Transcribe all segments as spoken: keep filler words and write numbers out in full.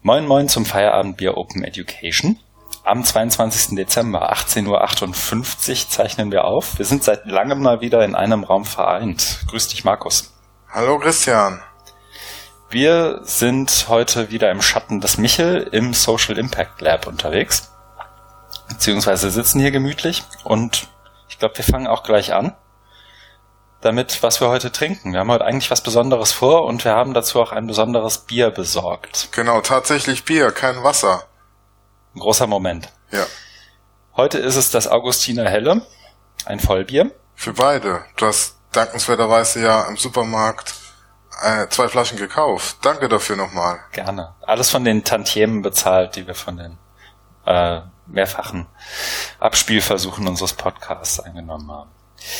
Moin Moin zum Feierabendbier Open Education. Am zweiundzwanzigsten Dezember, achtzehn Uhr achtundfünfzig, zeichnen wir auf. Wir sind seit langem mal wieder in einem Raum vereint. Grüß dich, Markus. Hallo, Christian. Wir sind heute wieder im Schatten des Michel im Social Impact Lab unterwegs. Beziehungsweise sitzen hier gemütlich. Und ich glaube, wir fangen auch gleich an damit, was wir heute trinken. Wir haben heute eigentlich was Besonderes vor und wir haben dazu auch ein besonderes Bier besorgt. Genau, tatsächlich Bier, kein Wasser. Ein großer Moment. Ja. Heute ist es das Augustiner Helle, ein Vollbier. Für beide. Du hast dankenswerterweise ja im Supermarkt äh, zwei Flaschen gekauft. Danke dafür nochmal. Gerne. Alles von den Tantiemen bezahlt, die wir von den äh, mehrfachen Abspielversuchen unseres Podcasts eingenommen haben.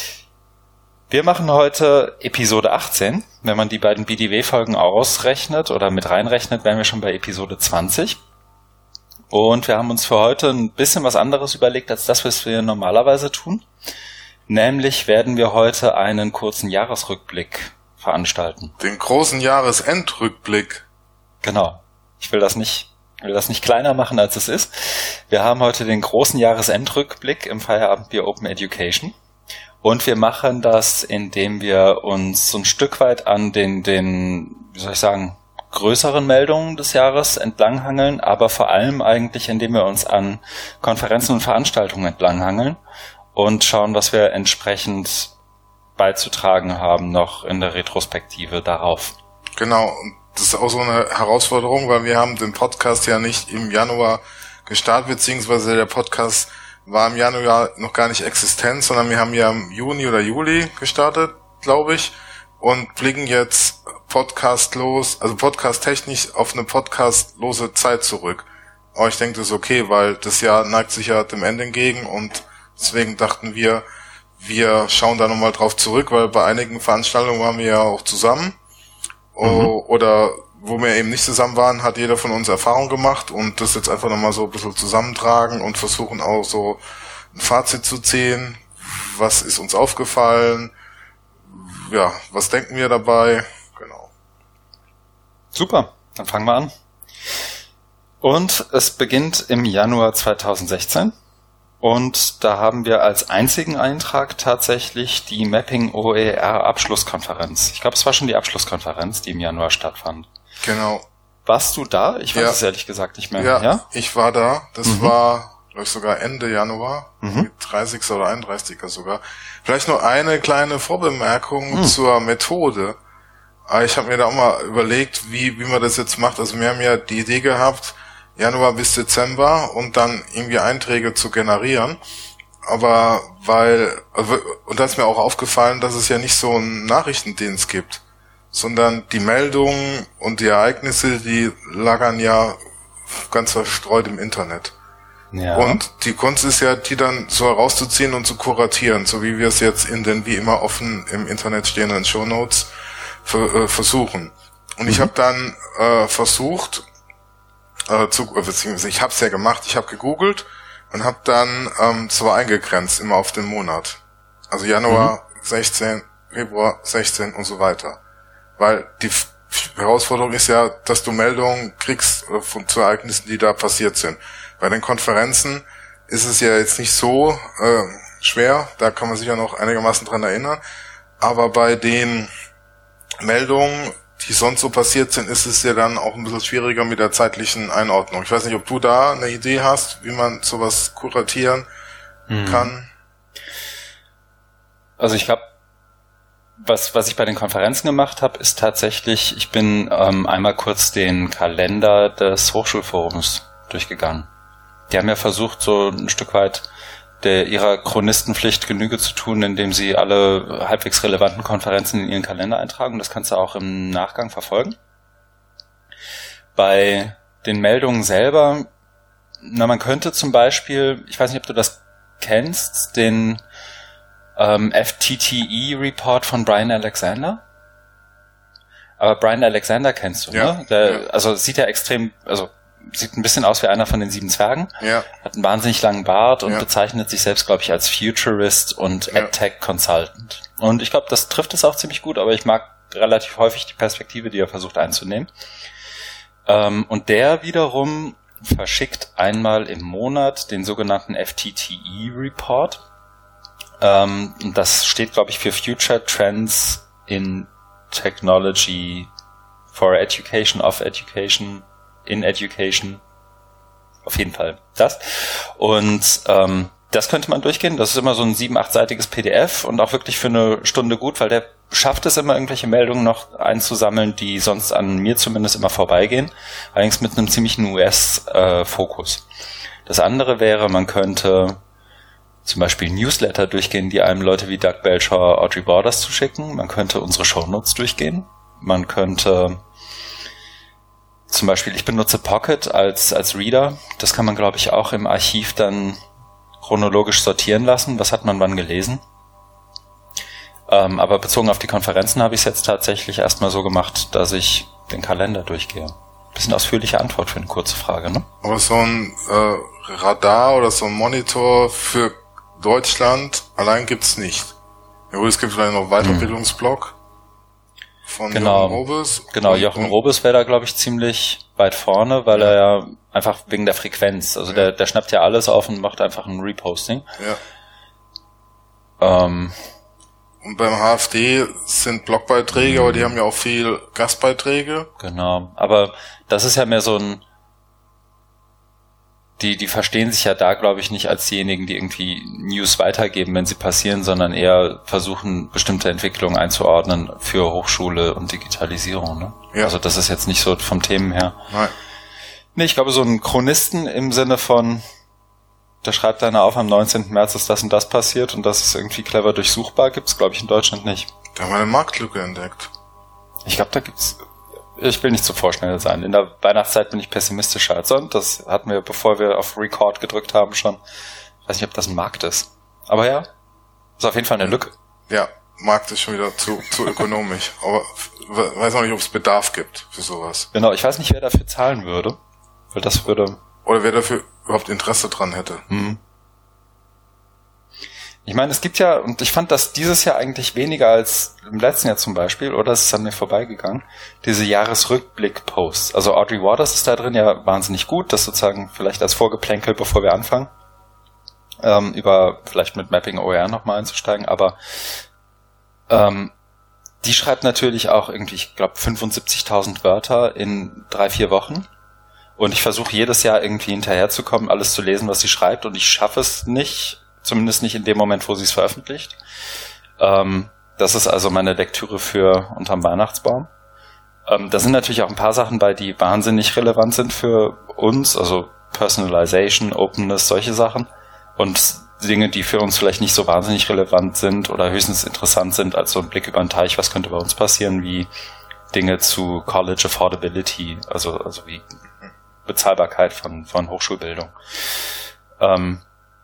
Wir machen heute Episode achtzehn. Wenn man die beiden B D W-Folgen ausrechnet oder mit reinrechnet, wären wir schon bei Episode zwanzig. Und wir haben uns für heute ein bisschen was anderes überlegt, als das, was wir normalerweise tun. Nämlich werden wir heute einen kurzen Jahresrückblick veranstalten. Den großen Jahresendrückblick. Genau. Ich will das nicht, will das nicht kleiner machen, als es ist. Wir haben heute den großen Jahresendrückblick im Feierabendbier Open Education. Und wir machen das, indem wir uns so ein Stück weit an den, den, wie soll ich sagen, größeren Meldungen des Jahres entlanghangeln, aber vor allem eigentlich, indem wir uns an Konferenzen und Veranstaltungen entlanghangeln und schauen, was wir entsprechend beizutragen haben noch in der Retrospektive darauf. Genau, und das ist auch so eine Herausforderung, weil wir haben den Podcast ja nicht im Januar gestartet, beziehungsweise der Podcast war im Januar noch gar nicht existent, sondern wir haben ja im Juni oder Juli gestartet, glaube ich, und blicken jetzt podcastlos, also podcasttechnisch auf eine podcastlose Zeit zurück. Aber ich denke, das ist okay, weil das Jahr neigt sich ja dem Ende entgegen und deswegen dachten wir, wir schauen da nochmal drauf zurück, weil bei einigen Veranstaltungen waren wir ja auch zusammen. Mhm. Oder wo wir eben nicht zusammen waren, hat jeder von uns Erfahrung gemacht und das jetzt einfach nochmal so ein bisschen zusammentragen und versuchen auch so ein Fazit zu ziehen. Was ist uns aufgefallen? Ja, was denken wir dabei? Genau. Super, dann fangen wir an. Und es beginnt im Januar zweitausendsechzehn und da haben wir als einzigen Eintrag tatsächlich die Mapping O E R Abschlusskonferenz. Ich glaube, es war schon die Abschlusskonferenz, die im Januar stattfand. Genau. Warst du da? Ich weiß ja. es ehrlich gesagt nicht mehr. Ja, ja? ich war da. Das mhm. war, glaube ich, sogar Ende Januar. Mhm. dreißigsten oder einunddreißigsten sogar. Vielleicht nur eine kleine Vorbemerkung mhm. zur Methode. Ich habe mir da auch mal überlegt, wie wie man das jetzt macht. Also wir haben ja die Idee gehabt, Januar bis Dezember und dann irgendwie Einträge zu generieren. Aber weil, und da ist mir auch aufgefallen, dass es ja nicht so einen Nachrichtendienst gibt, sondern die Meldungen und die Ereignisse, die lagern ja ganz verstreut im Internet. Ja. Und die Kunst ist ja, die dann so herauszuziehen und zu kuratieren, so wie wir es jetzt in den wie immer offen im Internet stehenden Shownotes für, äh, versuchen. Und mhm. ich habe dann äh, versucht, äh, zu, beziehungsweise ich habe es ja gemacht, ich habe gegoogelt und habe dann ähm, zwar eingegrenzt, immer auf den Monat. Also Januar mhm. sechzehn, Februar sechzehn und so weiter. Weil die F- Herausforderung ist ja, dass du Meldungen kriegst äh, von, zu Ereignissen, die da passiert sind. Bei den Konferenzen ist es ja jetzt nicht so äh, schwer, da kann man sich ja noch einigermaßen dran erinnern. Aber bei den Meldungen, die sonst so passiert sind, ist es ja dann auch ein bisschen schwieriger mit der zeitlichen Einordnung. Ich weiß nicht, ob du da eine Idee hast, wie man sowas kuratieren hm. kann. Also ich glaube, Was, was ich bei den Konferenzen gemacht habe, ist tatsächlich, ich bin ähm, einmal kurz den Kalender des Hochschulforums durchgegangen. Die haben ja versucht, so ein Stück weit der, ihrer Chronistenpflicht Genüge zu tun, indem sie alle halbwegs relevanten Konferenzen in ihren Kalender eintragen. Das kannst du auch im Nachgang verfolgen. Bei den Meldungen selber, na, man könnte zum Beispiel, ich weiß nicht, ob du das kennst, den Ähm, F T T E-Report von Brian Alexander. Aber Brian Alexander kennst du, ja, ne? Der, ja. Also sieht ja extrem, also sieht ein bisschen aus wie einer von den sieben Zwergen. Ja. Hat einen wahnsinnig langen Bart und ja. bezeichnet sich selbst, glaube ich, als Futurist und ja. AdTech Consultant. Und ich glaube, das trifft es auch ziemlich gut, aber ich mag relativ häufig die Perspektive, die er versucht einzunehmen. Ähm, und der wiederum verschickt einmal im Monat den sogenannten F T T E-Report. Ähm, das steht, glaube ich, für Future Trends in Technology for Education, of Education, in Education. Auf jeden Fall das. Und ähm, das könnte man durchgehen. Das ist immer so ein sieben-, achtseitiges P D F und auch wirklich für eine Stunde gut, weil der schafft es immer, irgendwelche Meldungen noch einzusammeln, die sonst an mir zumindest immer vorbeigehen. Allerdings mit einem ziemlichen U S-Fokus. Das andere wäre, man könnte zum Beispiel Newsletter durchgehen, die einem Leute wie Doug Belcher, Audrey Borders zuschicken. Man könnte unsere Shownotes durchgehen. Man könnte zum Beispiel, ich benutze Pocket als, als Reader. Das kann man, glaube ich, auch im Archiv dann chronologisch sortieren lassen. Was hat man wann gelesen? Ähm, aber bezogen auf die Konferenzen habe ich es jetzt tatsächlich erstmal so gemacht, dass ich den Kalender durchgehe. Bisschen ausführliche Antwort für eine kurze Frage, ne? Aber so ein äh, Radar oder so ein Monitor für Deutschland allein gibt's nicht. Ja, gut, es gibt vielleicht noch einen Weiterbildungsblog von genau. Jochen Robes. Genau, Jochen Robes wäre da, glaube ich, ziemlich weit vorne, weil ja. er ja einfach wegen der Frequenz, also ja. der, der schnappt ja alles auf und macht einfach ein Reposting. Ja. Ähm, und beim H F D sind Blogbeiträge, mhm. aber die haben ja auch viel Gastbeiträge. Genau, aber das ist ja mehr so ein, die, die verstehen sich ja da, glaube ich, nicht als diejenigen, die irgendwie News weitergeben, wenn sie passieren, sondern eher versuchen, bestimmte Entwicklungen einzuordnen für Hochschule und Digitalisierung, ne? Ja. Also das ist jetzt nicht so vom Themen her. Nein. Nee, ich glaube, so ein Chronisten im Sinne von, der schreibt einer auf, am neunzehnten März ist das und das passiert und das ist irgendwie clever durchsuchbar, gibt's, glaube ich, in Deutschland nicht. Da haben wir eine Marktlücke entdeckt. Ich glaube, da gibt's, ich will nicht zu vorschnell sein. In der Weihnachtszeit bin ich pessimistischer als sonst. Das hatten wir, bevor wir auf Record gedrückt haben, schon. Ich weiß nicht, ob das ein Markt ist. Aber ja, ist auf jeden Fall eine Lücke. Ja, Markt ist schon wieder zu, zu ökonomisch. Aber weiß auch nicht, ob es Bedarf gibt für sowas. Genau, ich weiß nicht, wer dafür zahlen würde. Weil das würde... Oder wer dafür überhaupt Interesse dran hätte. Hm. Ich meine, es gibt ja, und ich fand das dieses Jahr eigentlich weniger als im letzten Jahr zum Beispiel, oder es ist an mir vorbeigegangen, diese Jahresrückblick-Posts. Also Audrey Waters ist da drin ja wahnsinnig gut, das sozusagen vielleicht als Vorgeplänkel, bevor wir anfangen, ähm, über vielleicht mit Mapping O E R nochmal einzusteigen, aber ähm, die schreibt natürlich auch irgendwie, ich glaube, fünfundsiebzigtausend Wörter in drei, vier Wochen. Und ich versuche jedes Jahr irgendwie hinterherzukommen, alles zu lesen, was sie schreibt, und ich schaffe es nicht, zumindest nicht in dem Moment, wo sie es veröffentlicht. Ähm, das ist also meine Lektüre für unterm Weihnachtsbaum. Ähm, da sind natürlich auch ein paar Sachen bei, die wahnsinnig relevant sind für uns, also Personalization, Openness, solche Sachen. Und Dinge, die für uns vielleicht nicht so wahnsinnig relevant sind oder höchstens interessant sind, als so ein Blick über den Teich, was könnte bei uns passieren, wie Dinge zu College Affordability, also, also wie Bezahlbarkeit von, von Hochschulbildung. Ähm,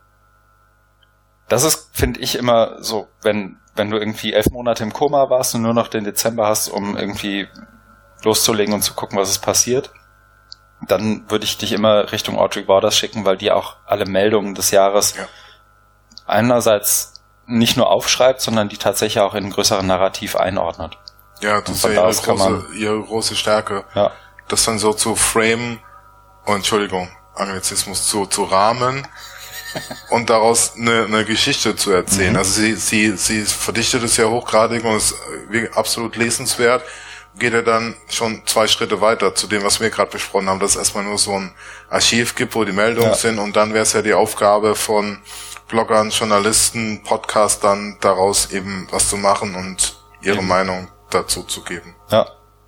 das ist, finde ich, immer so, wenn, wenn du irgendwie elf Monate im Koma warst und nur noch den Dezember hast, um irgendwie loszulegen und zu gucken, was ist passiert, dann würde ich dich immer Richtung Audrey Borders schicken, weil die auch alle Meldungen des Jahres ja. einerseits nicht nur aufschreibt, sondern die tatsächlich auch in einem größeren Narrativ einordnet. Ja, das ist ja ihre große, ihre große Stärke. Ja. Das dann so zu framen, oh, Entschuldigung, Anglizismus, zu, zu rahmen und daraus eine, eine Geschichte zu erzählen. Mhm. Also sie, sie, sie verdichtet es ja hochgradig und ist absolut lesenswert. Geht er dann schon zwei Schritte weiter zu dem, was wir gerade besprochen haben, dass es erstmal nur so ein Archiv gibt, wo die Meldungen ja. sind, und dann wäre es ja die Aufgabe von Bloggern, Journalisten, Podcastern, daraus eben was zu machen und ihre mhm. Meinung dazu zu geben. Ja.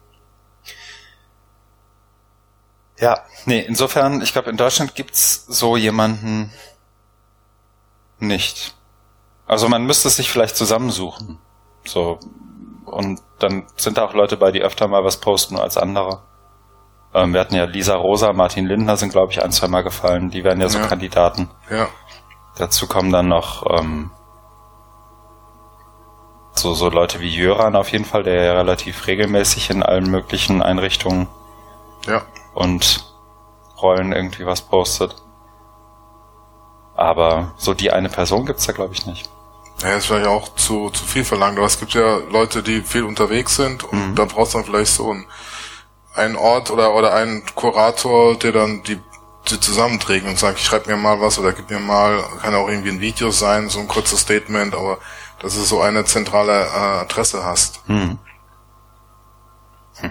Ja, nee, insofern, ich glaube, in Deutschland gibt's so jemanden nicht. Also man müsste es sich vielleicht zusammensuchen. So, und dann sind da auch Leute bei, die öfter mal was posten als andere. Ähm, wir hatten ja Lisa Rosa, Martin Lindner sind, glaube ich, ein, zwei Mal gefallen. Die wären ja so ja. Kandidaten. Ja. Dazu kommen dann noch ähm, so, so Leute wie Jöran auf jeden Fall, der ja relativ regelmäßig in allen möglichen Einrichtungen ja. und Rollen irgendwie was postet. Aber so die eine Person gibt's da, glaube ich, nicht. Ja, das wäre ja auch zu, zu viel verlangt. Aber es gibt ja Leute, die viel unterwegs sind, und mhm. da brauchst du dann vielleicht so einen einen Ort oder oder einen Kurator, der dann die, die zusammenträgt und sagt, ich schreib mir mal was oder gib mir mal, kann auch irgendwie ein Video sein, so ein kurzes Statement, aber dass du so eine zentrale äh, Adresse hast. Hm. Hm.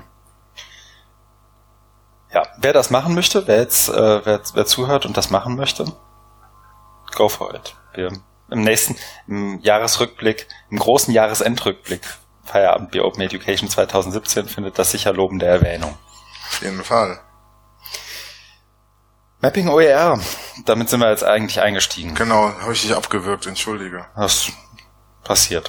Ja, wer das machen möchte, wer jetzt äh, wer, wer zuhört und das machen möchte, go for it. Wir im nächsten im Jahresrückblick, im großen Jahresendrückblick Feierabendbier Open Education zwanzig siebzehn findet das sicher lobende Erwähnung. Auf jeden Fall. Mapping O E R, damit sind wir jetzt eigentlich eingestiegen. Genau, habe ich dich abgewürgt, entschuldige. Das passiert.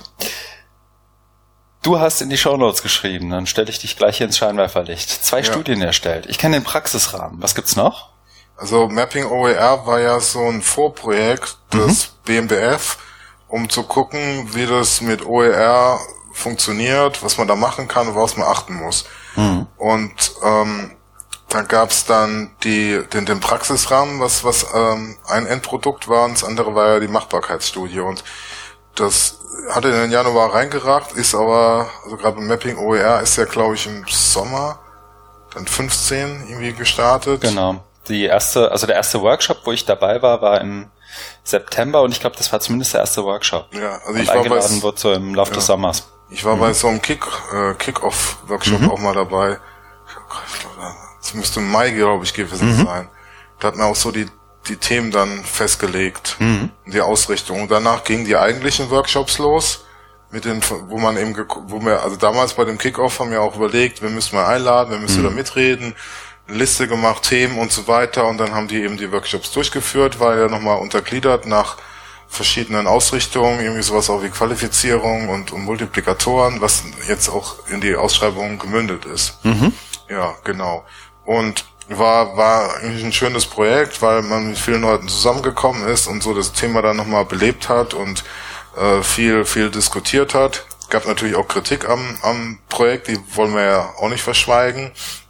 Du hast in die Shownotes geschrieben, dann stelle ich dich gleich hier ins Scheinwerferlicht. Zwei ja. Studien erstellt. Ich kenne den Praxisrahmen. Was gibt's noch? Also Mapping O E R war ja so ein Vorprojekt des mhm. B M B F, um zu gucken, wie das mit O E R funktioniert, was man da machen kann und woraus man achten muss. Mhm. Und ähm, da gab's dann die den, den Praxisrahmen, was was ähm, ein Endprodukt war, und das andere war ja die Machbarkeitsstudie. Und das hatte in den Januar reingeragt, ist aber, also gerade beim Mapping O E R ist ja, glaube ich, im Sommer dann fünfzehn irgendwie gestartet. Genau. Die erste, also der erste Workshop, wo ich dabei war, war im September, und ich glaube, das war zumindest der erste Workshop. Ja, also und ich war eingeladen bei, wurde so im Laufe ja, des Sommers. Ich war mhm. bei so einem Kick, äh, Kick-Off-Workshop mhm. auch mal dabei. Ich glaube, das müsste im Mai, glaube ich, gewesen mhm. sein. Da hat man auch so die die Themen dann festgelegt, mhm. die Ausrichtung. Und danach gingen die eigentlichen Workshops los, mit den, wo man eben, wo wir, also damals bei dem Kick-Off haben wir auch überlegt, wir müssen mal einladen, wir müssen mhm. da mitreden, eine Liste gemacht, Themen und so weiter, und dann haben die eben die Workshops durchgeführt, war ja nochmal untergliedert nach verschiedenen Ausrichtungen, irgendwie sowas auch wie Qualifizierung und, und Multiplikatoren, was jetzt auch in die Ausschreibung gemündet ist. Mhm. Ja, genau. Und war war eigentlich ein schönes Projekt, weil man mit vielen Leuten zusammengekommen ist und so das Thema dann nochmal belebt hat und äh, viel viel diskutiert hat. Gab natürlich auch Kritik am am Projekt, die wollen wir ja auch nicht verschweigen,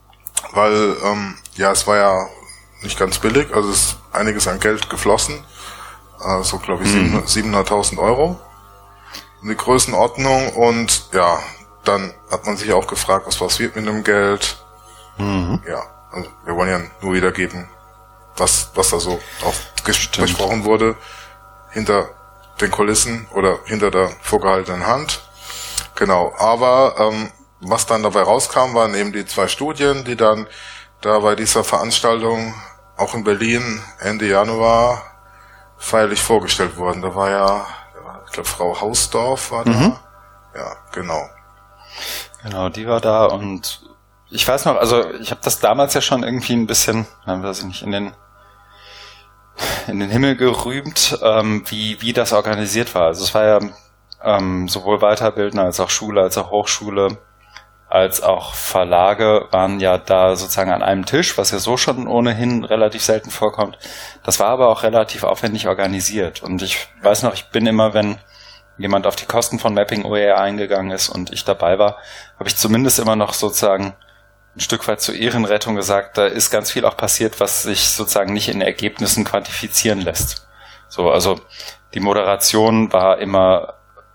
weil ähm, ja, es war ja nicht ganz billig, also es ist einiges an Geld geflossen, also glaube ich mhm. siebenhunderttausend Euro in die Größenordnung, und ja, dann hat man sich auch gefragt, was was wird mit dem Geld. Mhm. Ja. Also wir wollen ja nur wiedergeben, was was da so auch ges- besprochen wurde, hinter den Kulissen oder hinter der vorgehaltenen Hand. Genau, aber ähm, was dann dabei rauskam, waren eben die zwei Studien, die dann da bei dieser Veranstaltung auch in Berlin Ende Januar feierlich vorgestellt wurden. Da war ja, ich glaube, Frau Hausdorf war mhm. da. Ja, genau. Genau, die war da, und ich weiß noch, also ich habe das damals ja schon irgendwie ein bisschen, weiß ich nicht, in den in den Himmel gerühmt, ähm, wie wie das organisiert war. Also es war ja ähm, sowohl Weiterbildner als auch Schule, als auch Hochschule, als auch Verlage waren ja da sozusagen an einem Tisch, was ja so schon ohnehin relativ selten vorkommt. Das war aber auch relativ aufwendig organisiert. Und ich weiß noch, ich bin immer, wenn jemand auf die Kosten von Mapping O E R eingegangen ist und ich dabei war, habe ich zumindest immer noch sozusagen ein Stück weit zur Ehrenrettung gesagt, da ist ganz viel auch passiert, was sich sozusagen nicht in Ergebnissen quantifizieren lässt. So, also die Moderation war immer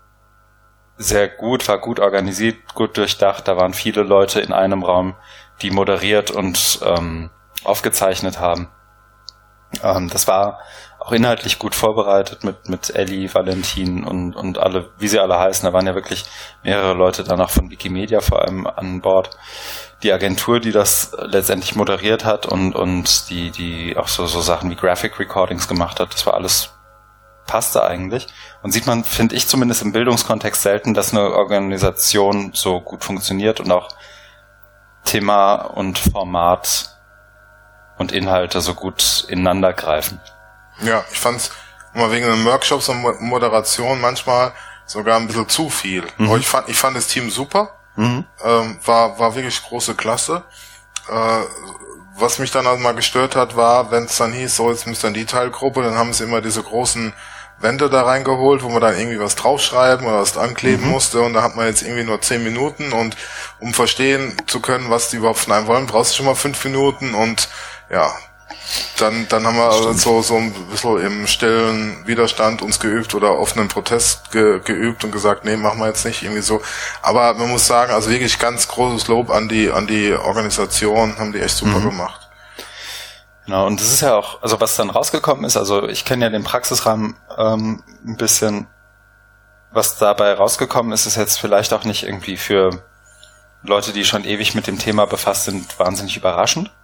sehr gut, war gut organisiert, gut durchdacht. Da waren viele Leute in einem Raum, die moderiert und ähm, aufgezeichnet haben. Ähm, das war auch inhaltlich gut vorbereitet mit mit Elli, Valentin und und alle, wie sie alle heißen. Da waren ja wirklich mehrere Leute dann auch von Wikimedia vor allem an Bord. Die Agentur, die das letztendlich moderiert hat und und die die auch so so Sachen wie Graphic Recordings gemacht hat, das war alles, passte eigentlich. Und sieht man, finde ich zumindest im Bildungskontext selten, dass eine Organisation so gut funktioniert und auch Thema und Format und Inhalte so gut ineinander greifen. Ja, ich fand's mal wegen den Workshops und Moderation manchmal sogar ein bisschen zu viel. Mhm. Aber ich fand, ich fand das Team super. Mhm. Ähm, war, war wirklich große Klasse. Äh, was mich dann halt mal gestört hat, war, wenn es dann hieß, so, jetzt müsst ihr in die Teilgruppe, dann haben sie immer diese großen Wände da reingeholt, wo man dann irgendwie was draufschreiben oder was ankleben mhm. musste, und da hat man jetzt irgendwie nur zehn Minuten, und um verstehen zu können, was die überhaupt von einem wollen, brauchst du schon mal fünf Minuten, und ja, dann, dann haben wir also so, so ein bisschen im stillen Widerstand uns geübt oder offenen Protest ge, geübt und gesagt, nee, machen wir jetzt nicht, irgendwie so. Aber man muss sagen, also wirklich ganz großes Lob an die, an die Organisation, haben die echt super mhm. gemacht. Genau, und das ist ja auch, also was dann rausgekommen ist, also ich kenne ja den Praxisrahmen ähm, ein bisschen, was dabei rausgekommen ist, ist jetzt vielleicht auch nicht irgendwie für Leute, die schon ewig mit dem Thema befasst sind, wahnsinnig überraschend.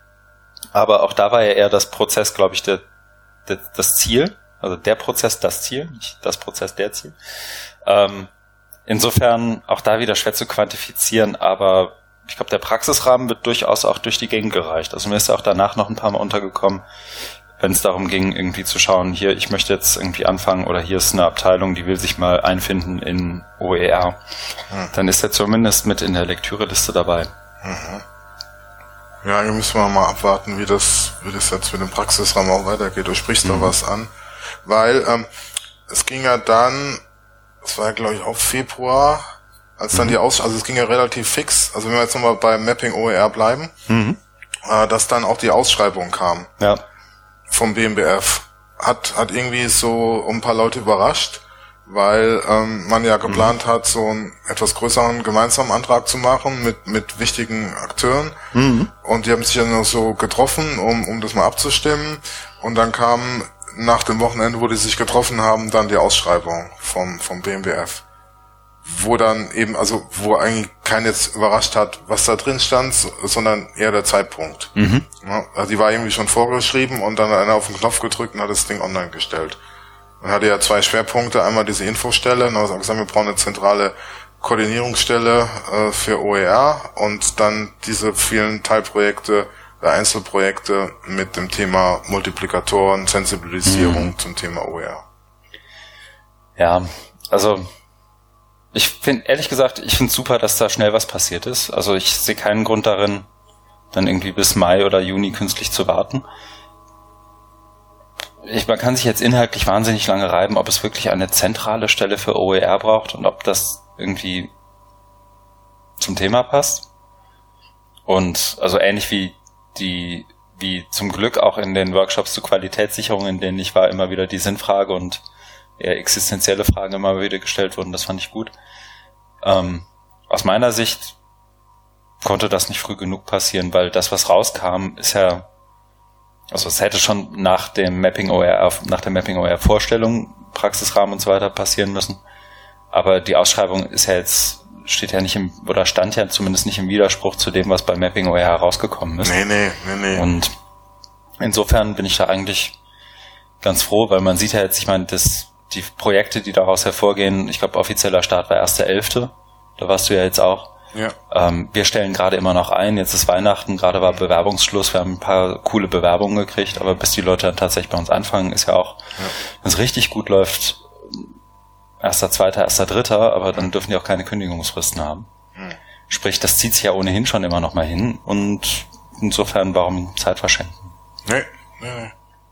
Aber auch da war ja eher das Prozess, glaube ich, der, der, das Ziel. Also der Prozess, das Ziel, nicht das Prozess, der Ziel. Ähm, insofern auch da wieder schwer zu quantifizieren, aber ich glaube, der Praxisrahmen wird durchaus auch durch die Gegend gereicht. Also mir ist ja auch danach noch ein paar Mal untergekommen, wenn es darum ging, irgendwie zu schauen, hier, ich möchte jetzt irgendwie anfangen oder hier ist eine Abteilung, die will sich mal einfinden in O E R. Hm. Dann ist er zumindest mit in der Lektüreliste dabei. Mhm. Ja, hier müssen wir mal abwarten, wie das, wie das jetzt mit dem Praxisrahmen auch weitergeht. Du sprichst mhm. da was an. Weil, ähm, es ging ja dann, es war ja glaube ich auch Februar, als dann mhm. die Aus, also es ging ja relativ fix, also wenn wir jetzt nochmal bei Mapping O E R bleiben, mhm. äh, dass dann auch die Ausschreibung kam. Ja. Vom B M B F. Hat, hat irgendwie so ein paar Leute überrascht, weil ähm, man ja geplant mhm. hat, so einen etwas größeren gemeinsamen Antrag zu machen mit mit wichtigen Akteuren. Mhm. Und die haben sich ja noch so getroffen, um um das mal abzustimmen. Und dann kam nach dem Wochenende, wo die sich getroffen haben, dann die Ausschreibung vom vom B M B F. Wo dann eben, also wo eigentlich keinen jetzt überrascht hat, was da drin stand, sondern eher der Zeitpunkt. Mhm. Ja, also die war irgendwie schon vorgeschrieben und dann hat einer auf den Knopf gedrückt und hat das Ding online gestellt. Man hatte ja zwei Schwerpunkte, einmal diese Infostelle, und dann haben wir gesagt, wir brauchen eine zentrale Koordinierungsstelle äh, für O E R und dann diese vielen Teilprojekte, äh, Einzelprojekte mit dem Thema Multiplikatoren, Sensibilisierung mhm. zum Thema O E R. Ja, also ich finde, ehrlich gesagt, ich finde es super, dass da schnell was passiert ist. Also ich sehe keinen Grund darin, dann irgendwie bis Mai oder Juni künstlich zu warten. Ich, man kann sich jetzt inhaltlich wahnsinnig lange reiben, ob es wirklich eine zentrale Stelle für O E R braucht und ob das irgendwie zum Thema passt. Und also ähnlich wie die, wie zum Glück auch in den Workshops zur Qualitätssicherung, in denen ich war, immer wieder die Sinnfrage und eher existenzielle Fragen immer wieder gestellt wurden, das fand ich gut. Ähm, aus meiner Sicht konnte das nicht früh genug passieren, weil das, was rauskam, ist ja, also es hätte schon nach dem Mapping O E R, nach der Mapping O E R Vorstellung, Praxisrahmen und so weiter passieren müssen. Aber die Ausschreibung ist ja jetzt, steht ja nicht im, oder stand ja zumindest nicht im Widerspruch zu dem, was bei Mapping O E R rausgekommen ist. Nee, nee, nee, nee. Und insofern bin ich da eigentlich ganz froh, weil man sieht ja jetzt, ich meine, das, die Projekte, die daraus hervorgehen, ich glaube, offizieller Start war erster elfte Da warst du ja jetzt auch. Ja. Ähm, wir stellen gerade immer noch ein, jetzt ist Weihnachten, gerade war Bewerbungsschluss, wir haben ein paar coole Bewerbungen gekriegt, aber bis die Leute dann tatsächlich bei uns anfangen, ist ja auch, ja. wenn es richtig gut läuft, erster, zweiter, erster, dritter, aber dann dürfen die auch keine Kündigungsfristen haben. Mhm. Sprich, das zieht sich ja ohnehin schon immer noch mal hin und insofern, warum Zeit verschenken? Nee, nee, nee.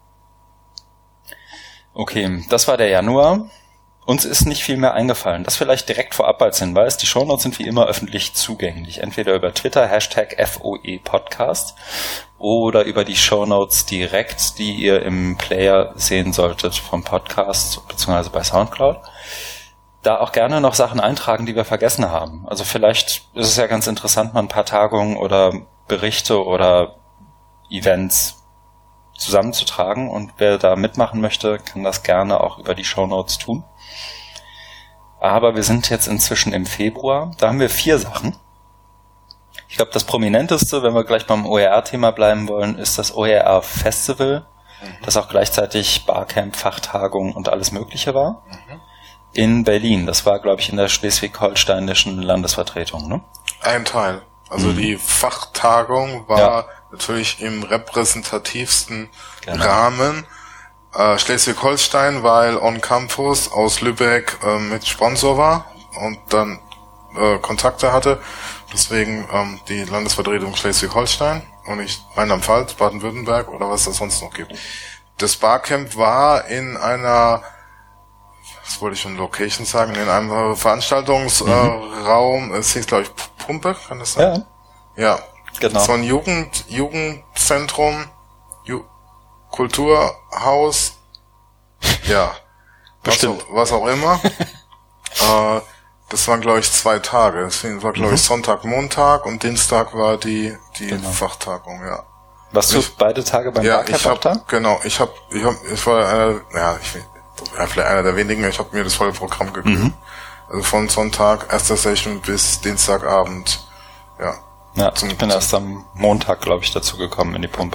Okay, das war der Januar. Uns ist nicht viel mehr eingefallen. Das vielleicht direkt vorab als Hinweis. Die Shownotes sind wie immer öffentlich zugänglich. Entweder über Twitter, Hashtag F O E Podcast oder über die Shownotes direkt, die ihr im Player sehen solltet vom Podcast beziehungsweise bei Soundcloud. Da auch gerne noch Sachen eintragen, die wir vergessen haben. Also vielleicht ist es ja ganz interessant, mal ein paar Tagungen oder Berichte oder Events zusammenzutragen und wer da mitmachen möchte, kann das gerne auch über die Shownotes tun. Aber wir sind jetzt inzwischen im Februar. Da haben wir vier Sachen. Ich glaube, das Prominenteste, wenn wir gleich beim O E R-Thema bleiben wollen, ist das O E R-Festival, mhm. das auch gleichzeitig Barcamp, Fachtagung und alles Mögliche war. Mhm. In Berlin. Das war, glaube ich, in der schleswig-holsteinischen Landesvertretung, ne? Ein Teil. Also mhm. die Fachtagung war ja. natürlich im repräsentativsten genau. Rahmen. Äh, Schleswig-Holstein, weil On Campus aus Lübeck äh, mit Sponsor war und dann äh, Kontakte hatte. Deswegen ähm, die Landesvertretung Schleswig-Holstein und nicht Rheinland-Pfalz, Baden-Württemberg oder was es sonst noch gibt. Das Barcamp war in einer, was wollte ich schon, Location sagen, in einem Veranstaltungsraum, mhm. äh, es hieß, glaube ich, Pumpe, kann das sein? Ja. Ja. Genau. So ein Jugend, Jugendzentrum, Ju- Kulturhaus, ja, was auch, was auch immer. äh, das waren, glaube ich, zwei Tage. Deswegen war, glaube mhm. ich, Sonntag, Montag und Dienstag war die die genau. Fachtagung, ja. Warst du beide Tage beim ja, Barcamp ich hab, da? Genau, ich habe, ich hab, ich war einer, ja, ich ja, vielleicht einer der wenigen, ich habe mir das volle Programm gegeben. Mhm. Also von Sonntag, erster Session bis Dienstagabend, ja. Ja, ich bin erst am Montag, glaube ich, dazu gekommen in die Pumpe.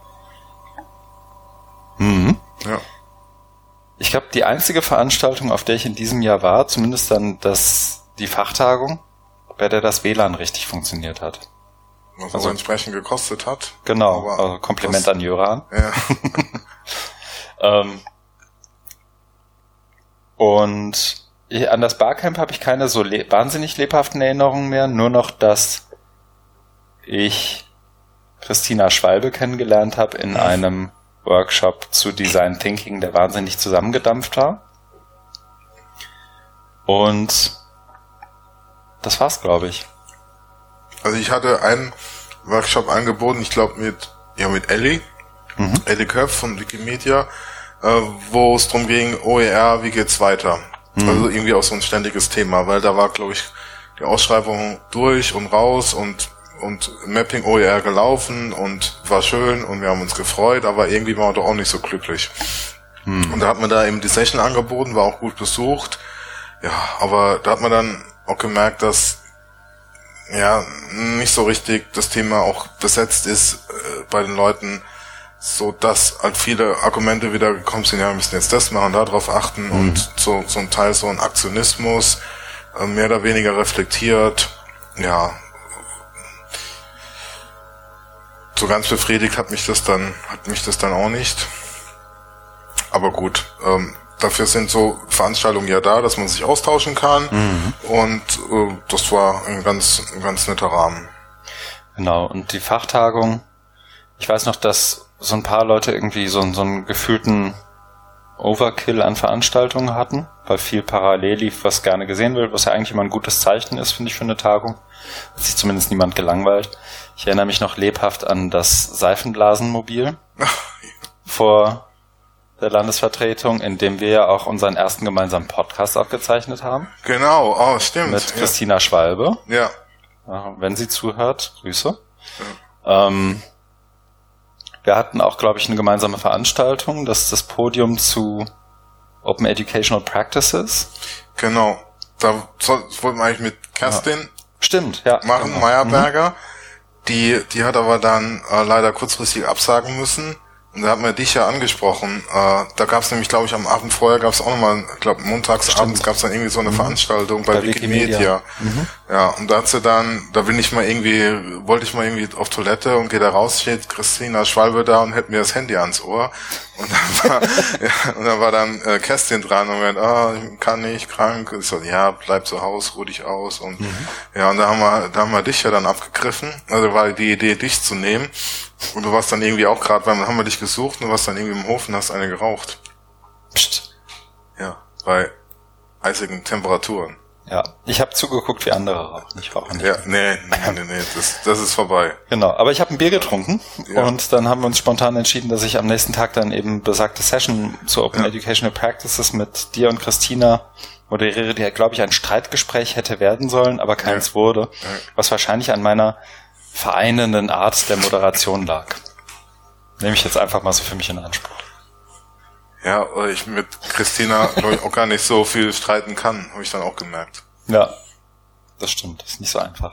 Mhm. Ja. Ich glaube, die einzige Veranstaltung, auf der ich in diesem Jahr war, zumindest dann das, die Fachtagung, bei der das W L A N richtig funktioniert hat. Was also entsprechend gekostet hat. Genau, also Kompliment das, an Jöran. Ja. ähm, und ich, an das Barcamp habe ich keine so le- wahnsinnig lebhaften Erinnerungen mehr, nur noch, dass ich Christina Schwalbe kennengelernt habe in einem Workshop zu Design Thinking, der wahnsinnig zusammengedampft war. Und das war's, glaube ich. Also ich hatte einen Workshop angeboten, ich glaube mit ja mit Ellie, mhm. Ellie Köpf von Wikimedia, äh, wo es darum ging, O E R, wie geht's weiter? Mhm. Also irgendwie auch so ein ständiges Thema, weil da war, glaube ich, die Ausschreibung durch und raus und und Mapping O E R gelaufen und war schön und wir haben uns gefreut, aber irgendwie waren wir doch auch nicht so glücklich. Mhm. Und da hat man da eben die Session angeboten, war auch gut besucht, ja, aber da hat man dann auch gemerkt, dass ja nicht so richtig das Thema auch besetzt ist äh, bei den Leuten, so dass halt viele Argumente wieder gekommen sind, ja, wir müssen jetzt das machen, darauf achten mhm. und so so ein Teil so ein Aktionismus äh, mehr oder weniger reflektiert, ja. So ganz befriedigt hat mich das dann hat mich das dann auch nicht. Aber gut, ähm, dafür sind so Veranstaltungen ja da, dass man sich austauschen kann. Mhm. Und äh, das war ein ganz, ein ganz netter Rahmen. Genau, und die Fachtagung, ich weiß noch, dass so ein paar Leute irgendwie so, so einen gefühlten Overkill an Veranstaltungen hatten, weil viel parallel lief, was gerne gesehen wird, was ja eigentlich immer ein gutes Zeichen ist, finde ich, für eine Tagung. Hat sich zumindest niemand gelangweilt. Ich erinnere mich noch lebhaft an das Seifenblasenmobil vor der Landesvertretung, in dem wir ja auch unseren ersten gemeinsamen Podcast aufgezeichnet haben. Genau, oh, stimmt. Mit Christina ja. Schwalbe. Ja. Wenn sie zuhört, Grüße. Ja. Ähm, wir hatten auch, glaube ich, eine gemeinsame Veranstaltung, das ist das Podium zu Open Educational Practices. Genau. Da soll, wollten wir eigentlich mit Kerstin ja. Stimmt, ja. machen, genau. Meyerberger. Mhm. Die, die hat aber dann äh, leider kurzfristig absagen müssen. Und da hat man dich ja angesprochen. Äh, da gab es nämlich, glaube ich, am Abend vorher gab es auch nochmal, ich glaube, montagsabends gab es dann irgendwie so eine mhm. Veranstaltung bei, bei Wikimedia. Wikimedia. Mhm. Ja, und da hat sie dann, da bin ich mal irgendwie, wollte ich mal irgendwie auf Toilette und gehe da raus, steht Christina Schwalbe da und hält mir das Handy ans Ohr. Und dann war, ja, und dann war dann äh, Kerstin dran und meint, ah, ich kann nicht, krank. Und ich so, ja, bleib zu Hause, ruh dich aus. Und mhm. ja, und da haben wir, da haben wir dich ja dann abgegriffen. Also war die Idee, dich zu nehmen. Und du warst dann irgendwie auch gerade, weil haben wir dich gesucht und du warst dann irgendwie im Hof und hast eine geraucht. Psst. Ja, bei eisigen Temperaturen. Ja, ich habe zugeguckt, wie andere rauchen. Ich rauche nicht. Ja, nee, nee, nee, nee, das, das ist vorbei. Genau, aber ich habe ein Bier getrunken ja. und dann haben wir uns spontan entschieden, dass ich am nächsten Tag dann eben besagte Session zu Open ja. Educational Practices mit dir und Christina moderiere, die, glaube ich, ein Streitgespräch hätte werden sollen, aber keins ja. wurde, ja. was wahrscheinlich an meiner vereinenden Art der Moderation lag. Nehme ich jetzt einfach mal so für mich in Anspruch. Ja, weil ich mit Christina glaube ich auch gar nicht so viel streiten kann, habe ich dann auch gemerkt. Ja, das stimmt, das ist nicht so einfach.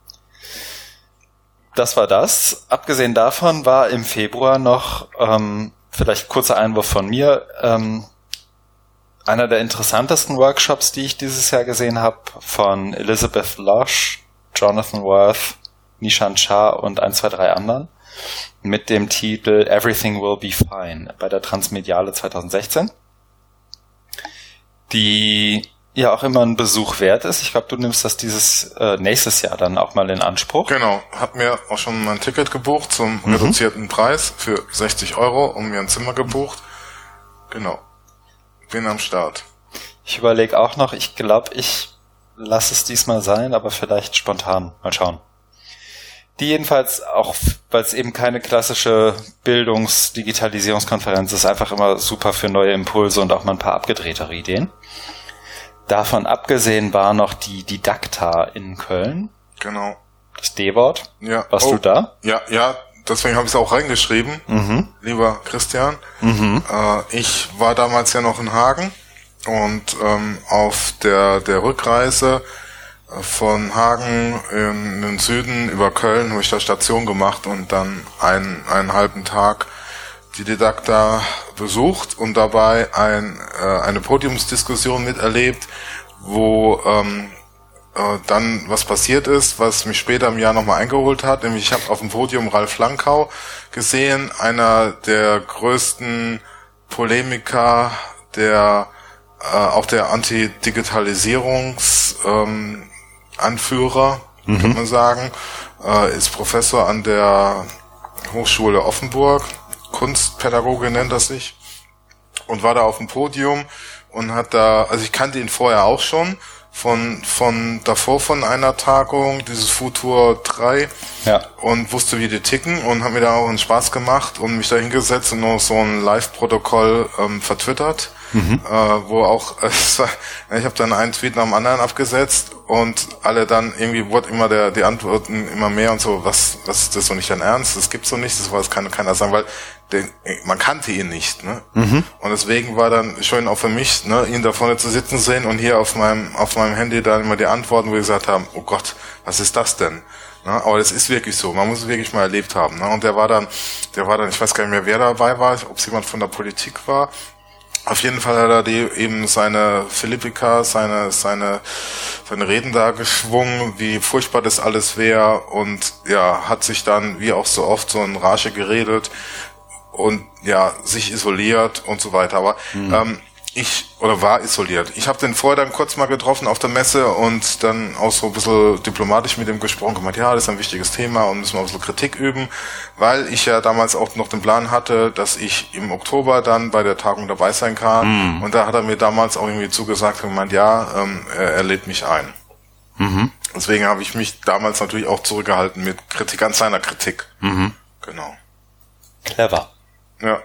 Das war das. Abgesehen davon war im Februar noch, ähm, vielleicht kurzer Einwurf von mir, ähm, einer der interessantesten Workshops, die ich dieses Jahr gesehen habe, von Elizabeth Lush, Jonathan Worth, Nishan Shah und ein, zwei, drei anderen, mit dem Titel Everything Will Be Fine bei der Transmediale zwanzig sechzehn, die ja auch immer ein Besuch wert ist. Ich glaube, du nimmst das dieses äh, nächstes Jahr dann auch mal in Anspruch. Genau, hab mir auch schon mein Ticket gebucht zum mhm. reduzierten Preis für sechzig Euro und mir ein Zimmer gebucht. Genau, bin am Start. Ich überlege auch noch, ich glaube, ich lasse es diesmal sein, aber vielleicht spontan. Mal schauen. Die jedenfalls auch, weil es eben keine klassische Bildungs-Digitalisierungskonferenz ist, einfach immer super für neue Impulse und auch mal ein paar abgedrehtere Ideen. Davon abgesehen war noch die Didakta in Köln. Genau. Das D-Wort. Ja. Warst oh, du da? Ja, ja, deswegen habe ich es auch reingeschrieben, mhm. lieber Christian. Mhm. Äh, ich war damals ja noch in Hagen und ähm, auf der, der Rückreise von Hagen in den Süden über Köln habe ich da Station gemacht und dann einen, einen halben Tag die Didakta besucht und dabei ein, äh, eine Podiumsdiskussion miterlebt, wo ähm, äh, dann was passiert ist, was mich später im Jahr nochmal eingeholt hat. Nämlich ich habe auf dem Podium Ralf Lankau gesehen, einer der größten Polemiker, der äh, auch der Anti-Digitalisierungs ähm, Anführer, mhm. kann man sagen, äh, ist Professor an der Hochschule Offenburg, Kunstpädagoge nennt er sich, und war da auf dem Podium und hat da, also ich kannte ihn vorher auch schon, von von davor von einer Tagung, dieses Futur drei, ja. und wusste, wie die ticken und hat mir da auch einen Spaß gemacht und mich da hingesetzt und noch so ein Live-Protokoll ähm, vertwittert, mhm. äh, wo auch, äh, ich habe dann einen Tweet nach dem anderen abgesetzt und alle dann, irgendwie wurde immer der die Antworten immer mehr und so, was was ist das so nicht dein Ernst, das gibt's so nicht, das, das kann keiner sagen, weil den, man kannte ihn nicht, ne? Mhm. Und deswegen war dann schön auch für mich, ne, ihn da vorne zu sitzen sehen und hier auf meinem auf meinem Handy dann immer die Antworten, wo wir gesagt haben, oh Gott, was ist das denn? Ne? Aber das ist wirklich so, man muss es wirklich mal erlebt haben, ne? Und der war dann, der war dann, ich weiß gar nicht mehr, wer dabei war, ob es jemand von der Politik war. Auf jeden Fall hat er die eben seine Philippika, seine seine seine Reden da geschwungen, wie furchtbar das alles wäre, und ja, hat sich dann, wie auch so oft, so in Rage geredet und ja, sich isoliert und so weiter. Aber mhm. ähm, ich, oder war isoliert. Ich habe den vorher dann kurz mal getroffen auf der Messe und dann auch so ein bisschen diplomatisch mit ihm gesprochen, gemeint, ja, das ist ein wichtiges Thema und müssen wir ein bisschen Kritik üben, weil ich ja damals auch noch den Plan hatte, dass ich im Oktober dann bei der Tagung dabei sein kann. Mhm. Und da hat er mir damals auch irgendwie zugesagt und gemeint, ja, ähm, er, er lädt mich ein. Mhm. Deswegen habe ich mich damals natürlich auch zurückgehalten mit Kritik an seiner Kritik. Mhm. Genau. Clever. Ja.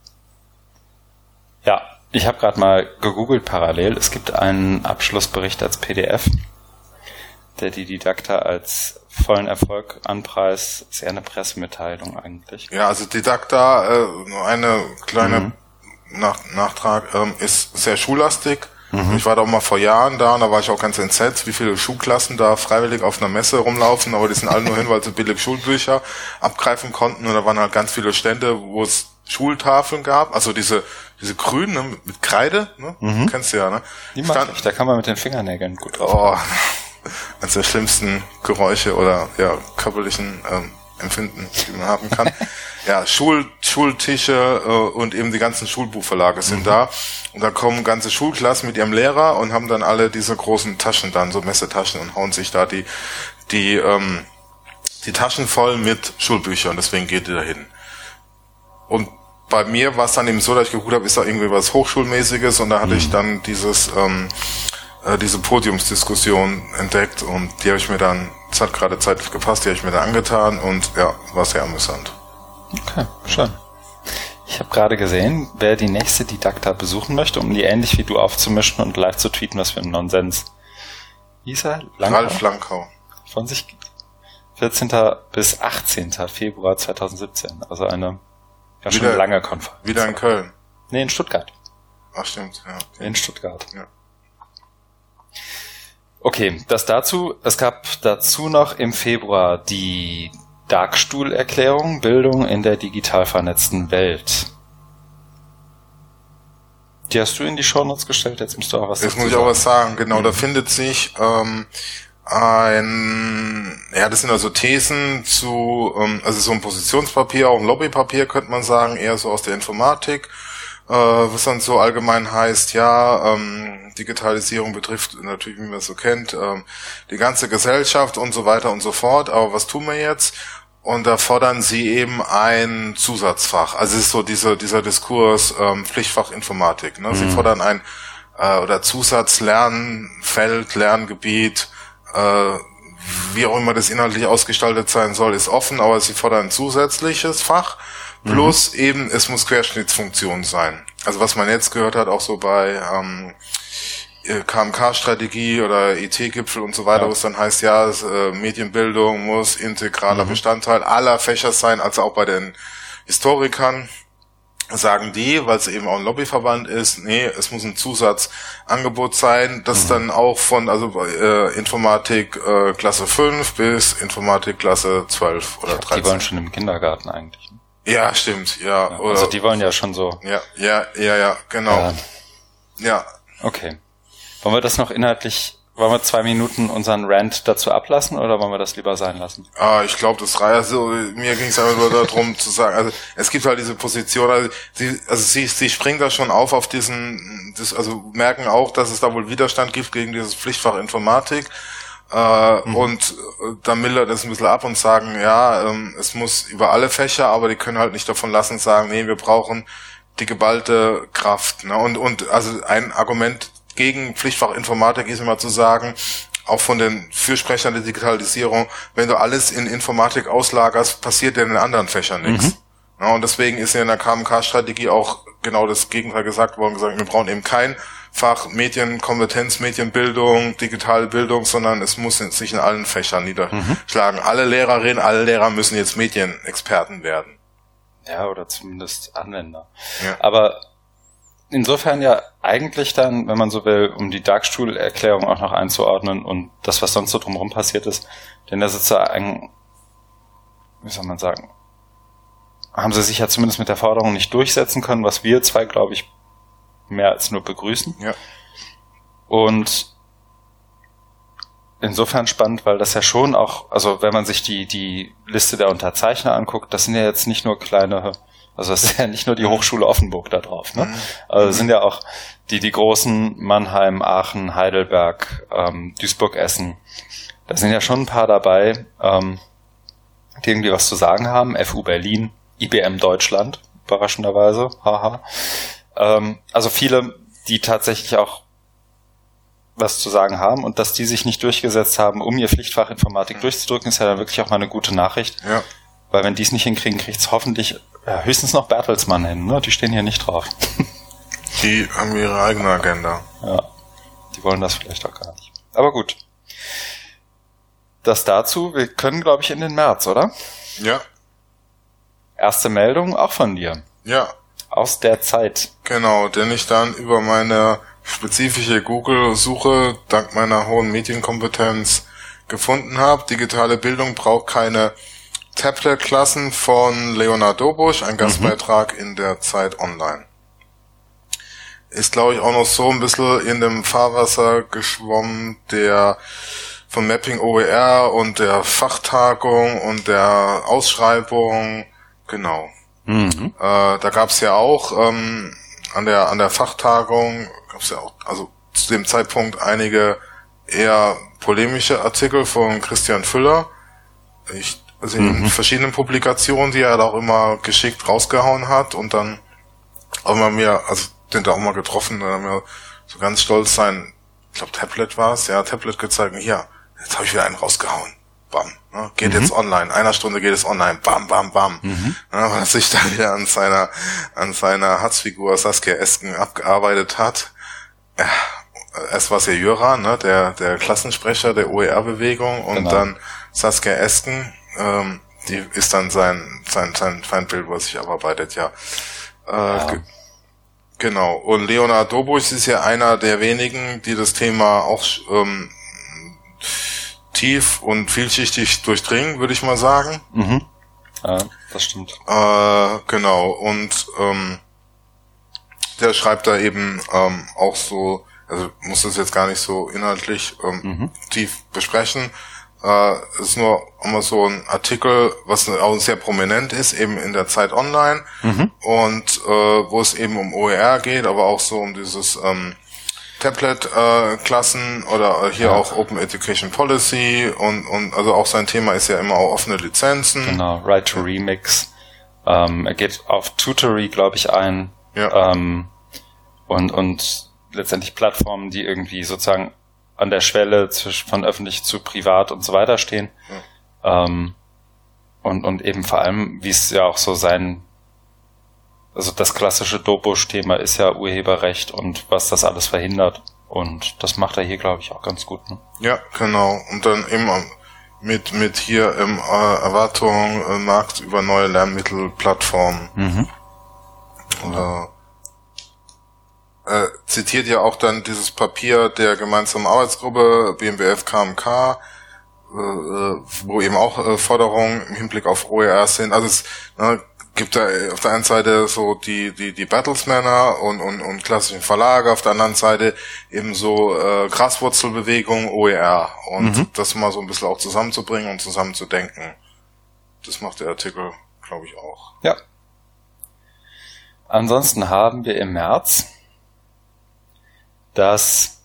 Ja, ich habe gerade mal gegoogelt parallel. Es gibt einen Abschlussbericht als P D F, der die Didakta als vollen Erfolg anpreist. Ist eher eine Pressemitteilung eigentlich. Ja, also Didakta, äh, nur eine kleine mhm. Nach- Nachtrag, ähm, ist sehr schullastig. Mhm. Ich war da auch mal vor Jahren da und da war ich auch ganz entsetzt, wie viele Schulklassen da freiwillig auf einer Messe rumlaufen, aber die sind alle nur hin, weil sie billig Schulbücher abgreifen konnten, und da waren halt ganz viele Stände, wo es Schultafeln gab, also diese diese grünen, ne, mit Kreide, ne? Mhm. Kennst du ja, ne? Die mag Stand, ich, da kann man mit den Fingernägeln gut drauf. Oh, eines der schlimmsten Geräusche oder ja körperlichen ähm, Empfinden, die man haben kann. Ja, Schul, Schultische äh, und eben die ganzen Schulbuchverlage sind mhm. da. Und da kommen ganze Schulklassen mit ihrem Lehrer und haben dann alle diese großen Taschen dann, so Messetaschen, und hauen sich da die die ähm, die Taschen voll mit Schulbüchern. Deswegen geht die da hin. Und bei mir war es dann eben so, dass ich geguckt habe, ist da irgendwie was Hochschulmäßiges, und da hatte mhm. ich dann dieses ähm, äh, diese Podiumsdiskussion entdeckt, und die habe ich mir dann, es hat gerade zeitlich gepasst, die habe ich mir dann angetan, und ja, war sehr amüsant. Okay, schön. Ich habe gerade gesehen, wer die nächste Didakta besuchen möchte, um die ähnlich wie du aufzumischen und live zu tweeten, was für ein Nonsens. Wie hieß er? Lankau? Ralf Lankau. Von sich vierzehnten bis achtzehnten Februar zweitausendsiebzehn. Also eine ja, schon wieder, eine lange Konferenz. Wieder in Köln? Nee, in Stuttgart. Ach, stimmt, ja. Okay. In Stuttgart. Ja. Okay, das dazu. Es gab dazu noch im Februar die Darkstuhl-Erklärung, Bildung in der digital vernetzten Welt. Die hast du in die Shownotes gestellt, jetzt musst du auch was sagen. Jetzt muss ich auch was sagen, genau, mhm. da findet sich ähm, ein, ja, das sind also Thesen zu, ähm, also so ein Positionspapier, auch ein Lobbypapier könnte man sagen, eher so aus der Informatik, äh, was dann so allgemein heißt, ja, ähm, Digitalisierung betrifft natürlich, wie man es so kennt, ähm, die ganze Gesellschaft und so weiter und so fort, aber was tun wir jetzt? Und da fordern sie eben ein Zusatzfach. Also es ist so dieser dieser Diskurs ähm, Pflichtfach Informatik. Ne? Mhm. Sie fordern ein äh, oder Zusatzlernfeld, Lerngebiet, äh, wie auch immer das inhaltlich ausgestaltet sein soll, ist offen, aber sie fordern ein zusätzliches Fach. Plus mhm. eben, es muss Querschnittsfunktion sein. Also was man jetzt gehört hat, auch so bei ähm, K M K-Strategie oder I T-Gipfel und so weiter, ja. wo es dann heißt, ja, das, äh, Medienbildung muss integraler mhm. Bestandteil aller Fächer sein, also auch bei den Historikern. Sagen die, weil es eben auch ein Lobbyverband ist, nee, es muss ein Zusatzangebot sein, das mhm. dann auch von also äh, Informatik äh, Klasse fünf bis Informatik Klasse zwölf oder glaub, dreizehn. Die wollen schon im Kindergarten eigentlich. Ja, stimmt, ja. ja oder, also die wollen ja schon so. Ja, ja, ja, ja, genau. Ja. ja. Okay. Wollen wir das noch inhaltlich, wollen wir zwei Minuten unseren Rant dazu ablassen oder wollen wir das lieber sein lassen? Ah, ich glaube, das reicht. Also, mir ging es einfach nur darum zu sagen, also es gibt halt diese Position, also sie, also sie, sie springen da schon auf auf diesen, das, also merken auch, dass es da wohl Widerstand gibt gegen dieses Pflichtfach Informatik. Äh, mhm. Und dann mildert es ein bisschen ab und sagen, ja, ähm, es muss über alle Fächer, aber die können halt nicht davon lassen, sagen, nee, wir brauchen die geballte Kraft. Ne? Und, und also ein Argument gegen Pflichtfach Informatik ist immer zu sagen, auch von den Fürsprechern der Digitalisierung, wenn du alles in Informatik auslagerst, passiert ja in den anderen Fächern nichts. Mhm. Ja, und deswegen ist ja in der K M K-Strategie auch genau das Gegenteil gesagt worden, gesagt, wir brauchen eben kein Fach Medienkompetenz, Medienbildung, digitale Bildung, sondern es muss sich in allen Fächern niederschlagen. Mhm. Alle Lehrerinnen, alle Lehrer müssen jetzt Medienexperten werden. Ja, oder zumindest Anwender. Ja. Aber insofern ja eigentlich dann, wenn man so will, um die Darkstuhl-Erklärung auch noch einzuordnen und das, was sonst so drumherum passiert ist, denn das ist sozusagen, wie soll man sagen, haben sie sich ja zumindest mit der Forderung nicht durchsetzen können, was wir zwei, glaube ich, mehr als nur begrüßen. Ja. Und insofern spannend, weil das ja schon auch, also wenn man sich die die Liste der Unterzeichner anguckt, das sind ja jetzt nicht nur kleine, also das ist ja nicht nur die Hochschule Offenburg da drauf, ne? Also das sind ja auch die die großen Mannheim, Aachen, Heidelberg, ähm, Duisburg, Essen. Da sind ja schon ein paar dabei, ähm, die irgendwie was zu sagen haben. F U Berlin, I B M Deutschland, überraschenderweise, haha. Ähm, also viele, die tatsächlich auch was zu sagen haben und dass die sich nicht durchgesetzt haben, um ihr Pflichtfach Informatik mhm. durchzudrücken, ist ja dann wirklich auch mal eine gute Nachricht. Ja. Weil wenn die es nicht hinkriegen, kriegt es hoffentlich ja, höchstens noch Bertelsmann hin, ne? Die stehen hier nicht drauf. Die haben ihre eigene Agenda. Ja, die wollen das vielleicht auch gar nicht. Aber gut. Das dazu, wir können, glaube ich, in den März, oder? Ja. Erste Meldung auch von dir. Ja. Aus der Zeit. Genau, denn ich dann über meine spezifische Google-Suche dank meiner hohen Medienkompetenz gefunden habe. Digitale Bildung braucht keine Tablet-Klassen von Leonard Dobusch, ein Gastbeitrag mhm. in der Zeit Online. Ist, glaube ich, auch noch so ein bisschen in dem Fahrwasser geschwommen, der von Mapping O E R und der Fachtagung und der Ausschreibung, genau. Mhm. Äh, da gab's ja auch ähm, an der an der Fachtagung gab's ja auch also zu dem Zeitpunkt einige eher polemische Artikel von Christian Füller. Ich also in mhm. verschiedenen Publikationen, die er da auch immer geschickt rausgehauen hat und dann auch mal mir also den da auch mal getroffen, dann haben wir so ganz stolz sein, ich glaube Tablet war es, ja Tablet gezeigt. Hier, jetzt habe ich wieder einen rausgehauen. Bam. Ne? Geht mhm. jetzt online. Einer Stunde geht es online. Bam, bam, bam. Mhm. Ja, weil er sich dann wieder an seiner, an seiner Hatzfigur Saskia Esken abgearbeitet hat. Ja, erst war es ja Jöran, ne, der, der Klassensprecher der O E R-Bewegung und genau. dann Saskia Esken, ähm, die ist dann sein, sein, sein Feindbild, was sich abarbeitet, ja. Äh, ja. Ge- genau. Und Leonard Dobusch ist ja einer der wenigen, die das Thema auch, ähm, tief und vielschichtig durchdringen, würde ich mal sagen. Mhm. Ja, das stimmt. Äh, genau, und ähm, der schreibt da eben ähm, auch so, also muss das jetzt gar nicht so inhaltlich ähm, mhm. tief besprechen. Äh, ist nur immer so ein Artikel, was auch sehr prominent ist, eben in der Zeit Online mhm. und äh, wo es eben um O E R geht, aber auch so um dieses ähm, Tablet-Klassen äh, oder hier ja. auch Open Education Policy und und also auch sein Thema ist ja immer auch offene Lizenzen. Genau, Right to Remix. Ähm, er geht auf Tutory, glaube ich, ein ja. ähm, und und letztendlich Plattformen, die irgendwie sozusagen an der Schwelle zwischen von öffentlich zu privat und so weiter stehen. Ja. Ähm, und, und eben vor allem, wie es ja auch so sein, also das klassische Dobusch-Thema ist ja Urheberrecht und was das alles verhindert. Und das macht er hier, glaube ich, auch ganz gut. Ne? Ja, genau. Und dann eben mit, mit hier ähm, äh, Erwartung, äh, Markt über neue Lernmittelplattformen. Mhm. Oder äh, zitiert ja auch dann dieses Papier der gemeinsamen Arbeitsgruppe B M W F K M K, äh, wo eben auch äh, Forderungen im Hinblick auf O E R sind. Also es ne, gibt da auf der einen Seite so die die die Battlesmänner und und und klassischen Verlage, auf der anderen Seite eben so äh, Graswurzelbewegung O E R und mhm. das mal so ein bisschen auch zusammenzubringen und zusammenzudenken. Das macht der Artikel, glaube ich, auch. Ja. Ansonsten haben wir im März, dass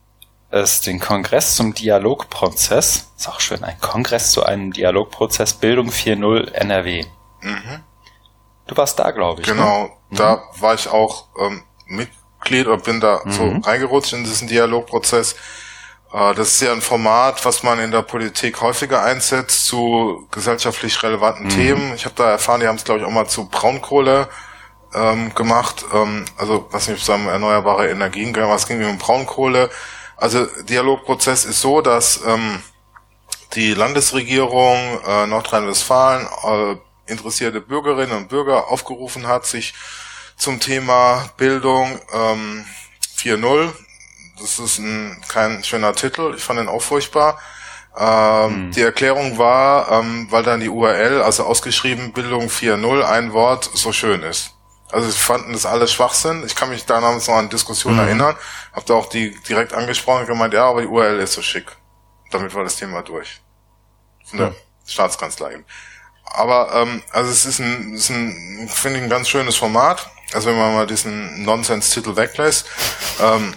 es den Kongress zum Dialogprozess, ist auch schön, ein Kongress zu einem Dialogprozess Bildung vier Punkt null N R W. Mhm. Du warst da, glaube ich. Genau, ne? da mhm. war ich auch ähm, Mitglied oder bin da mhm. so reingerutscht in diesen Dialogprozess. Äh, das ist ja ein Format, was man in der Politik häufiger einsetzt zu gesellschaftlich relevanten mhm. Themen. Ich habe da erfahren, die haben es, glaube ich, auch mal zu Braunkohle ähm, gemacht. Ähm, also, was nicht, sagen erneuerbare Energien, was ging um Braunkohle. Also, Dialogprozess ist so, dass ähm, die Landesregierung äh, Nordrhein-Westfalen äh, interessierte Bürgerinnen und Bürger aufgerufen hat, sich zum Thema Bildung ähm, vier Punkt null, das ist ein kein schöner Titel, ich fand den auch furchtbar. Ähm, mhm. Die Erklärung war, ähm, weil dann die U R L, also ausgeschrieben Bildung vier Punkt null, ein Wort, so schön ist. Also sie fanden das alles Schwachsinn. Ich kann mich damals noch an Diskussionen mhm. erinnern, hab da auch die direkt angesprochen und gemeint, ja, aber die U R L ist so schick. Damit war das Thema durch. Von der mhm. Staatskanzlei eben. Aber ähm, also es ist ein, ist ein finde ich, ein ganz schönes Format. Also wenn man mal diesen Nonsens-Titel weglässt. ähm,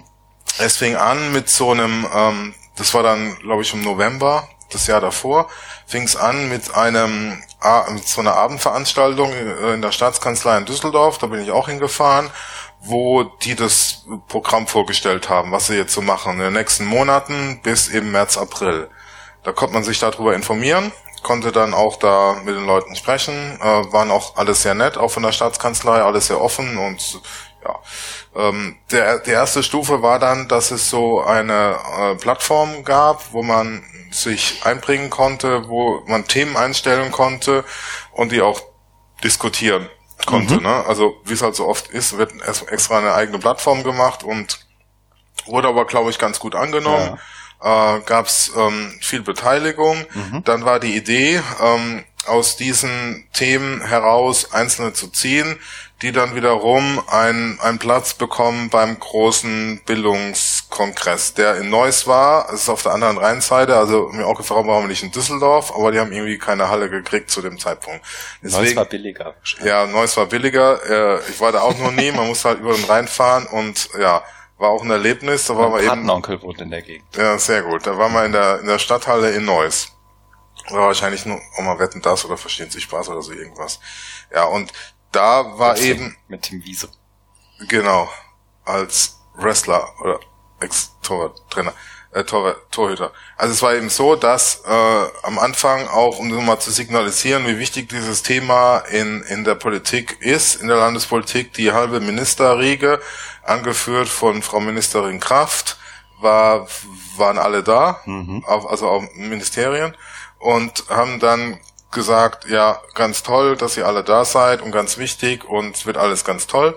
es fing an mit so einem, ähm, das war dann, glaube ich, im November, das Jahr davor, fing es an mit einem mit so einer Abendveranstaltung in der Staatskanzlei in Düsseldorf. Da bin ich auch hingefahren, wo die das Programm vorgestellt haben, was sie jetzt so machen in den nächsten Monaten bis eben März, April. Da konnte man sich darüber informieren, konnte dann auch da mit den Leuten sprechen, äh, waren auch alles sehr nett, auch von der Staatskanzlei, alles sehr offen und ja. Ähm, der, die erste Stufe war dann, dass es so eine äh, Plattform gab, wo man sich einbringen konnte, wo man Themen einstellen konnte und die auch diskutieren konnte. Mhm. Ne? Also wie es halt so oft ist, wird extra eine eigene Plattform gemacht und wurde aber, glaube ich, ganz gut angenommen. Ja. Äh, gab es ähm, viel Beteiligung. Mhm. Dann war die Idee, ähm, aus diesen Themen heraus einzelne zu ziehen, die dann wiederum einen, einen Platz bekommen beim großen Bildungskongress, der in Neuss war. Es ist auf der anderen Rheinseite, also mir auch gefragt, warum nicht in Düsseldorf, aber die haben irgendwie keine Halle gekriegt zu dem Zeitpunkt. Deswegen, Neuss war billiger. Ja, Neuss war billiger. Ich war da auch noch nie, man musste halt über den Rhein fahren und ja, war auch ein Erlebnis. Da war man eben. Mein Patenonkel wohnt in der Gegend. Ja, sehr gut. Da war man in der in der Stadthalle in Neuss. Oder wahrscheinlich nur auch mal Wetten das oder Verstehen Sie Spaß oder so irgendwas. Ja, und da war mit eben... Mit Tim Wiese. Genau. Als Wrestler oder Ex-Torwart-Trainer, äh, Torwart, Torhüter. Also es war eben so, dass äh, am Anfang auch, um mal zu signalisieren, wie wichtig dieses Thema in in der Politik ist, in der Landespolitik, die halbe Ministerriege, angeführt von Frau Ministerin Kraft, war waren alle da, mhm. auch, also auch Ministerien, und haben dann gesagt, ja, ganz toll, dass ihr alle da seid und ganz wichtig und es wird alles ganz toll.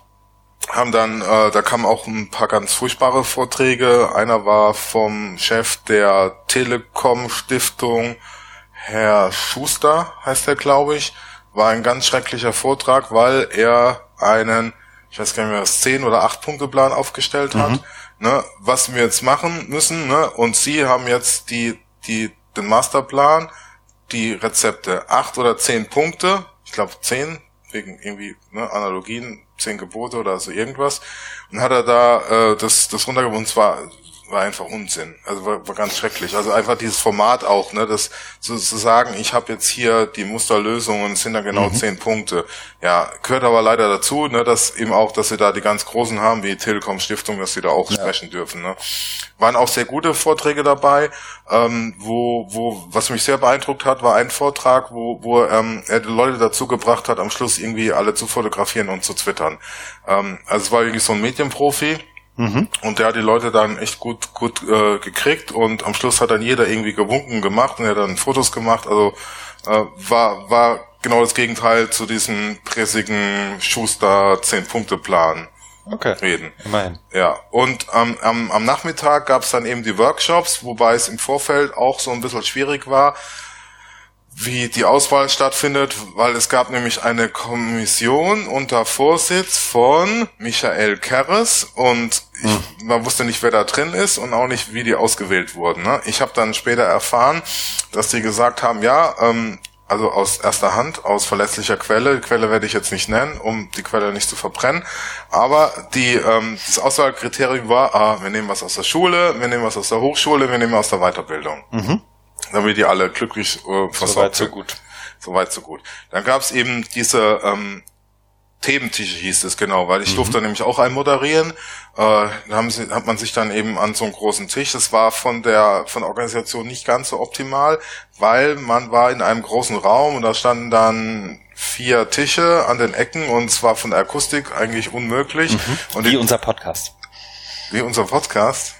Haben dann, äh, da kamen auch ein paar ganz furchtbare Vorträge. Einer war vom Chef der Telekom-Stiftung, Herr Schuster, heißt er, glaube ich. War ein ganz schrecklicher Vortrag, weil er einen, ich weiß gar nicht mehr, zehn oder acht Punkte Plan aufgestellt hat, mhm. ne, was wir jetzt machen müssen, ne, und Sie haben jetzt die, die, den Masterplan, die Rezepte, acht oder zehn Punkte, ich glaube zehn, wegen irgendwie ne, Analogien, zehn Gebote oder so irgendwas, und hat er da äh, das das runtergewonnen, zwar war einfach Unsinn. Also war, war ganz schrecklich. Also einfach dieses Format auch, ne, das so zu sagen, ich habe jetzt hier die Musterlösung und es sind dann genau mhm. zehn Punkte. Ja, gehört aber leider dazu, ne, dass eben auch, dass sie da die ganz Großen haben, wie die Telekom Stiftung, dass sie da auch ja. sprechen dürfen. Ne. Waren auch sehr gute Vorträge dabei. Ähm, wo, wo, was mich sehr beeindruckt hat, war ein Vortrag, wo, wo ähm, er die Leute dazu gebracht hat, am Schluss irgendwie alle zu fotografieren und zu twittern. Ähm, also es war wirklich so ein Medienprofi. Mhm. Und der hat die Leute dann echt gut gut äh, gekriegt und am Schluss hat dann jeder irgendwie gewunken gemacht und er hat dann Fotos gemacht. Also äh, war war genau das Gegenteil zu diesem pressigen Schuster zehn-Punkte-Plan. Okay. Reden. Immerhin. Ja. Und ähm, am, am Nachmittag gab es dann eben die Workshops, wobei es im Vorfeld auch so ein bisschen schwierig war, wie die Auswahl stattfindet, weil es gab nämlich eine Kommission unter Vorsitz von Michael Kerres und ich, hm. man wusste nicht, wer da drin ist und auch nicht, wie die ausgewählt wurden. Ne? Ich habe dann später erfahren, dass die gesagt haben, ja, ähm, also aus erster Hand, aus verlässlicher Quelle, die Quelle werde ich jetzt nicht nennen, um die Quelle nicht zu verbrennen, aber die ähm, das Auswahlkriterium war, ah, wir nehmen was aus der Schule, wir nehmen was aus der Hochschule, wir nehmen was aus der Weiterbildung. Mhm. Damit die alle glücklich äh, versorgt sind. Soweit so gut. Soweit so gut. Dann gab es eben diese ähm, Thementische, hieß es genau, weil ich mhm. durfte nämlich auch einen moderieren. Äh, da haben sie, hat man sich dann eben an so einem großen Tisch. Das war von der von der Organisation nicht ganz so optimal, weil man war in einem großen Raum und da standen dann vier Tische an den Ecken und es war von der Akustik eigentlich unmöglich. Mhm. Und wie die, unser Podcast. Wie unser Podcast.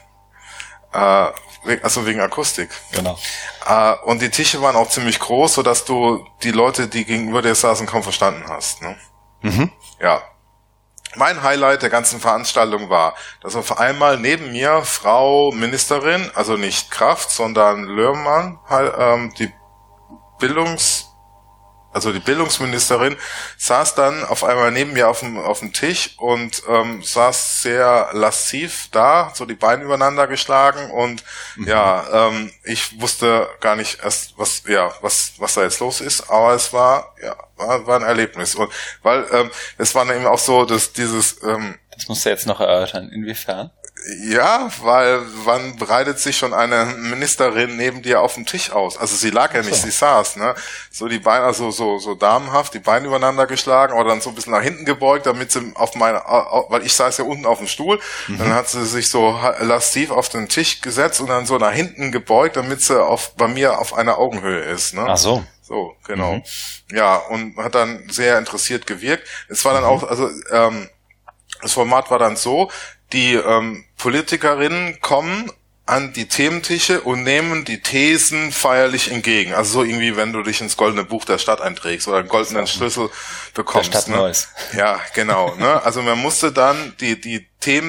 Äh, Also wegen Akustik. Genau. Äh, und die Tische waren auch ziemlich groß, sodass du die Leute, die gegenüber dir saßen, kaum verstanden hast. Ne? Mhm. Ja. Mein Highlight der ganzen Veranstaltung war, dass auf einmal neben mir Frau Ministerin, also nicht Kraft, sondern Löhrmann, ähm, die Bildungs... Also die Bildungsministerin saß dann auf einmal neben mir auf dem auf dem Tisch und ähm, saß sehr lasziv da, so die Beine übereinander geschlagen und mhm. ja, ähm, ich wusste gar nicht erst was ja was was da jetzt los ist, aber es war ja war, war ein Erlebnis und weil ähm, es war dann eben auch so, dass dieses ähm, das musst du jetzt noch erörtern, inwiefern? Ja, weil wann breitet sich schon eine Ministerin neben dir auf dem Tisch aus? Also sie lag ja nicht, so. sie saß, ne? So die Beine, also so so damenhaft, die Beine übereinander geschlagen oder dann so ein bisschen nach hinten gebeugt, damit sie auf meine, weil ich saß ja unten auf dem Stuhl, mhm. dann hat sie sich so lasziv auf den Tisch gesetzt und dann so nach hinten gebeugt, damit sie auf bei mir auf einer Augenhöhe ist, ne? Ach so. So, genau. Mhm. Ja, und hat dann sehr interessiert gewirkt. Es war dann mhm. auch, also ähm, das Format war dann so, die ähm, Politikerinnen kommen an die Thementische und nehmen die Thesen feierlich entgegen. Also so irgendwie, wenn du dich ins goldene Buch der Stadt einträgst oder einen goldenen Schlüssel bekommst. Der Stadt ne? Neuss. Ja, genau. Ne? Also man musste dann, die die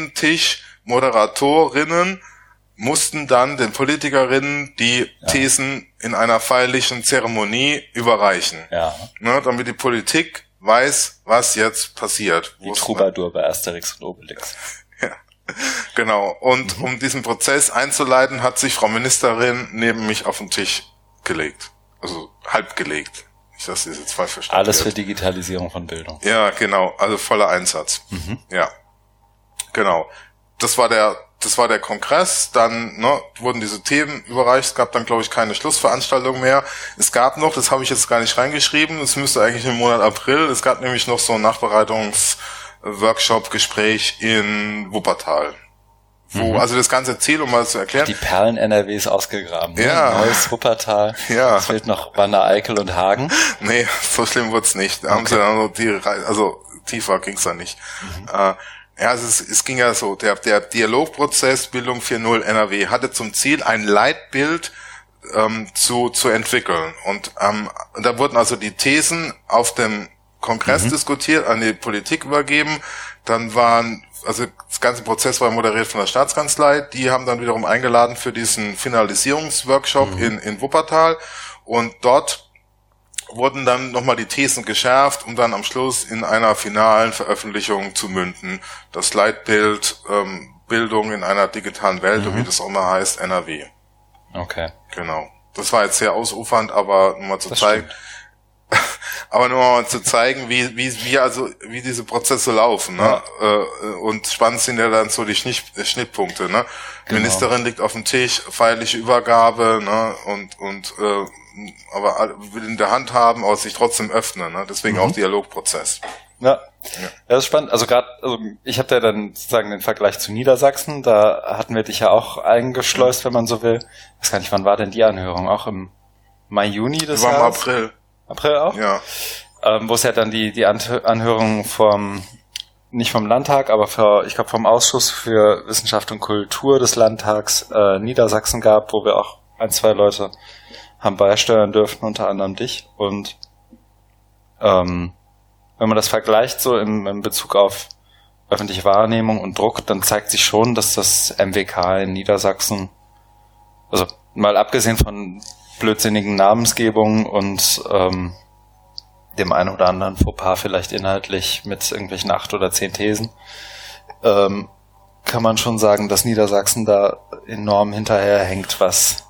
Thementisch-Moderatorinnen mussten dann den Politikerinnen die ja. Thesen in einer feierlichen Zeremonie überreichen. Ja. Ne? Damit die Politik weiß, was jetzt passiert. Die Troubadour bei Asterix und Obelix. Ja, genau. Und mhm. um diesen Prozess einzuleiten, hat sich Frau Ministerin neben mich auf den Tisch gelegt. Also halb gelegt. Nicht, dass das jetzt falsch verstanden Alles wird. für Digitalisierung von Bildung. Ja, genau. Also voller Einsatz. Mhm. Ja, genau. Das war der Das war der Kongress, dann ne, wurden diese Themen überreicht, es gab dann, glaube ich, keine Schlussveranstaltung mehr. Es gab noch, das habe ich jetzt gar nicht reingeschrieben, es müsste eigentlich im Monat April, es gab nämlich noch so ein Nachbereitungs-Workshop-Gespräch in Wuppertal. Wo, mhm. also das ganze Ziel, um mal zu erklären. Die Perlen N R Ws ausgegraben. Ja. Neues Wuppertal. Ja. Es fehlt noch Wanne-Eickel und Hagen. Nee, so schlimm wird's nicht. Da okay. haben sie dann so die, also tiefer ging's da nicht. Mhm. Äh, Ja, also es, es ging ja so, der, der Dialogprozess Bildung vier Punkt null N R W hatte zum Ziel, ein Leitbild ähm, zu zu entwickeln. Und ähm, da wurden also die Thesen auf dem Kongress mhm. diskutiert, an die Politik übergeben. Dann waren, also das ganze Prozess war moderiert von der Staatskanzlei. Die haben dann wiederum eingeladen für diesen Finalisierungsworkshop mhm. in, in Wuppertal. Und dort wurden dann nochmal die Thesen geschärft, um dann am Schluss in einer finalen Veröffentlichung zu münden. Das Leitbild ähm, Bildung in einer digitalen Welt, mhm. wie das auch immer heißt, N R W. Okay. Genau. Das war jetzt sehr ausufernd, aber nur mal zu das zeigen, stimmt. Aber nur mal zu zeigen, wie, wie, wie also, wie diese Prozesse laufen, ne? Ja. Und spannend sind ja dann so die Schnitt, Schnittpunkte, ne? Genau. Ministerin liegt auf dem Tisch, feierliche Übergabe, ne? Und, und, äh, aber will in der Hand haben, aber sich trotzdem öffnen, ne? Deswegen mhm. auch Dialogprozess. Ja. ja, das ist spannend. Also gerade, also ich habe ja dann sozusagen den Vergleich zu Niedersachsen, da hatten wir dich ja auch eingeschleust, wenn man so will. Ich weiß gar nicht, wann war denn die Anhörung? Auch im Mai, Juni des Jahres? War im April. April auch? Ja. Ähm, wo es ja dann die, die Anhörung vom, nicht vom Landtag, aber für, ich glaube vom Ausschuss für Wissenschaft und Kultur des Landtags äh, Niedersachsen gab, wo wir auch ein, zwei Leute haben beisteuern dürfen, unter anderem dich. Und ähm, wenn man das vergleicht so im, in Bezug auf öffentliche Wahrnehmung und Druck, dann zeigt sich schon, dass das M W K in Niedersachsen, also mal abgesehen von blödsinnigen Namensgebungen und ähm, dem einen oder anderen Fauxpas vielleicht inhaltlich mit irgendwelchen acht oder zehn Thesen, ähm, kann man schon sagen, dass Niedersachsen da enorm hinterherhängt, was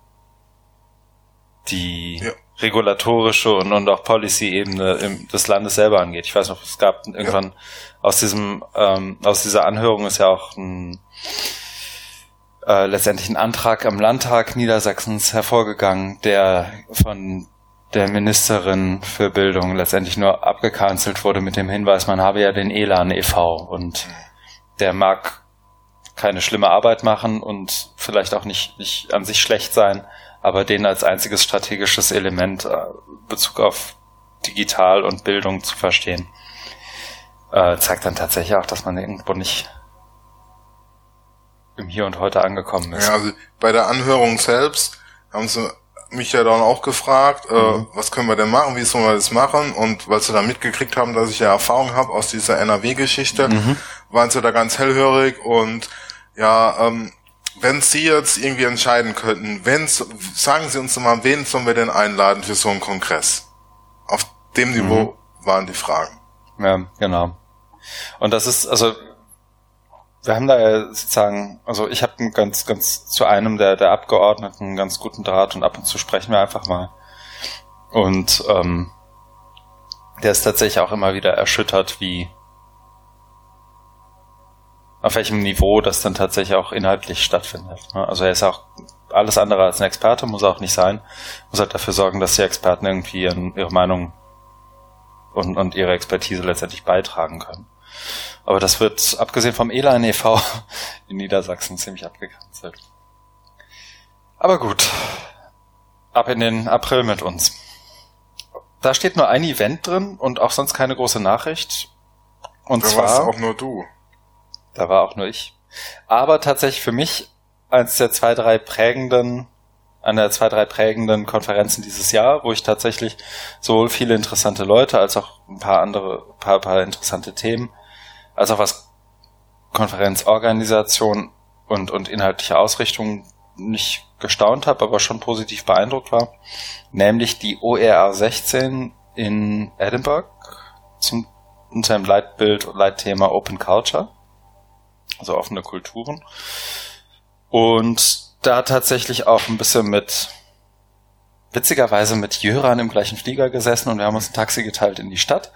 die ja. regulatorische und, und auch Policy-Ebene des Landes selber angeht. Ich weiß noch, es gab irgendwann ja. aus diesem ähm, aus dieser Anhörung ist ja auch ein äh, letztendlich ein Antrag am Landtag Niedersachsens hervorgegangen, der von der Ministerin für Bildung letztendlich nur abgecancelt wurde mit dem Hinweis, man habe ja den Elan e V und der mag keine schlimme Arbeit machen und vielleicht auch nicht, nicht an sich schlecht sein, aber den als einziges strategisches Element äh, Bezug auf Digital und Bildung zu verstehen, äh, zeigt dann tatsächlich auch, dass man irgendwo nicht im Hier und Heute angekommen ist. Ja, also bei der Anhörung selbst haben sie mich ja dann auch gefragt, mhm. äh, was können wir denn machen, wie sollen wir das machen? Und weil sie dann mitgekriegt haben, dass ich ja Erfahrung habe aus dieser N R W-Geschichte, mhm. waren sie da ganz hellhörig und ja, ähm, wenn Sie jetzt irgendwie entscheiden könnten, wenn, sagen Sie uns doch mal, wen sollen wir denn einladen für so einen Kongress? Auf dem Niveau mhm. waren die Fragen. Ja, genau. Und das ist, also wir haben da ja sozusagen, also ich habe einen ganz, ganz zu einem der, der Abgeordneten einen ganz guten Draht und ab und zu sprechen wir einfach mal. Und ähm, der ist tatsächlich auch immer wieder erschüttert, wie auf welchem Niveau das dann tatsächlich auch inhaltlich stattfindet. Also er ist auch alles andere als ein Experte, muss er auch nicht sein, muss halt dafür sorgen, dass die Experten irgendwie ihre Meinung und, und ihre Expertise letztendlich beitragen können. Aber das wird, abgesehen vom Elan e V, in Niedersachsen ziemlich abgekanzelt. Aber gut, ab in den April mit uns. Da steht nur ein Event drin und auch sonst keine große Nachricht. Und da zwar... warst auch nur du. Da war auch nur ich. Aber tatsächlich für mich eins der zwei, drei prägenden, eine der zwei, drei prägenden Konferenzen dieses Jahr, wo ich tatsächlich sowohl viele interessante Leute als auch ein paar andere, paar, paar interessante Themen, als auch was Konferenzorganisation und, und inhaltliche Ausrichtung nicht gestaunt habe, aber schon positiv beeindruckt war, nämlich die O E R sechzehn in Edinburgh zum, unter dem Leitbild und Leitthema Open Culture, also offene Kulturen. Und da tatsächlich auch ein bisschen mit, witzigerweise mit Jöran im gleichen Flieger gesessen und wir haben uns ein Taxi geteilt in die Stadt.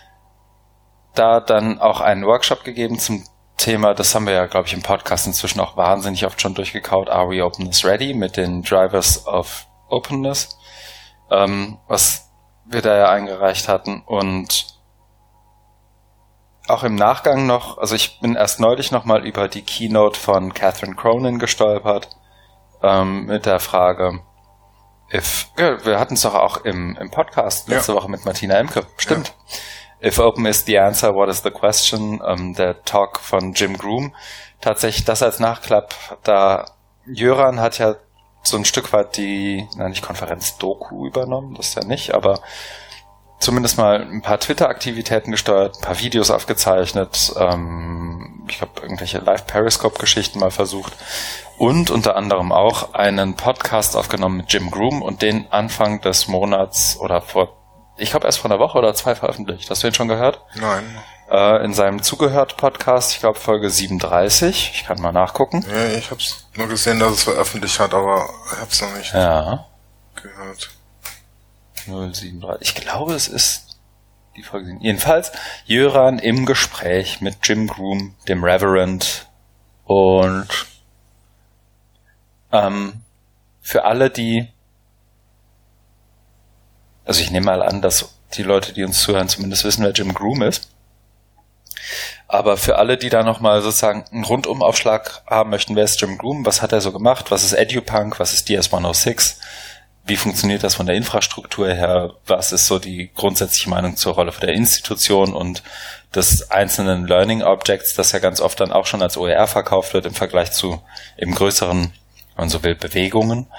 Da dann auch einen Workshop gegeben zum Thema, das haben wir ja, glaube ich, im Podcast inzwischen auch wahnsinnig oft schon durchgekaut, Are We Openness Ready? Mit den Drivers of Openness, ähm, was wir da ja eingereicht hatten. Und auch im Nachgang noch, also ich bin erst neulich nochmal über die Keynote von Catherine Cronin gestolpert, ähm, mit der Frage, if, ja, wir hatten es doch auch im, im Podcast letzte ja. Woche mit Martina Emke, stimmt. Ja. If open is the answer, what is the question? Ähm, der Talk von Jim Groom. Tatsächlich das als Nachklapp, da Jöran hat ja so ein Stück weit die, na nicht Konferenz-Doku übernommen, das ja nicht, aber zumindest mal ein paar Twitter-Aktivitäten gesteuert, ein paar Videos aufgezeichnet, ähm, ich glaube irgendwelche Live-Periscope-Geschichten mal versucht und unter anderem auch einen Podcast aufgenommen mit Jim Groom und den Anfang des Monats oder vor, ich glaube erst vor einer Woche oder zwei veröffentlicht. Hast du den schon gehört? Nein. Äh, in seinem Zugehört-Podcast, ich glaube Folge siebenunddreißig, ich kann mal nachgucken. Ja, ich hab's nur gesehen, dass es veröffentlicht hat, aber ich hab's noch nicht ja. gehört. null sieben drei. Ich glaube, es ist die Folge. Jedenfalls Jöran im Gespräch mit Jim Groom, dem Reverend, und ähm, für alle, die, also ich nehme mal an, dass die Leute, die uns zuhören, zumindest wissen, wer Jim Groom ist. Aber für alle, die da nochmal sozusagen einen Rundumaufschlag haben möchten, wer ist Jim Groom, was hat er so gemacht, was ist EduPunk, was ist D S hundertsechs, wie funktioniert das von der Infrastruktur her, was ist so die grundsätzliche Meinung zur Rolle der Institution und des einzelnen Learning Objects, das ja ganz oft dann auch schon als O E R verkauft wird im Vergleich zu eben größeren, wenn man so will, Bewegungen.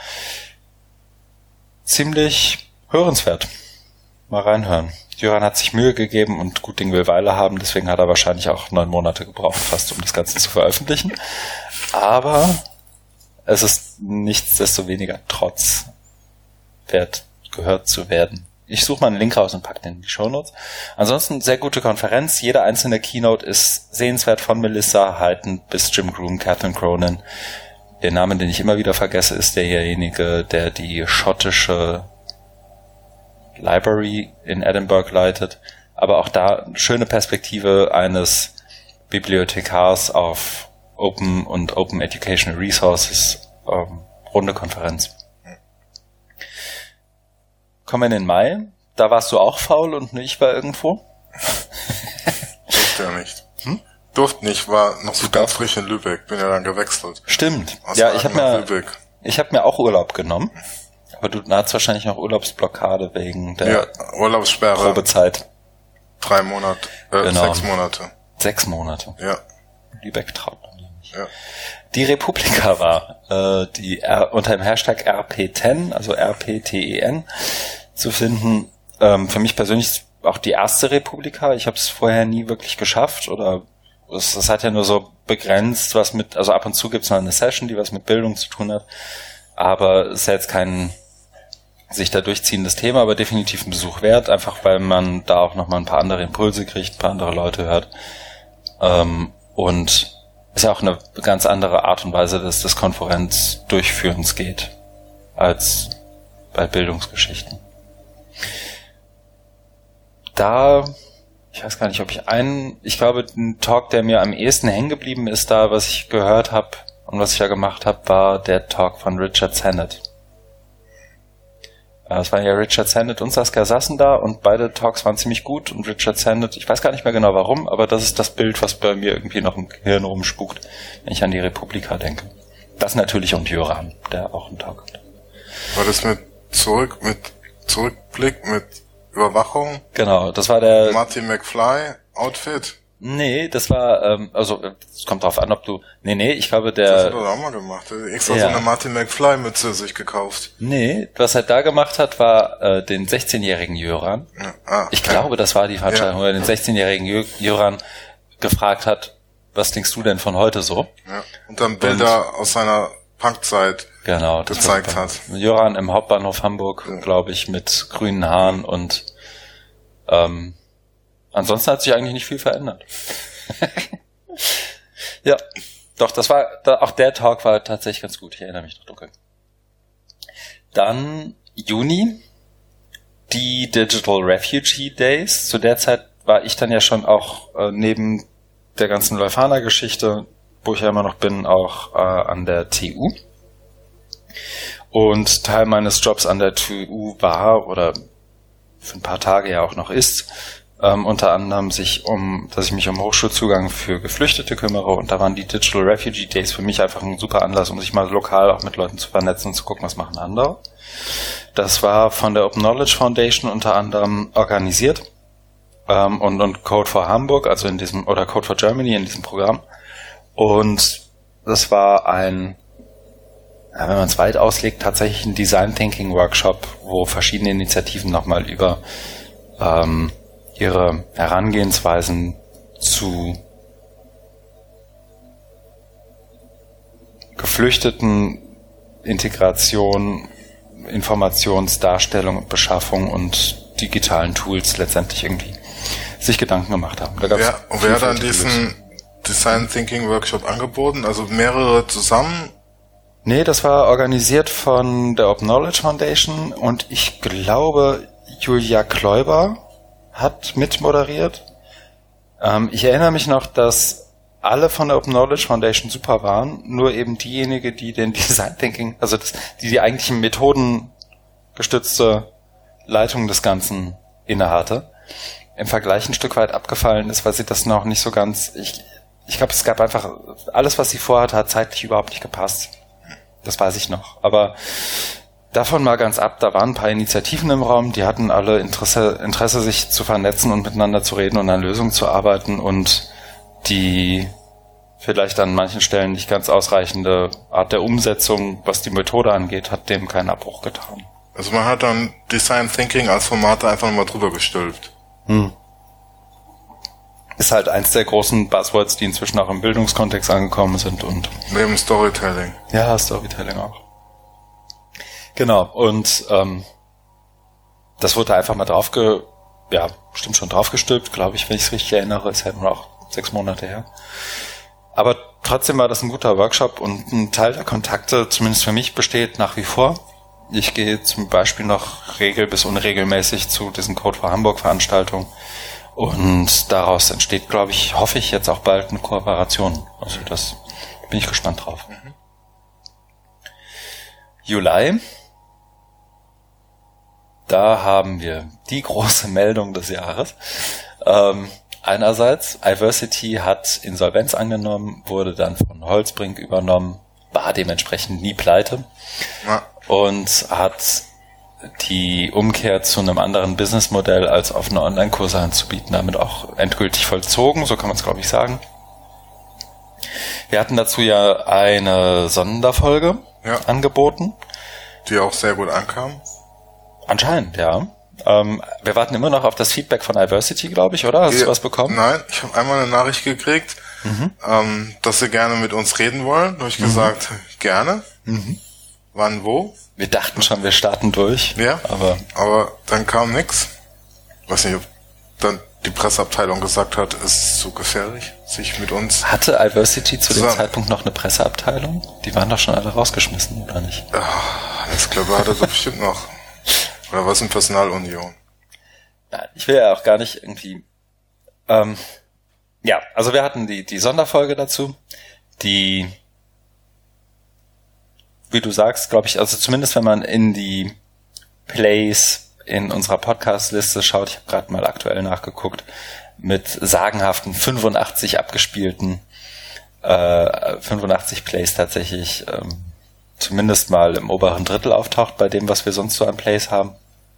Ziemlich hörenswert. Mal reinhören. Jöran hat sich Mühe gegeben und gut Ding will Weile haben, deswegen hat er wahrscheinlich auch neun Monate gebraucht, fast um das Ganze zu veröffentlichen. Aber es ist nichtsdestoweniger trotz wert, gehört zu werden. Ich suche mal einen Link raus und packe den in die Shownotes. Ansonsten sehr gute Konferenz. Jede einzelne Keynote ist sehenswert, von Melissa Hyten bis Jim Groom, Catherine Cronin. Der Name, den ich immer wieder vergesse, ist derjenige, der die schottische Library in Edinburgh leitet, aber auch da eine schöne Perspektive eines Bibliothekars auf Open und Open Educational Resources, ähm, runde Konferenz. Kommen wir in den Mai, da warst du auch faul und nur ich war irgendwo? Durfte ja nicht. Hm? Durfte nicht, war noch so ganz frisch in Lübeck, bin ja dann gewechselt. Stimmt, aus ja, ich habe mir, ich hab mir auch Urlaub genommen. Aber du hast wahrscheinlich noch Urlaubsblockade wegen der ja, Urlaubssperre. Probezeit. Drei Monate, äh, genau. sechs Monate. Sechs Monate. Ja. Lübeck traut man nicht. Ja. Die Republika war, äh, die R, unter dem Hashtag R P zehn, also R P T E N, zu finden. Ähm, für mich persönlich auch die erste Republika. Ich habe es vorher nie wirklich geschafft oder es, das hat ja nur so begrenzt was mit, also ab und zu gibt es mal eine Session, die was mit Bildung zu tun hat. Aber es ist ja jetzt kein sich da durchziehendes Thema, aber definitiv ein Besuch wert, einfach weil man da auch nochmal ein paar andere Impulse kriegt, ein paar andere Leute hört. Ähm, und es ist auch eine ganz andere Art und Weise des, des Konferenzdurchführens geht, als bei Bildungsgeschichten. Da, ich weiß gar nicht, ob ich einen, ich glaube, ein Talk, der mir am ehesten hängen geblieben ist, da, was ich gehört habe und was ich ja gemacht habe, war der Talk von Richard Sennett. Es waren ja Richard Sennett und Saskia Sassen da und beide Talks waren ziemlich gut und Richard Sennett, ich weiß gar nicht mehr genau warum, aber das ist das Bild, was bei mir irgendwie noch im Gehirn rumspukt, wenn ich an die Republika denke. Das natürlich und Jöran, der auch einen Talk hat. War das mit Zurück, mit Zurückblick, mit Überwachung? Genau, das war der Marty McFly Outfit? Nee, das war, ähm, also es kommt drauf an, ob du, nee, nee, ich glaube der... Das hat er auch mal gemacht, er hat extra ja. so eine Marty McFly Mütze sich gekauft. Nee, was er da gemacht hat, war äh, den sechzehnjährigen Jöran. Ja. Ah, ich ja. glaube, das war die Veranstaltung, ja. wo er den sechzehnjährigen Jöran gefragt hat, was denkst du denn von heute so? Ja. Und dann Bilder und, aus seiner Punkzeit genau, gezeigt hat. Jöran im Hauptbahnhof Hamburg, ja. glaube ich, mit grünen Haaren und ähm, ansonsten hat sich eigentlich nicht viel verändert. Ja, doch, das war, da, auch der Talk war tatsächlich ganz gut. Ich erinnere mich noch dunkel. Dann Juni, die Digital Refugee Days. Zu der Zeit war ich dann ja schon auch äh, neben der ganzen Leuphana-Geschichte, wo ich ja immer noch bin, auch äh, an der T U. Und Teil meines Jobs an der T U war, oder für ein paar Tage ja auch noch ist, Ähm, unter anderem sich um, dass ich mich um Hochschulzugang für Geflüchtete kümmere, und da waren die Digital Refugee Days für mich einfach ein super Anlass, um sich mal lokal auch mit Leuten zu vernetzen und zu gucken, was machen andere. Das war von der Open Knowledge Foundation unter anderem organisiert ähm, und, und Code for Hamburg, also in diesem, oder Code for Germany in diesem Programm. Und das war ein, ja, wenn man es weit auslegt, tatsächlich ein Design Thinking Workshop, wo verschiedene Initiativen nochmal über ähm, ihre Herangehensweisen zu Geflüchteten, Integration, Informationsdarstellung und Beschaffung und digitalen Tools letztendlich irgendwie sich Gedanken gemacht haben. Da wer, und wer hat dann diesen Design Thinking Workshop angeboten? Also mehrere zusammen? Nee, das war organisiert von der Open Knowledge Foundation und ich glaube, Julia Kläuber hat mitmoderiert. Ähm, ich erinnere mich noch, dass alle von der Open Knowledge Foundation super waren, nur eben diejenige, die den Design Thinking, also das, die die eigentlichen methodengestützte Leitung des Ganzen innehatte, im Vergleich ein Stück weit abgefallen ist, weil sie das noch nicht so ganz, ich, ich glaube, es gab einfach, alles, was sie vorhatte, hat zeitlich überhaupt nicht gepasst. Das weiß ich noch. Aber davon mal ganz ab, da waren ein paar Initiativen im Raum, die hatten alle Interesse, Interesse, sich zu vernetzen und miteinander zu reden und an Lösungen zu arbeiten, und die vielleicht an manchen Stellen nicht ganz ausreichende Art der Umsetzung, was die Methode angeht, hat dem keinen Abbruch getan. Also man hat dann Design Thinking als Format einfach mal drüber gestülpt. Hm. Ist halt eins der großen Buzzwords, die inzwischen auch im Bildungskontext angekommen sind, und neben Storytelling. Ja, Storytelling auch. Genau, und ähm, das wurde einfach mal draufge... ja, stimmt schon draufgestülpt, glaube ich, wenn ich es richtig erinnere. Ist halt nur noch sechs Monate her. Aber trotzdem war das ein guter Workshop, und ein Teil der Kontakte, zumindest für mich, besteht nach wie vor. Ich gehe zum Beispiel noch regel- bis unregelmäßig zu diesen Code for Hamburg Veranstaltungen, und daraus entsteht, glaube ich, hoffe ich, jetzt auch bald eine Kooperation. Also das bin ich gespannt drauf. Mhm. Juli. Da haben wir die große Meldung des Jahres. Ähm, einerseits, Iversity hat Insolvenz angenommen, wurde dann von Holzbrink übernommen, war dementsprechend nie pleite, ja, und hat die Umkehr zu einem anderen Businessmodell als offene Online-Kurse anzubieten damit auch endgültig vollzogen, so kann man es, glaube ich, sagen. Wir hatten dazu ja eine Sonderfolge ja. angeboten. Die auch sehr gut ankam. Anscheinend, ja. Ähm, wir warten immer noch auf das Feedback von Iversity, glaube ich, oder? Hast ja, du was bekommen? Nein, ich habe einmal eine Nachricht gekriegt, mhm. ähm, dass sie gerne mit uns reden wollen. Da habe ich mhm. gesagt, gerne. Mhm. Wann, wo? Wir dachten schon, wir starten durch. Ja, aber, aber dann kam nix. Weiß nicht, ob dann die Presseabteilung gesagt hat, es ist zu gefährlich, sich mit uns... Hatte Iversity zu zusammen. dem Zeitpunkt noch eine Presseabteilung? Die waren doch schon alle rausgeschmissen, oder nicht? Ach, das glaube ich, hat er doch bestimmt noch. Oder was in Personalunion? Nein, ich will ja auch gar nicht irgendwie... Ähm, ja, also wir hatten die, die Sonderfolge dazu, die... Wie du sagst, glaube ich, also zumindest wenn man in die Plays in unserer Podcast-Liste schaut, ich habe gerade mal aktuell nachgeguckt, mit sagenhaften fünfundachtzig abgespielten, äh, fünfundachtzig Plays tatsächlich ähm, zumindest mal im oberen Drittel auftaucht bei dem, was wir sonst so an Plays haben.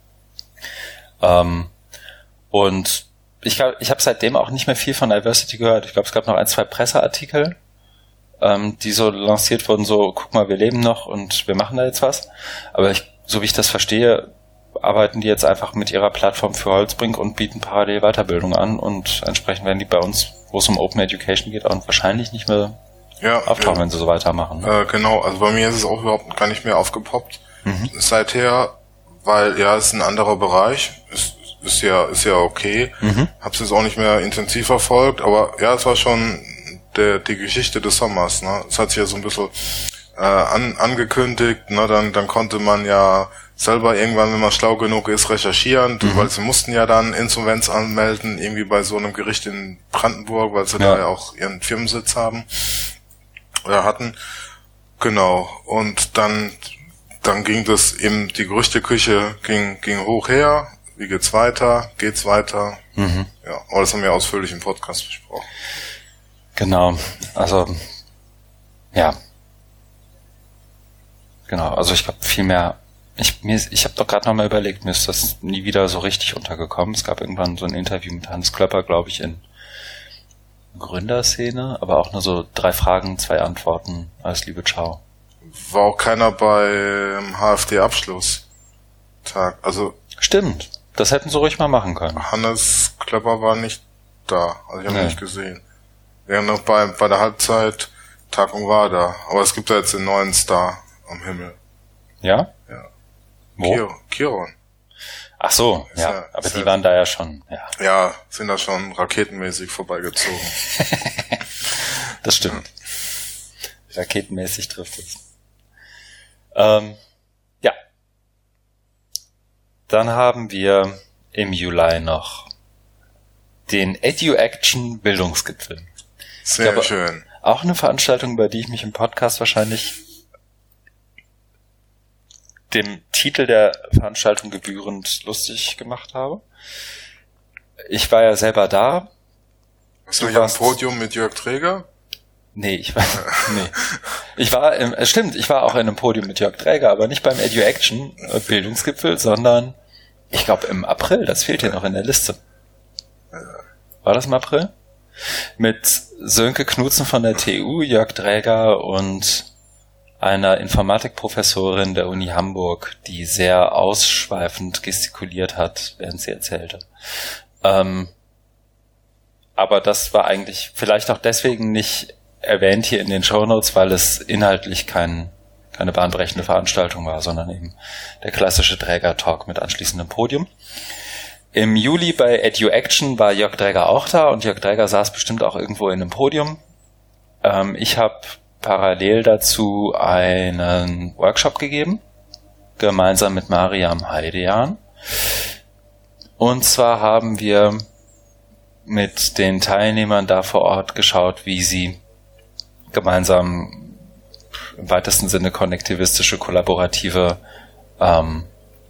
Ähm, und ich glaube, ich habe seitdem auch nicht mehr viel von Iversity gehört. Ich glaube, es gab noch ein, zwei Presseartikel, die so lanciert wurden, so, guck mal, wir leben noch und wir machen da jetzt was. Aber ich, so wie ich das verstehe, arbeiten die jetzt einfach mit ihrer Plattform für Holzbrink und bieten parallel Weiterbildung an, und entsprechend werden die bei uns, wo es um Open Education geht, auch wahrscheinlich nicht mehr ja, auftauchen, ja. wenn sie so weitermachen. Äh, genau, also bei mir ist es auch überhaupt gar nicht mehr aufgepoppt. Mhm. Seither, weil, ja, es ist ein anderer Bereich, ist, ist ja, ist ja okay. Mhm. Hab's jetzt auch nicht mehr intensiv verfolgt, aber ja, es war schon Der, die Geschichte des Sommers, ne? Es hat sich ja so ein bisschen äh, an, angekündigt, ne? Dann, dann konnte man ja selber irgendwann, wenn man schlau genug ist, recherchieren, mhm. weil sie mussten ja dann Insolvenz anmelden, irgendwie bei so einem Gericht in Brandenburg, weil sie ja. da ja auch ihren Firmensitz haben oder hatten. Genau. Und dann, dann ging das eben, die Gerüchteküche ging, ging hoch her. Wie geht's weiter? Geht's weiter? Mhm. Ja, aber das haben wir ausführlich im Podcast besprochen. Genau, also ja, genau, also ich glaube viel mehr, ich mir ich habe doch gerade nochmal überlegt, mir ist das nie wieder so richtig untergekommen. Es gab irgendwann so ein Interview mit Hans Klöpper, glaube ich, in Gründerszene, aber auch nur so drei Fragen, zwei Antworten, alles Liebe, ciao. War auch keiner beim H F D-Abschlusstag, also... Stimmt, das hätten sie ruhig mal machen können. Hannes Klöpper war nicht da, also ich habe nee. ihn nicht gesehen. Ja, noch bei, bei der Halbzeit-Tagung war da. Aber es gibt da jetzt den neuen Star am Himmel. Ja? Ja. Wo? Kir- Kiron. Ach so, ja. ja aber die ja, waren da ja schon, ja. Ja, sind da schon raketenmäßig vorbeigezogen. Das stimmt. Ja. Raketenmäßig trifft es. Ähm, ja. Dann haben wir im Juli noch den EduAction Bildungsgipfel. Sehr glaube, schön. Auch eine Veranstaltung, über die ich mich im Podcast wahrscheinlich dem Titel der Veranstaltung gebührend lustig gemacht habe. Ich war ja selber da. Hast du hier am Podium mit Jörg Träger? Nee, ich war, nee. Ich war, im, es stimmt, ich war auch in einem Podium mit Jörg Träger, aber nicht beim EduAction Bildungsgipfel, sondern ich glaube im April, das fehlt hier noch in der Liste. War das im April? Mit Sönke Knutzen von der T U, Jörg Träger und einer Informatikprofessorin der Uni Hamburg, die sehr ausschweifend gestikuliert hat, während sie erzählte. Ähm, aber das war eigentlich vielleicht auch deswegen nicht erwähnt hier in den Shownotes, weil es inhaltlich kein, keine bahnbrechende Veranstaltung war, sondern eben der klassische Träger-Talk mit anschließendem Podium. Im Juli bei EduAction war Jörg Träger auch da und Jörg Träger saß bestimmt auch irgendwo in einem Podium. Ähm, ich habe parallel dazu einen Workshop gegeben, gemeinsam mit Mariam Heidejan. Und zwar haben wir mit den Teilnehmern da vor Ort geschaut, wie sie gemeinsam im weitesten Sinne konnektivistische, kollaborative ähm,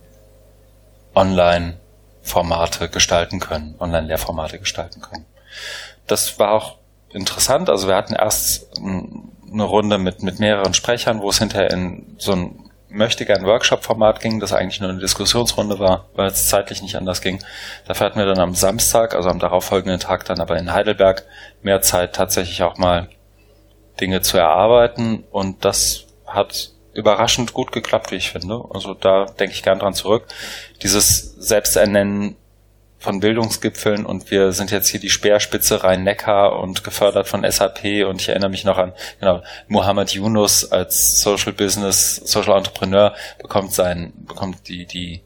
Online-Formate gestalten können, Online-Lehrformate gestalten können. Das war auch interessant. Also wir hatten erst eine Runde mit, mit mehreren Sprechern, wo es hinterher in so ein Möchtegern-Workshop-Format ging, das eigentlich nur eine Diskussionsrunde war, weil es zeitlich nicht anders ging. Dafür hatten wir dann am Samstag, also am darauffolgenden Tag dann aber in Heidelberg mehr Zeit, tatsächlich auch mal Dinge zu erarbeiten, und das hat überraschend gut geklappt, wie ich finde. Also da denke ich gern dran zurück. Dieses Selbsternennen von Bildungsgipfeln, und wir sind jetzt hier die Speerspitze Rhein-Neckar und gefördert von S A P, und ich erinnere mich noch an, genau, Mohammed Yunus als Social Business, Social Entrepreneur bekommt sein, bekommt die, die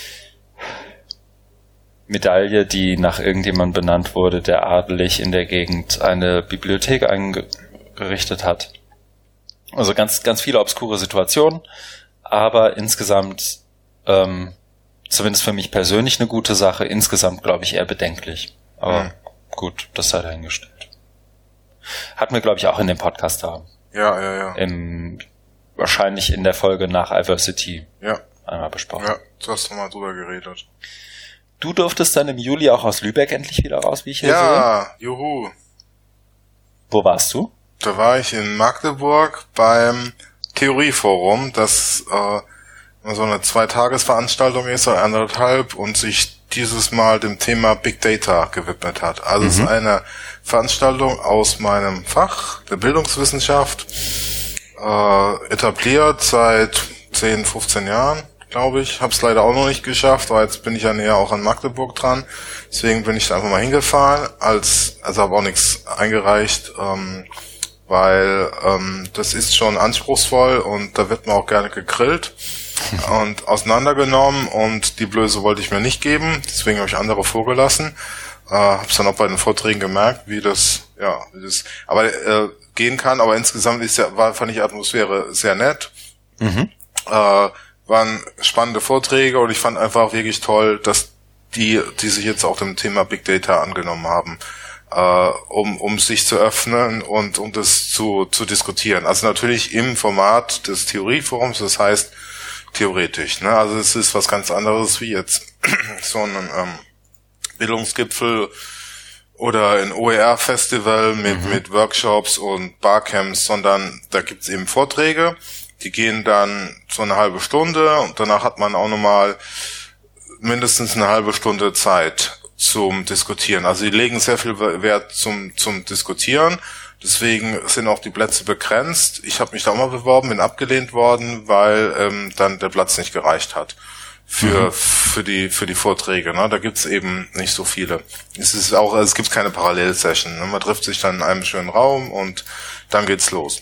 Medaille, die nach irgendjemandem benannt wurde, der adelig in der Gegend eine Bibliothek eingerichtet hat. Also ganz, ganz viele obskure Situationen, aber insgesamt, ähm, zumindest für mich persönlich eine gute Sache, insgesamt glaube ich eher bedenklich. Aber mhm. gut, das sei dahingestellt. Hatten wir, glaube ich, auch in dem Podcast da. Ja, ja, ja. Im, wahrscheinlich in der Folge nach Iversity ja. einmal besprochen. Ja, du hast mal drüber geredet. Du durftest dann im Juli auch aus Lübeck endlich wieder raus, wie ich hier ja, sehe. Ja, juhu. Wo warst du? Da war ich in Magdeburg beim Theorieforum, das äh, so eine Zweitagesveranstaltung ist, oder anderthalb, und sich dieses Mal dem Thema Big Data gewidmet hat. Also mhm. es ist eine Veranstaltung aus meinem Fach, der Bildungswissenschaft, äh, etabliert seit zehn, fünfzehn Jahren, glaube ich. Hab's leider auch noch nicht geschafft, weil jetzt bin ich ja näher auch an Magdeburg dran. Deswegen bin ich da einfach mal hingefahren, als also habe auch nichts eingereicht, ähm, weil ähm, das ist schon anspruchsvoll und da wird man auch gerne gegrillt und auseinandergenommen, und die Blöße wollte ich mir nicht geben, deswegen habe ich andere vorgelassen. Äh, hab's dann auch bei den Vorträgen gemerkt, wie das, ja, wie das, aber äh, gehen kann. Aber insgesamt ist ja, war, fand ich die Atmosphäre sehr nett. Mhm. Äh, waren spannende Vorträge, und ich fand einfach wirklich toll, dass die, die sich jetzt auch dem Thema Big Data angenommen haben, äh, um, um sich zu öffnen und um das zu, zu diskutieren. Also natürlich im Format des Theorieforums, das heißt theoretisch, ne? Also es ist was ganz anderes wie jetzt so ein ähm, Bildungsgipfel oder ein O E R-Festival mit, mhm. mit Workshops und Barcamps, sondern da gibt's eben Vorträge, die gehen dann so eine halbe Stunde, und danach hat man auch nochmal mindestens eine halbe Stunde Zeit zum Diskutieren. Also die legen sehr viel Wert zum zum Diskutieren. Deswegen sind auch die Plätze begrenzt. Ich habe mich da auch mal beworben, bin abgelehnt worden, weil ähm, dann der Platz nicht gereicht hat für mhm. für die für die Vorträge. Ne? Da gibt's eben nicht so viele. Es ist auch, also es gibt keine Parallelsession. Ne? Man trifft sich dann in einem schönen Raum und dann geht's los.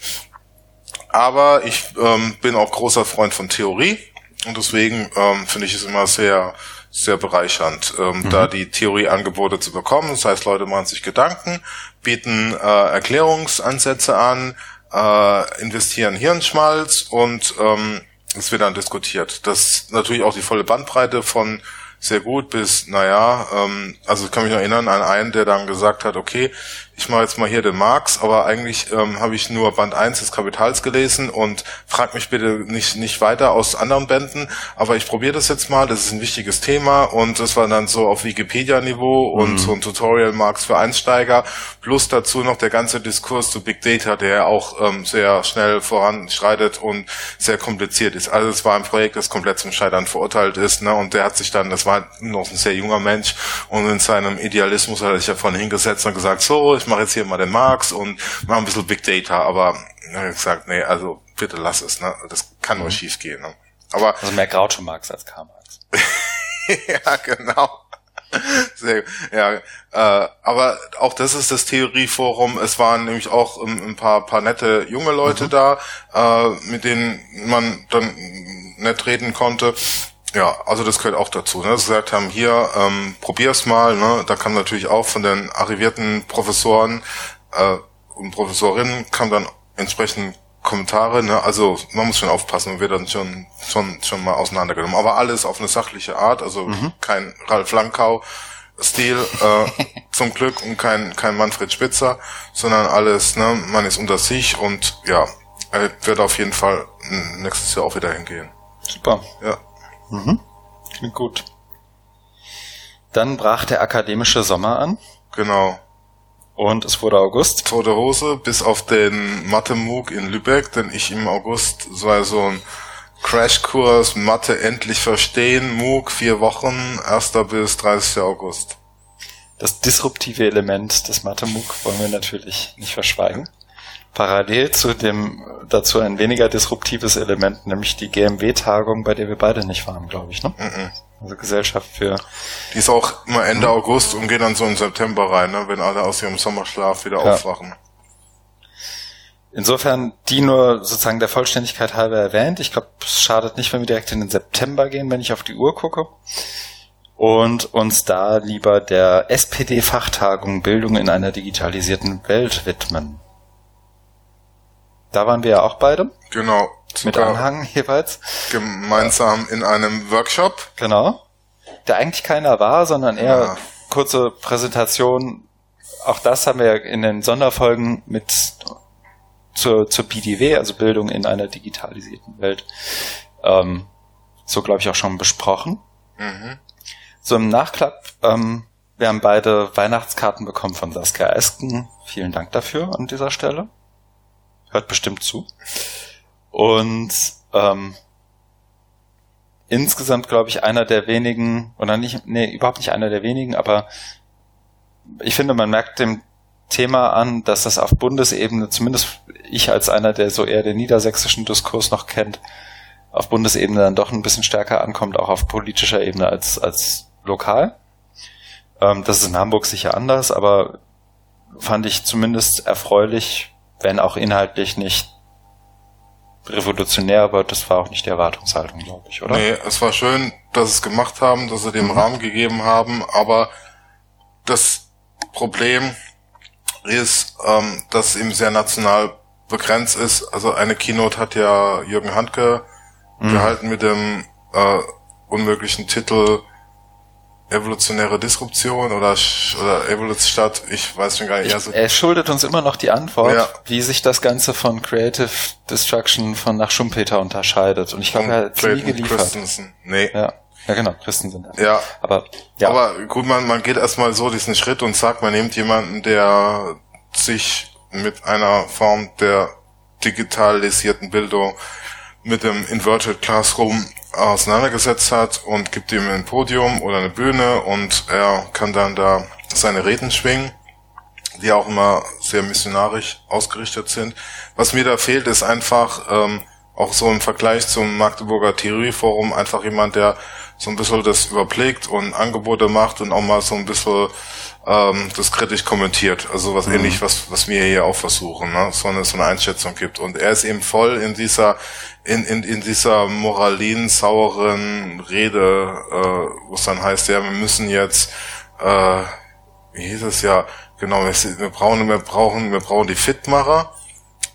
Aber ich ähm, bin auch großer Freund von Theorie, und deswegen ähm, finde ich es immer sehr sehr bereichernd, ähm, mhm. da die Theorieangebote zu bekommen. Das heißt, Leute machen sich Gedanken, bieten äh, Erklärungsansätze an, äh, investieren Hirnschmalz und ähm, es wird dann diskutiert. Das ist natürlich auch die volle Bandbreite von sehr gut bis, naja, ähm, also ich kann mich noch erinnern an einen, der dann gesagt hat, okay, ich mache jetzt mal hier den Marx, aber eigentlich ähm, habe ich nur Band eins des Kapitals gelesen und frag mich bitte nicht nicht weiter aus anderen Bänden, aber ich probiere das jetzt mal, das ist ein wichtiges Thema und das war dann so auf Wikipedia-Niveau und mhm. so ein Tutorial Marx für Einsteiger, plus dazu noch der ganze Diskurs zu Big Data, der auch ähm, sehr schnell voranschreitet und sehr kompliziert ist. Also es war ein Projekt, das komplett zum Scheitern verurteilt ist, ne? Und der hat sich dann, das war noch ein sehr junger Mensch und in seinem Idealismus hat er sich ja vorne hingesetzt und gesagt, so, ich mache jetzt hier mal den Marx und mache ein bisschen Big Data, aber er hat gesagt, nee, also bitte lass es, ne? Das kann nur mhm. schief gehen. Ne? Aber also mehr Groucho Marx als Karl Marx. Ja, genau. Sehr, ja, äh, aber auch das ist das Theorieforum. Es waren nämlich auch um, ein paar, paar nette junge Leute mhm. da, äh, mit denen man dann nett reden konnte. Ja, also das gehört auch dazu, ne? Sie gesagt haben, hier, ähm, probier's mal, ne? Da kam natürlich auch von den arrivierten Professoren äh, und Professorinnen kam dann entsprechend Kommentare, ne? Also man muss schon aufpassen, man wird dann schon schon schon mal auseinandergenommen. Aber alles auf eine sachliche Art, also mhm. kein Ralf Lankau-Stil äh, zum Glück und kein kein Manfred Spitzer, sondern alles, ne? Man ist unter sich und ja, er wird auf jeden Fall nächstes Jahr auch wieder hingehen. Super. Ja. Mhm. Klingt gut. Dann brach der akademische Sommer an. Genau. Und es wurde August. Tote Hose, bis auf den Mathe-MOOC in Lübeck, denn ich im August, so war so ein Crashkurs, Mathe endlich verstehen, MOOC, vier Wochen, erster bis dreißigster August. Das disruptive Element des Mathe-MOOC wollen wir natürlich nicht verschweigen. Parallel zu dem, dazu ein weniger disruptives Element, nämlich die G M W-Tagung, bei der wir beide nicht waren, glaube ich, ne? Mm-mm. Also Gesellschaft für... Die ist auch immer Ende mhm. August und geht dann so im September rein, ne? Wenn alle aus ihrem Sommerschlaf wieder ja. aufwachen. Insofern die nur sozusagen der Vollständigkeit halber erwähnt. Ich glaube, es schadet nicht, wenn wir direkt in den September gehen, wenn ich auf die Uhr gucke. Und uns da lieber der S P D-Fachtagung Bildung in einer digitalisierten Welt widmen. Da waren wir ja auch beide. Genau. Mit Anhang jeweils. Gemeinsam in einem Workshop. Genau. Der eigentlich keiner war, sondern eher ja. kurze Präsentation. Auch das haben wir in den Sonderfolgen mit zur, zur B D W, also Bildung in einer digitalisierten Welt, ähm, so glaube ich auch schon besprochen. Mhm. So im Nachklapp, ähm, wir haben beide Weihnachtskarten bekommen von Saskia Esken. Vielen Dank dafür an dieser Stelle. Hört bestimmt zu. Und ähm, insgesamt, glaube ich, einer der wenigen, oder nicht, nee, überhaupt nicht einer der wenigen, aber ich finde, man merkt dem Thema an, dass das auf Bundesebene, zumindest ich als einer, der so eher den niedersächsischen Diskurs noch kennt, auf Bundesebene dann doch ein bisschen stärker ankommt, auch auf politischer Ebene als als lokal. Ähm, das ist in Hamburg sicher anders, aber fand ich zumindest erfreulich, wenn auch inhaltlich nicht revolutionär, aber das war auch nicht die Erwartungshaltung, glaube ich, oder? Nee, es war schön, dass sie es gemacht haben, dass sie dem mhm. Rahmen gegeben haben, aber das Problem ist, ähm, dass es eben sehr national begrenzt ist. Also eine Keynote hat ja Jürgen Handke mhm. gehalten mit dem äh, unmöglichen Titel Evolutionäre Disruption oder oder Evolution, ich weiß schon gar nicht. Ich, also er schuldet uns immer noch die Antwort, ja. wie sich das Ganze von Creative Destruction von nach Schumpeter unterscheidet. Und ich glaube, er hat es nie geliefert. Christensen. Nee. Ja. Ja, genau, Christensen. Ja. Aber, ja. Aber gut, man, man geht erstmal so diesen Schritt und sagt, man nimmt jemanden, der sich mit einer Form der digitalisierten Bildung mit dem Inverted Classroom auseinandergesetzt hat und gibt ihm ein Podium oder eine Bühne und er kann dann da seine Reden schwingen, die auch immer sehr missionarisch ausgerichtet sind. Was mir da fehlt, ist einfach ähm, auch so im Vergleich zum Magdeburger Theorieforum einfach jemand, der so ein bisschen das überblickt und Angebote macht und auch mal so ein bisschen ähm, das kritisch kommentiert. Also was mhm. ähnlich, was was wir hier auch versuchen, ne? So eine, so eine Einschätzung gibt. Und er ist eben voll in dieser in in in dieser moralin sauren Rede, äh, wo es dann heißt, ja, wir müssen jetzt, äh, wie hieß es ja, genau, wir, wir brauchen wir brauchen wir brauchen die Fitmacher.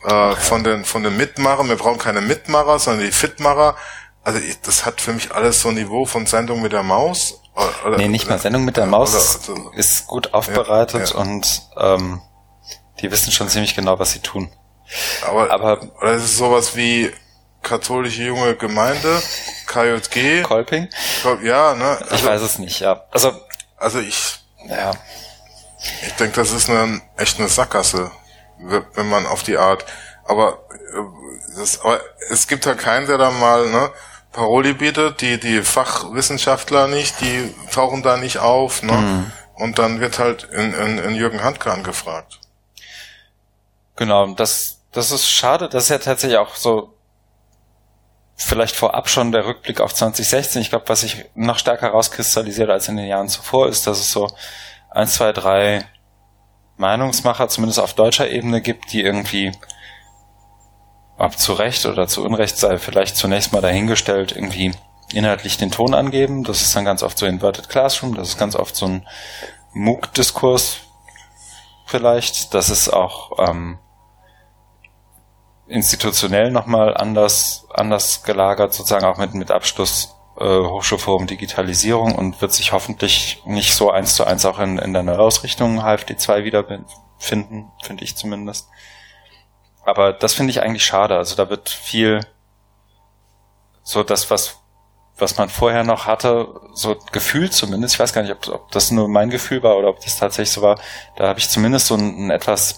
äh, okay. von den von den Mitmachern. Wir brauchen keine Mitmacher, sondern die Fitmacher. Also ich, das hat für mich alles so ein Niveau von Sendung mit der Maus. Oder, nee, nicht mal Sendung mit der Maus oder, oder, ist gut aufbereitet ja, ja. und ähm, die wissen schon ziemlich genau, was sie tun. Aber, aber oder ist es sowas wie katholische junge Gemeinde, K J G? Kolping? Ja, ne? Also, ich weiß es nicht, ja. Also, also ich, ja. ich denke, das ist eine echt eine Sackgasse, wenn man auf die Art. Aber, das, aber es gibt halt keinen, der da mal ne Paroli bietet. Die die Fachwissenschaftler nicht, die tauchen da nicht auf, ne? Mhm. Und dann wird halt in, in, in Jürgen Handke angefragt. Genau, das das ist schade. Das ist ja tatsächlich auch so vielleicht vorab schon der Rückblick auf zwanzig sechzehn. Ich glaube, was sich noch stärker rauskristallisiert als in den Jahren zuvor, ist, dass es so eins, zwei, drei Meinungsmacher, zumindest auf deutscher Ebene gibt, die irgendwie, ob zu Recht oder zu Unrecht sei, vielleicht zunächst mal dahingestellt, irgendwie inhaltlich den Ton angeben. Das ist dann ganz oft so Inverted Classroom, das ist ganz oft so ein MOOC-Diskurs vielleicht. Das ist auch ähm, institutionell nochmal anders anders gelagert, sozusagen auch mit mit Abschluss äh, Hochschulforum Digitalisierung und wird sich hoffentlich nicht so eins zu eins auch in, in der Neuausrichtung H F D zwei wiederfinden, finde ich zumindest. Aber das finde ich eigentlich schade. Also da wird viel so das, was was man vorher noch hatte, so gefühlt zumindest, ich weiß gar nicht, ob, ob das nur mein Gefühl war oder ob das tatsächlich so war, da habe ich zumindest so einen, einen etwas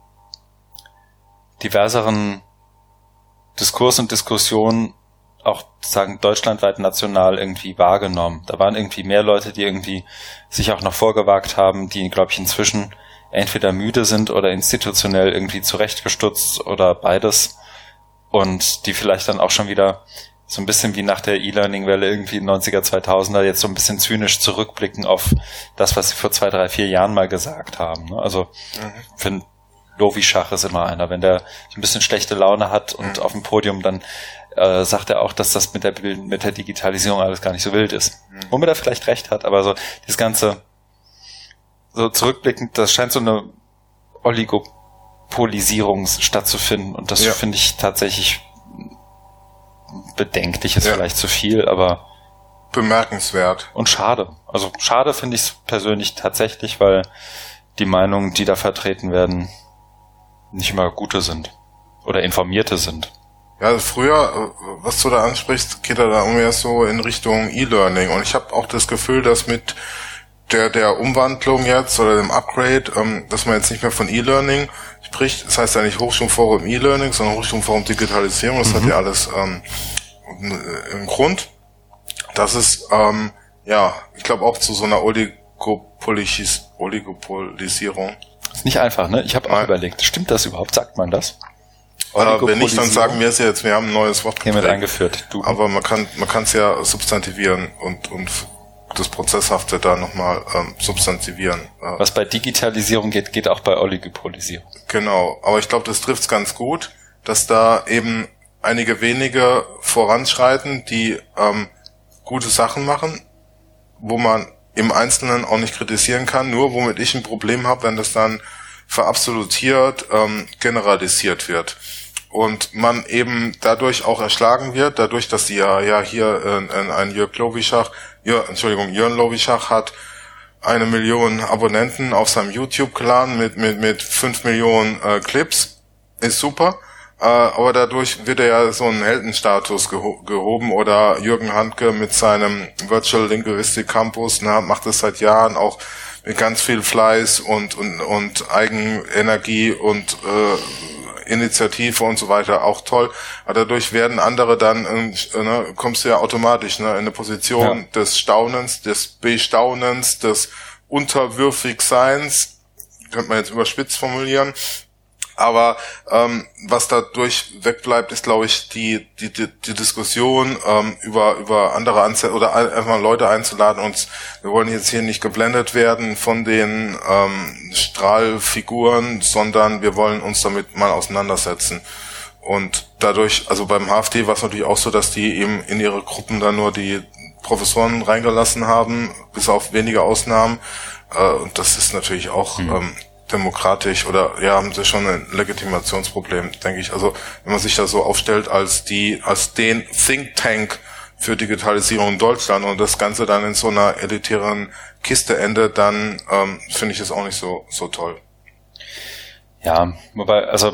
diverseren Diskurs und Diskussion auch sagen deutschlandweit national irgendwie wahrgenommen. Da waren irgendwie mehr Leute, die irgendwie sich auch noch vorgewagt haben, die, glaube ich, inzwischen entweder müde sind oder institutionell irgendwie zurechtgestutzt oder beides und die vielleicht dann auch schon wieder so ein bisschen wie nach der E-Learning-Welle irgendwie neunziger, zweitausender jetzt so ein bisschen zynisch zurückblicken auf das, was sie vor zwei, drei, vier Jahren mal gesagt haben. Also mhm. für Lovischach ist immer einer, wenn der so ein bisschen schlechte Laune hat und mhm. auf dem Podium, dann äh, sagt er auch, dass das mit der mit der Digitalisierung alles gar nicht so wild ist. Mhm. Womit er vielleicht recht hat, aber so das Ganze so zurückblickend, das scheint so eine Oligopolisierung stattzufinden und das ja. finde ich tatsächlich bedenklich, ist ja. vielleicht zu viel, aber bemerkenswert. Und schade. Also schade finde ich es persönlich tatsächlich, weil die Meinungen, die da vertreten werden, nicht immer gute sind oder informierte sind. Ja, also früher, was du da ansprichst, geht da mehr so in Richtung E-Learning und ich habe auch das Gefühl, dass mit der der Umwandlung jetzt oder dem Upgrade, ähm, dass man jetzt nicht mehr von E-Learning spricht. Das heißt ja nicht Hochschulforum E-Learning, sondern Hochschulforum Digitalisierung. Das mhm. hat ja alles ähm, einen Grund. Das ist, ähm, ja, ich glaube auch zu so einer Oligopolis- Oligopolisierung. Ist nicht einfach, ne? Ich habe auch Nein. überlegt, stimmt das überhaupt? Sagt man das? Äh, wenn nicht, dann sagen wir es jetzt. Wir haben ein neues Wort hiermit eingeführt. Du. Aber man kann man kann es ja substantivieren und und das Prozesshafte da nochmal ähm, substantivieren. Was bei Digitalisierung geht, geht auch bei Oligopolisierung. Genau, aber ich glaube, das trifft's ganz gut, dass da eben einige wenige voranschreiten, die ähm, gute Sachen machen, wo man im Einzelnen auch nicht kritisieren kann, nur womit ich ein Problem habe, wenn das dann verabsolutiert, ähm, generalisiert wird. Und man eben dadurch auch erschlagen wird, dadurch, dass die ja, ja hier äh, ein Jörg Lovischach, ja, Entschuldigung, Jörn Lovischach hat eine Million Abonnenten auf seinem YouTube-Clan mit mit mit fünf Millionen äh, Clips, ist super, äh, aber dadurch wird er ja so einen Heldenstatus geho- gehoben oder Jürgen Handke mit seinem Virtual Linguistic Campus, ne, macht es seit Jahren auch mit ganz viel Fleiß und und und Eigenenergie und äh, Initiative und so weiter, auch toll. Aber dadurch werden andere dann, äh, ne, kommst du ja automatisch ne, in eine Position ja. des Staunens, des Bestaunens, des Unterwürfigseins, könnte man jetzt überspitzt formulieren. Aber ähm, was dadurch wegbleibt, ist, glaube ich, die die die, die Diskussion ähm, über über andere Ansätze oder einfach mal Leute einzuladen. Und wir wollen jetzt hier nicht geblendet werden von den ähm, Strahlfiguren, sondern wir wollen uns damit mal auseinandersetzen. Und dadurch, also beim H F D war es natürlich auch so, dass die eben in ihre Gruppen dann nur die Professoren reingelassen haben, bis auf wenige Ausnahmen. Äh, und das ist natürlich auch... Mhm. Ähm, demokratisch oder ja, haben sie schon ein Legitimationsproblem, denke ich. Also wenn man sich da so aufstellt als die, als den Think Tank für Digitalisierung in Deutschland und das Ganze dann in so einer elitären Kiste endet, dann ähm, finde ich es auch nicht so so toll. Ja, wobei, also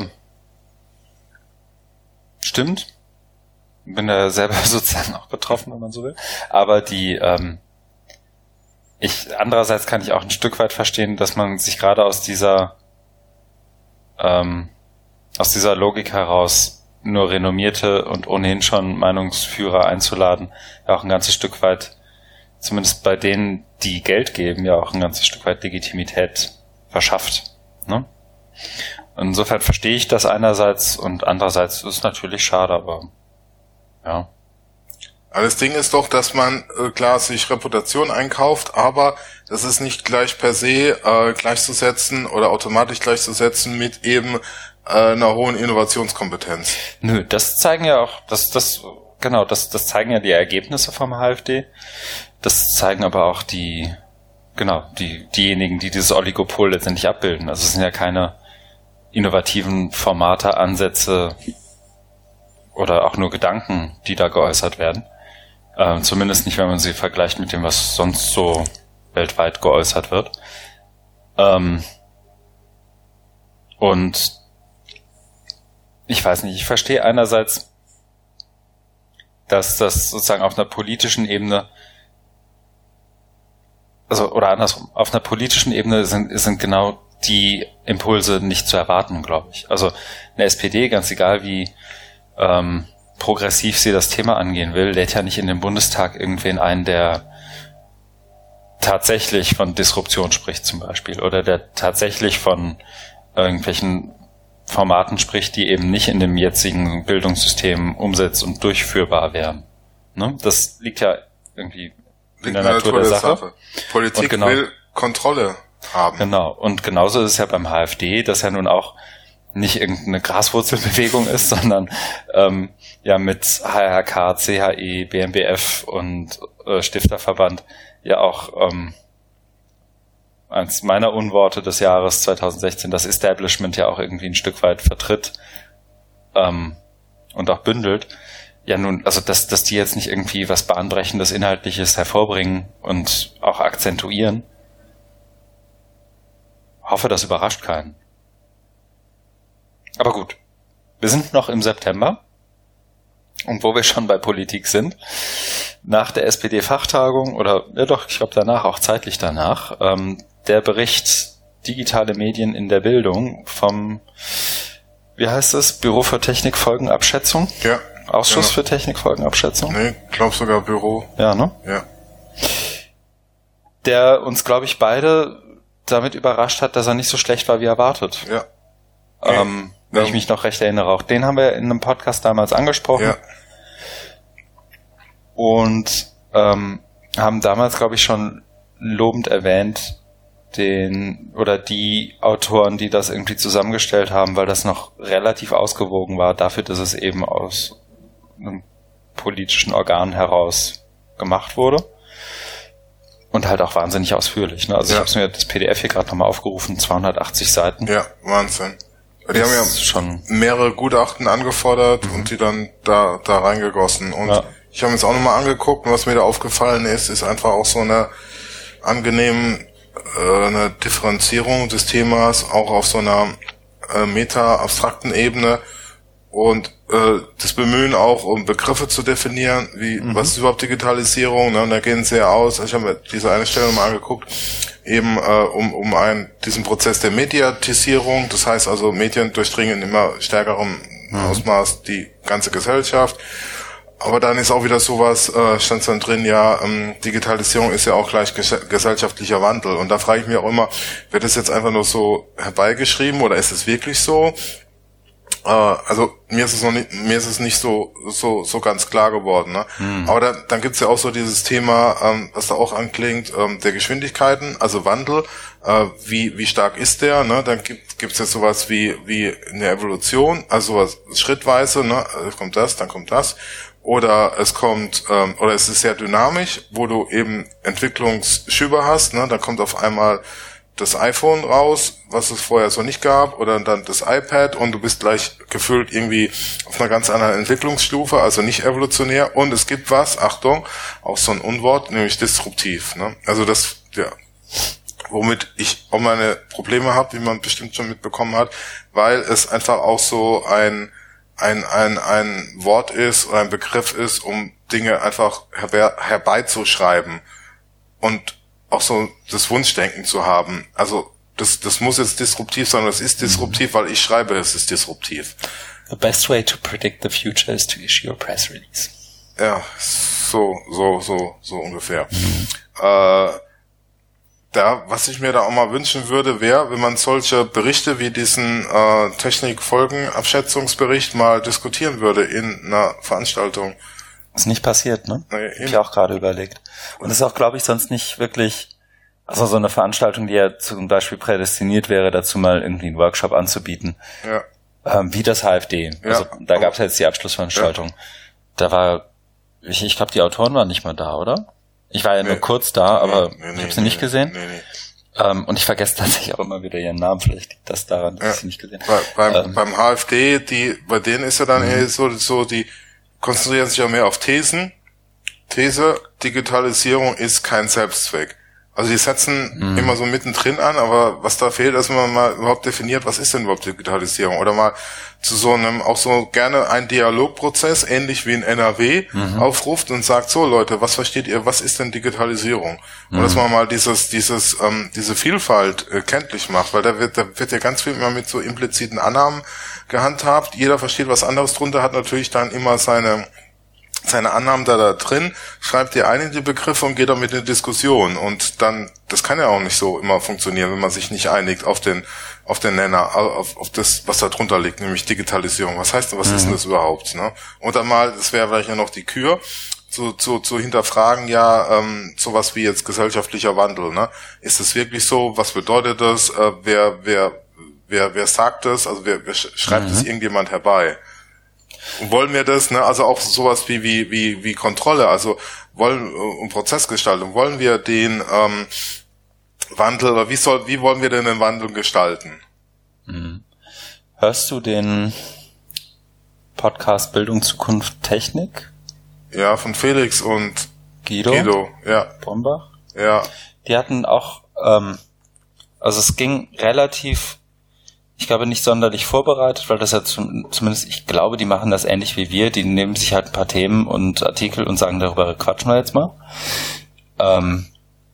stimmt, bin da selber sozusagen auch betroffen, wenn man so will, aber die ähm, ich andererseits kann ich auch ein Stück weit verstehen, dass man sich gerade aus dieser ähm, aus dieser Logik heraus nur renommierte und ohnehin schon Meinungsführer einzuladen, ja auch ein ganzes Stück weit, zumindest bei denen, die Geld geben, ja auch ein ganzes Stück weit Legitimität verschafft. Ne? Insofern verstehe ich das einerseits und andererseits ist es natürlich schade, aber ja. Das Ding ist doch, dass man äh, klar sich Reputation einkauft, aber das ist nicht gleich per se äh, gleichzusetzen oder automatisch gleichzusetzen mit eben äh, einer hohen Innovationskompetenz. Nö, das zeigen ja auch, das, das, genau, das, das zeigen ja die Ergebnisse vom H F D. Das zeigen aber auch die, genau, die, diejenigen, die dieses Oligopol letztendlich abbilden. Also es sind ja keine innovativen Formate, Ansätze oder auch nur Gedanken, die da geäußert werden. Ähm, zumindest nicht, wenn man sie vergleicht mit dem, was sonst so weltweit geäußert wird. Ähm, und ich weiß nicht, ich verstehe einerseits, dass das sozusagen auf einer politischen Ebene, also oder andersrum, auf einer politischen Ebene sind, sind genau die Impulse nicht zu erwarten, glaube ich. Also eine S P D, ganz egal wie ähm, progressiv sie das Thema angehen will, lädt ja nicht in den Bundestag irgendwen ein, der tatsächlich von Disruption spricht zum Beispiel oder der tatsächlich von irgendwelchen Formaten spricht, die eben nicht in dem jetzigen Bildungssystem umsetzt und durchführbar wären. Ne? Das liegt ja irgendwie in der Natur der Sache. Sache. Politik genau, will Kontrolle haben. Genau. Und genauso ist es ja beim H F D, das ja nun auch nicht irgendeine Graswurzelbewegung ist, sondern ähm, ja mit H R K, C H E, B M B F und äh, Stifterverband ja auch ähm, eins meiner Unworte des Jahres zweitausendsechzehn das Establishment ja auch irgendwie ein Stück weit vertritt ähm, und auch bündelt. Ja nun, also dass, dass die jetzt nicht irgendwie was Bahnbrechendes, Inhaltliches hervorbringen und auch akzentuieren, hoffe, das überrascht keinen. Aber gut, wir sind noch im September und wo wir schon bei Politik sind, nach der S P D-Fachtagung oder ja doch, ich glaube danach, auch zeitlich danach, ähm, der Bericht Digitale Medien in der Bildung vom, wie heißt es, Büro für Technikfolgenabschätzung? Ja. Ausschuss genau. für Technikfolgenabschätzung? Nee, glaub sogar Büro. Ja, ne? Ja. Der uns, glaube ich, beide damit überrascht hat, dass er nicht so schlecht war, wie erwartet. Ja. Ähm, wenn ja. ich mich noch recht erinnere. Auch den haben wir in einem Podcast damals angesprochen. Ja. Und ähm, haben damals, glaube ich, schon lobend erwähnt, den oder die Autoren, die das irgendwie zusammengestellt haben, weil das noch relativ ausgewogen war, dafür, dass es eben aus einem politischen Organ heraus gemacht wurde. Und halt auch wahnsinnig ausführlich. Ne? Also ja. ich habe mir das P D F hier gerade nochmal aufgerufen, zweihundertachtzig Seiten. Ja, Wahnsinn. Die das haben ja schon mehrere Gutachten angefordert mhm. und die dann da da reingegossen. Und ja. ich habe mir das auch nochmal angeguckt und was mir da aufgefallen ist, ist einfach auch so eine angenehme äh, eine Differenzierung des Themas, auch auf so einer äh, meta-abstrakten Ebene und äh, das Bemühen auch, um Begriffe zu definieren, wie mhm. was ist überhaupt Digitalisierung, ne? Und da gehen sie ja aus, ich habe mir diese eine Stelle mal angeguckt, eben äh, um um einen diesen Prozess der Mediatisierung, das heißt also Medien durchdringen in immer stärkerem mhm. Ausmaß die ganze Gesellschaft. Aber dann ist auch wieder sowas, äh, stand dann drin, ja, ähm, Digitalisierung ist ja auch gleich ges- gesellschaftlicher Wandel. Und da frage ich mich auch immer, wird das jetzt einfach nur so herbeigeschrieben oder ist es wirklich so? Äh, also mir ist es noch nicht, mir ist es nicht so so so ganz klar geworden. Ne? Hm. Aber da, dann gibt's ja auch so dieses Thema, ähm, was da auch anklingt, ähm, der Geschwindigkeiten, also Wandel. Äh, wie wie stark ist der? Ne? Dann gibt gibt's jetzt sowas wie wie eine Evolution, also sowas schrittweise. Ne? Also kommt das, dann kommt das. Oder es kommt, ähm, oder es ist sehr dynamisch, wo du eben Entwicklungsschübe hast, ne? Da kommt auf einmal das iPhone raus, was es vorher so nicht gab, oder dann das iPad und du bist gleich gefühlt irgendwie auf einer ganz anderen Entwicklungsstufe, also nicht evolutionär. Und es gibt was, Achtung, auch so ein Unwort, nämlich disruptiv. Ne? Also das, ja, womit ich auch meine Probleme habe, wie man bestimmt schon mitbekommen hat, weil es einfach auch so ein ein ein ein Wort ist oder ein Begriff ist, um Dinge einfach herbe- herbeizuschreiben und auch so das Wunschdenken zu haben. Also das das muss jetzt disruptiv sein, das ist disruptiv, weil ich schreibe, es ist disruptiv. The best way to predict the future is to issue a press release. Ja, so so so so ungefähr. Mhm. Äh, da, was ich mir da auch mal wünschen würde, wäre, wenn man solche Berichte wie diesen äh, Technikfolgenabschätzungsbericht mal diskutieren würde in einer Veranstaltung. Ist nicht passiert, ne? Nee, hab ich auch gerade überlegt. Und es ist auch, glaube ich, sonst nicht wirklich, also so eine Veranstaltung, die ja zum Beispiel prädestiniert wäre, dazu mal irgendwie einen Workshop anzubieten. Ja. Ähm, wie das H F D. Ja. Also da gab es ja jetzt die Abschlussveranstaltung. Ja. Da war, ich, ich glaube, die Autoren waren nicht mal da, oder? Ich war ja nee. nur kurz da, aber nee, nee, ich habe sie nee, nicht gesehen. Nee, nee. Ähm, und ich vergesse tatsächlich auch immer wieder ihren Namen. Vielleicht liegt das daran, dass ja. ich sie nicht gesehen habe. Bei, beim, ähm, beim H F D, die, bei denen ist ja dann mhm. eher so, so, die konzentrieren sich ja mehr auf Thesen. These, Digitalisierung ist kein Selbstzweck. Also die setzen mhm. immer so mittendrin an, aber was da fehlt, dass man mal überhaupt definiert, was ist denn überhaupt Digitalisierung? Oder mal zu so einem, auch so gerne ein Dialogprozess, ähnlich wie ein N R W, mhm. aufruft und sagt, so Leute, was versteht ihr, was ist denn Digitalisierung? Mhm. Und dass man mal dieses, dieses, ähm, diese Vielfalt äh, kenntlich macht, weil da wird, da wird ja ganz viel immer mit so impliziten Annahmen gehandhabt. Jeder versteht was anderes drunter, hat natürlich dann immer seine seine Annahmen da da drin, schreibt ihr ein in die Begriffe und geht damit in die Diskussion. Und dann, das kann ja auch nicht so immer funktionieren, wenn man sich nicht einigt auf den, auf den Nenner, auf, auf das, was da drunter liegt, nämlich Digitalisierung. Was heißt denn, was mhm. ist denn das überhaupt, ne? Und dann mal, das wäre vielleicht ja noch die Kür, zu, zu, zu hinterfragen, ja, ähm, sowas wie jetzt gesellschaftlicher Wandel, ne? Ist es wirklich so? Was bedeutet das? Äh, wer, wer, wer, wer sagt das? Also wer, wer schreibt es mhm. irgendjemand herbei? Und wollen wir das, ne, also auch sowas wie wie wie wie Kontrolle, also wollen und Prozessgestaltung, wollen wir den ähm, Wandel, oder wie soll wie wollen wir denn den Wandel gestalten? Mhm. Hörst du den Podcast Bildung, Zukunft, Technik? Ja, von Felix und Guido, Guido ja. Brombach? Ja. Die hatten auch, ähm, also es ging relativ, ich glaube, nicht sonderlich vorbereitet, weil das ja zum, zumindest, ich glaube, die machen das ähnlich wie wir. Die nehmen sich halt ein paar Themen und Artikel und sagen, darüber quatschen wir jetzt mal. Ähm,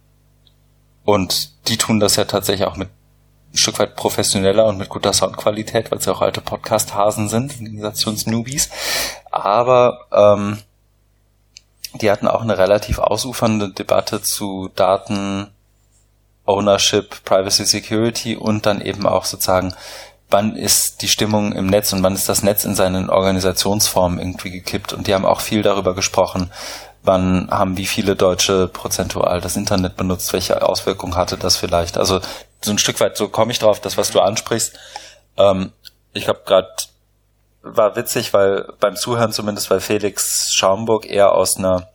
und die tun das ja tatsächlich auch mit ein Stück weit professioneller und mit guter Soundqualität, weil sie auch alte Podcast-Hasen sind, im Gegensatz zu uns Newbies. Aber ähm, die hatten auch eine relativ ausufernde Debatte zu Daten, Ownership, Privacy, Security und dann eben auch sozusagen, wann ist die Stimmung im Netz und wann ist das Netz in seinen Organisationsformen irgendwie gekippt. Und die haben auch viel darüber gesprochen, wann haben wie viele Deutsche prozentual das Internet benutzt, welche Auswirkungen hatte das vielleicht. Also so ein Stück weit, so komme ich drauf, das, was du ansprichst. Ähm, ich glaube gerade, war witzig, weil beim Zuhören zumindest, weil Felix Schaumburg eher aus einer,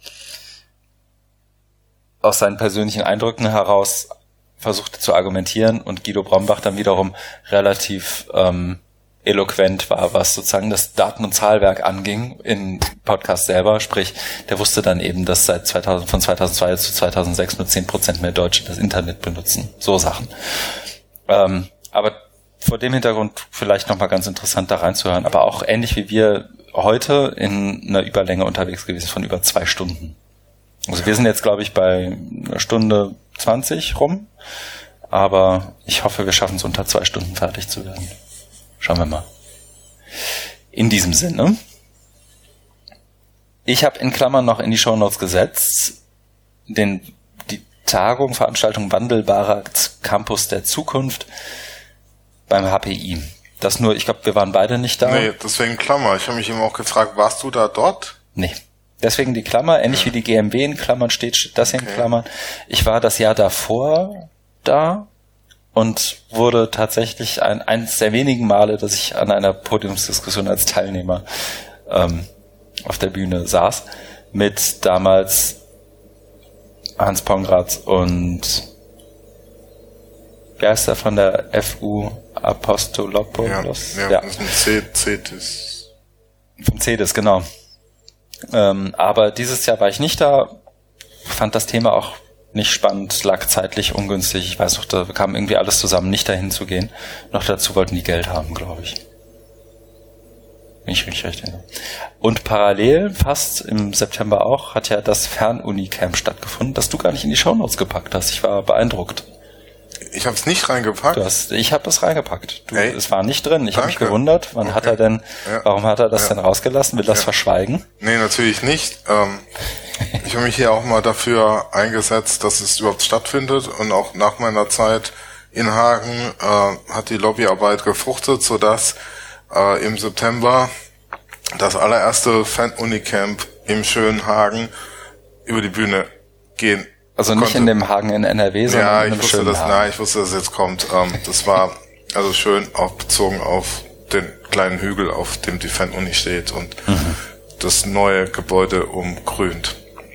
aus seinen persönlichen Eindrücken heraus versuchte zu argumentieren und Guido Brombach dann wiederum relativ ähm, eloquent war, was sozusagen das Daten- und Zahlwerk anging im Podcast selber. Sprich, der wusste dann eben, dass seit zweitausend, von zweitausendzwei zu zweitausendsechs nur zehn Prozent mehr Deutsche das Internet benutzen. So Sachen. Ähm, aber vor dem Hintergrund vielleicht nochmal ganz interessant da reinzuhören. Aber auch ähnlich wie wir heute in einer Überlänge unterwegs gewesen von über zwei Stunden. Also wir sind jetzt, glaube ich, bei einer Stunde zwanzig rum, aber ich hoffe, wir schaffen es unter zwei Stunden fertig zu werden. Schauen wir mal. In diesem Sinne, ich habe in Klammern noch in die Shownotes gesetzt, den, die Tagung, Veranstaltung Wandelbarer Campus der Zukunft beim H P I. Das nur, ich glaube, wir waren beide nicht da. Nee, deswegen Klammer. Ich habe mich eben auch gefragt, warst du da dort? Nee. Deswegen die Klammer, ähnlich ja. wie die G M W in Klammern steht, steht das hier okay. in Klammern. Ich war das Jahr davor da und wurde tatsächlich ein, eines der wenigen Male, dass ich an einer Podiumsdiskussion als Teilnehmer ähm, auf der Bühne saß, mit damals Hans Pongratz und wie heißt der von der F U Apostolopoulos? Ja, ja, ja. Das ist ein C- CETIS. Von CETIS, genau. Ähm, aber dieses Jahr war ich nicht da, fand das Thema auch nicht spannend, lag zeitlich ungünstig. Ich weiß noch, da kam irgendwie alles zusammen, nicht dahin zu gehen. Noch dazu wollten die Geld haben, glaube ich. Wenn ich mich recht erinnere. Und parallel, fast im September auch, hat ja das Fernuni-Camp stattgefunden, das du gar nicht in die Shownotes gepackt hast. Ich war beeindruckt. Ich habe es nicht reingepackt? Du hast, ich habe es reingepackt. Du, hey. Es war nicht drin. Ich habe mich Danke. gewundert. Wann Okay. hat er denn, ja. warum hat er das ja. denn rausgelassen? Will das ja. verschweigen? Nee, natürlich nicht. Ähm, ich habe mich hier auch mal dafür eingesetzt, dass es überhaupt stattfindet. Und auch nach meiner Zeit in Hagen äh, hat die Lobbyarbeit gefruchtet, sodass äh, im September das allererste Fan-Uni-Camp im schönen Hagen über die Bühne gehen Also nicht konnte. in dem Hagen in N R W, sondern Ja, in ich einem wusste, schönen dass, Hagen. nein, ich wusste, dass es jetzt kommt. Ähm, das war also schön auch bezogen auf den kleinen Hügel, auf dem die Fan-Uni steht und mhm. das neue Gebäude umgrünt.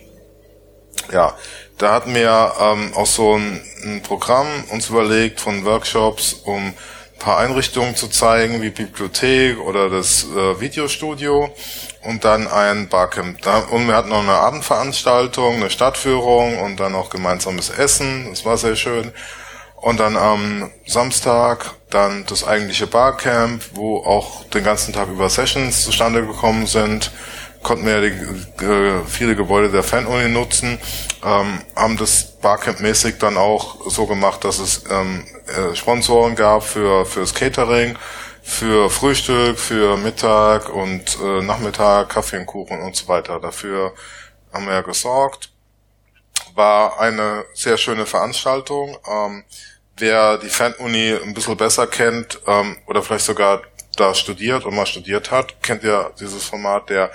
Ja, da hatten wir ähm, auch so ein, ein Programm uns überlegt von Workshops, um ein paar Einrichtungen zu zeigen, wie Bibliothek oder das äh, Videostudio und dann ein Barcamp. Da, und wir hatten noch eine Abendveranstaltung, eine Stadtführung und dann auch gemeinsames Essen. Das war sehr schön. Und dann am Samstag dann das eigentliche Barcamp, wo auch den ganzen Tag über Sessions zustande gekommen sind. Konnten wir ja die, äh, viele Gebäude der Fan-Uni nutzen, ähm, haben das Barcamp-mäßig dann auch so gemacht, dass es ähm, äh, Sponsoren gab für fürs Catering, für Frühstück, für Mittag und äh, Nachmittag, Kaffee und Kuchen und so weiter. Dafür haben wir ja gesorgt. War eine sehr schöne Veranstaltung. Ähm, wer die Fan-Uni ein bisschen besser kennt ähm, oder vielleicht sogar da studiert und mal studiert hat, kennt ja dieses Format der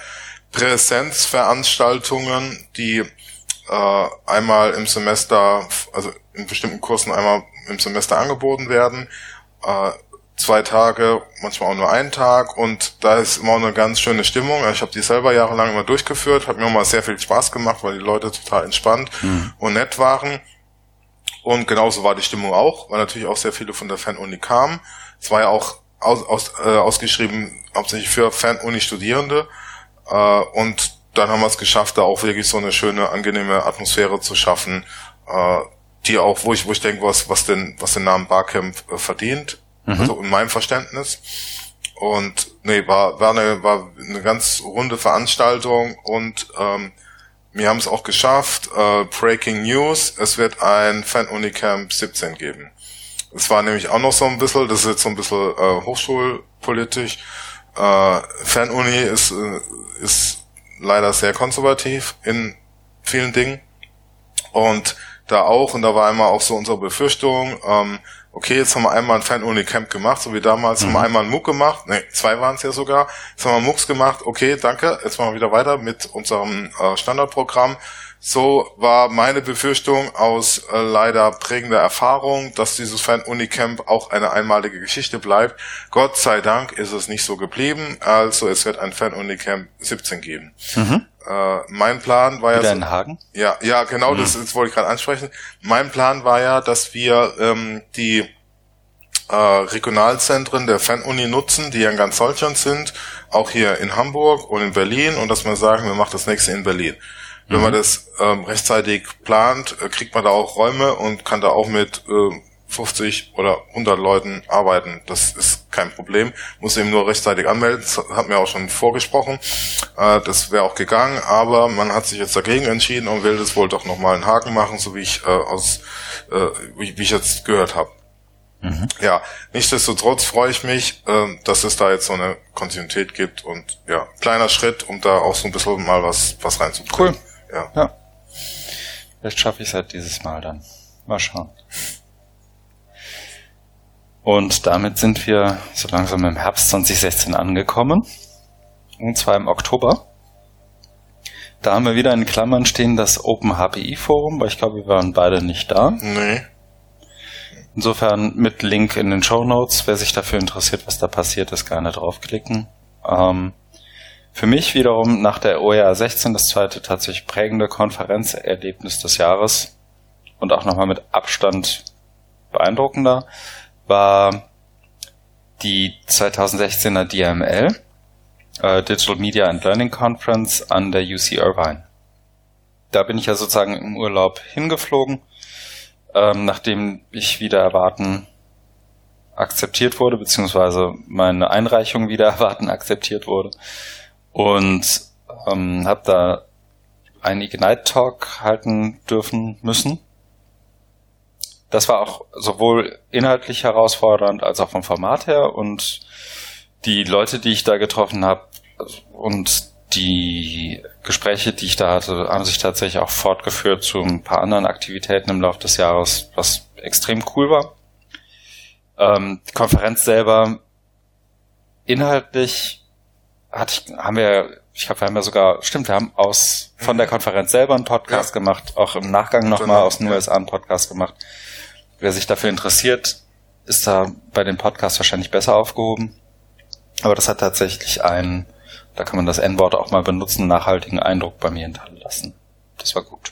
Präsenzveranstaltungen, die äh, einmal im Semester, also in bestimmten Kursen einmal im Semester angeboten werden, äh, zwei Tage, manchmal auch nur einen Tag, und da ist immer eine ganz schöne Stimmung. Ich habe die selber jahrelang immer durchgeführt, hat mir auch mal sehr viel Spaß gemacht, weil die Leute total entspannt mhm. und nett waren. Und genauso war die Stimmung auch, weil natürlich auch sehr viele von der Fan-Uni kamen. Es war ja auch aus, aus, äh, ausgeschrieben hauptsächlich für Fan-Uni-Studierende. Uh, und dann haben wir es geschafft, da auch wirklich so eine schöne, angenehme Atmosphäre zu schaffen, uh, die auch, wo ich, wo ich denke, was, was den, was den Namen Barcamp äh, verdient, mhm. also in meinem Verständnis. Und nee, war, war eine, war eine ganz runde Veranstaltung und ähm, wir haben es auch geschafft. Uh, Breaking News: Es wird ein Fan-Uni Camp siebzehn geben. Es war nämlich auch noch so ein bisschen, das ist jetzt so ein bisschen äh, hochschulpolitisch. Uh, Fan-Uni ist, uh, ist leider sehr konservativ in vielen Dingen. Und da auch, und da war einmal auch so unsere Befürchtung, ähm, okay, jetzt haben wir einmal ein Fan-Uni-Camp gemacht, so wie damals, mhm. haben wir einmal einen M O O C gemacht, ne, zwei waren es ja sogar, jetzt haben wir einen M O O C gemacht, okay, danke, jetzt machen wir wieder weiter mit unserem äh, Standardprogramm. So war meine Befürchtung aus äh, leider prägender Erfahrung, dass dieses Fan-Uni-Camp auch eine einmalige Geschichte bleibt. Gott sei Dank ist es nicht so geblieben, also es wird ein Fan-Uni-Camp siebzehn geben. Mhm. Äh, mein Plan war Wieder ja... in Hagen? Ja, ja, genau, mhm. das, das wollte ich gerade ansprechen. Mein Plan war ja, dass wir ähm, die äh, Regionalzentren der Fan-Uni nutzen, die ja in ganz Deutschland sind, auch hier in Hamburg und in Berlin, und dass wir sagen, wir machen das nächste in Berlin. Wenn man das ähm, rechtzeitig plant, äh, kriegt man da auch Räume und kann da auch mit äh, fünfzig oder hundert Leuten arbeiten. Das ist kein Problem. Muss eben nur rechtzeitig anmelden. Das hat mir auch schon vorgesprochen. Äh, das wäre auch gegangen, aber man hat sich jetzt dagegen entschieden und will das wohl doch nochmal in Haken machen, so wie ich äh, aus äh, wie, wie ich jetzt gehört habe. Mhm. Ja, nichtsdestotrotz freue ich mich, äh, dass es da jetzt so eine Kontinuität gibt und ja, kleiner Schritt, um da auch so ein bisschen mal was was reinzubringen. Cool. Ja. ja. Vielleicht schaffe ich es halt dieses Mal dann. Mal schauen. Und damit sind wir so langsam im Herbst zwanzig sechzehn angekommen. Und zwar im Oktober. Da haben wir wieder in Klammern stehen das Open H P I Forum, weil ich glaube, wir waren beide nicht da. Nee. Insofern mit Link in den Shownotes. Wer sich dafür interessiert, was da passiert ist, gerne draufklicken. Ähm, Für mich wiederum nach der O E R sechzehn das zweite tatsächlich prägende Konferenzerlebnis des Jahres und auch nochmal mit Abstand beeindruckender, war die zweitausendsechzehner D M L, äh, Digital Media and Learning Conference an der U C Irvine. Da bin ich ja sozusagen im Urlaub hingeflogen, ähm, nachdem ich wieder erwarten akzeptiert wurde, beziehungsweise meine Einreichung wieder erwarten akzeptiert wurde. Und ähm, habe da einen Ignite-Talk halten dürfen müssen. Das war auch sowohl inhaltlich herausfordernd als auch vom Format her. Und die Leute, die ich da getroffen habe und die Gespräche, die ich da hatte, haben sich tatsächlich auch fortgeführt zu ein paar anderen Aktivitäten im Laufe des Jahres, was extrem cool war. Ähm, die Konferenz selber, inhaltlich hatte ich, haben wir, ich glaube, wir haben ja sogar, stimmt, wir haben aus von der Konferenz selber einen Podcast ja. gemacht, auch im Nachgang nochmal aus den U S A einen Podcast gemacht. Wer sich dafür interessiert, ist da bei den Podcasts wahrscheinlich besser aufgehoben. Aber das hat tatsächlich einen, da kann man das N-Wort auch mal benutzen, nachhaltigen Eindruck bei mir hinterlassen. Das war gut.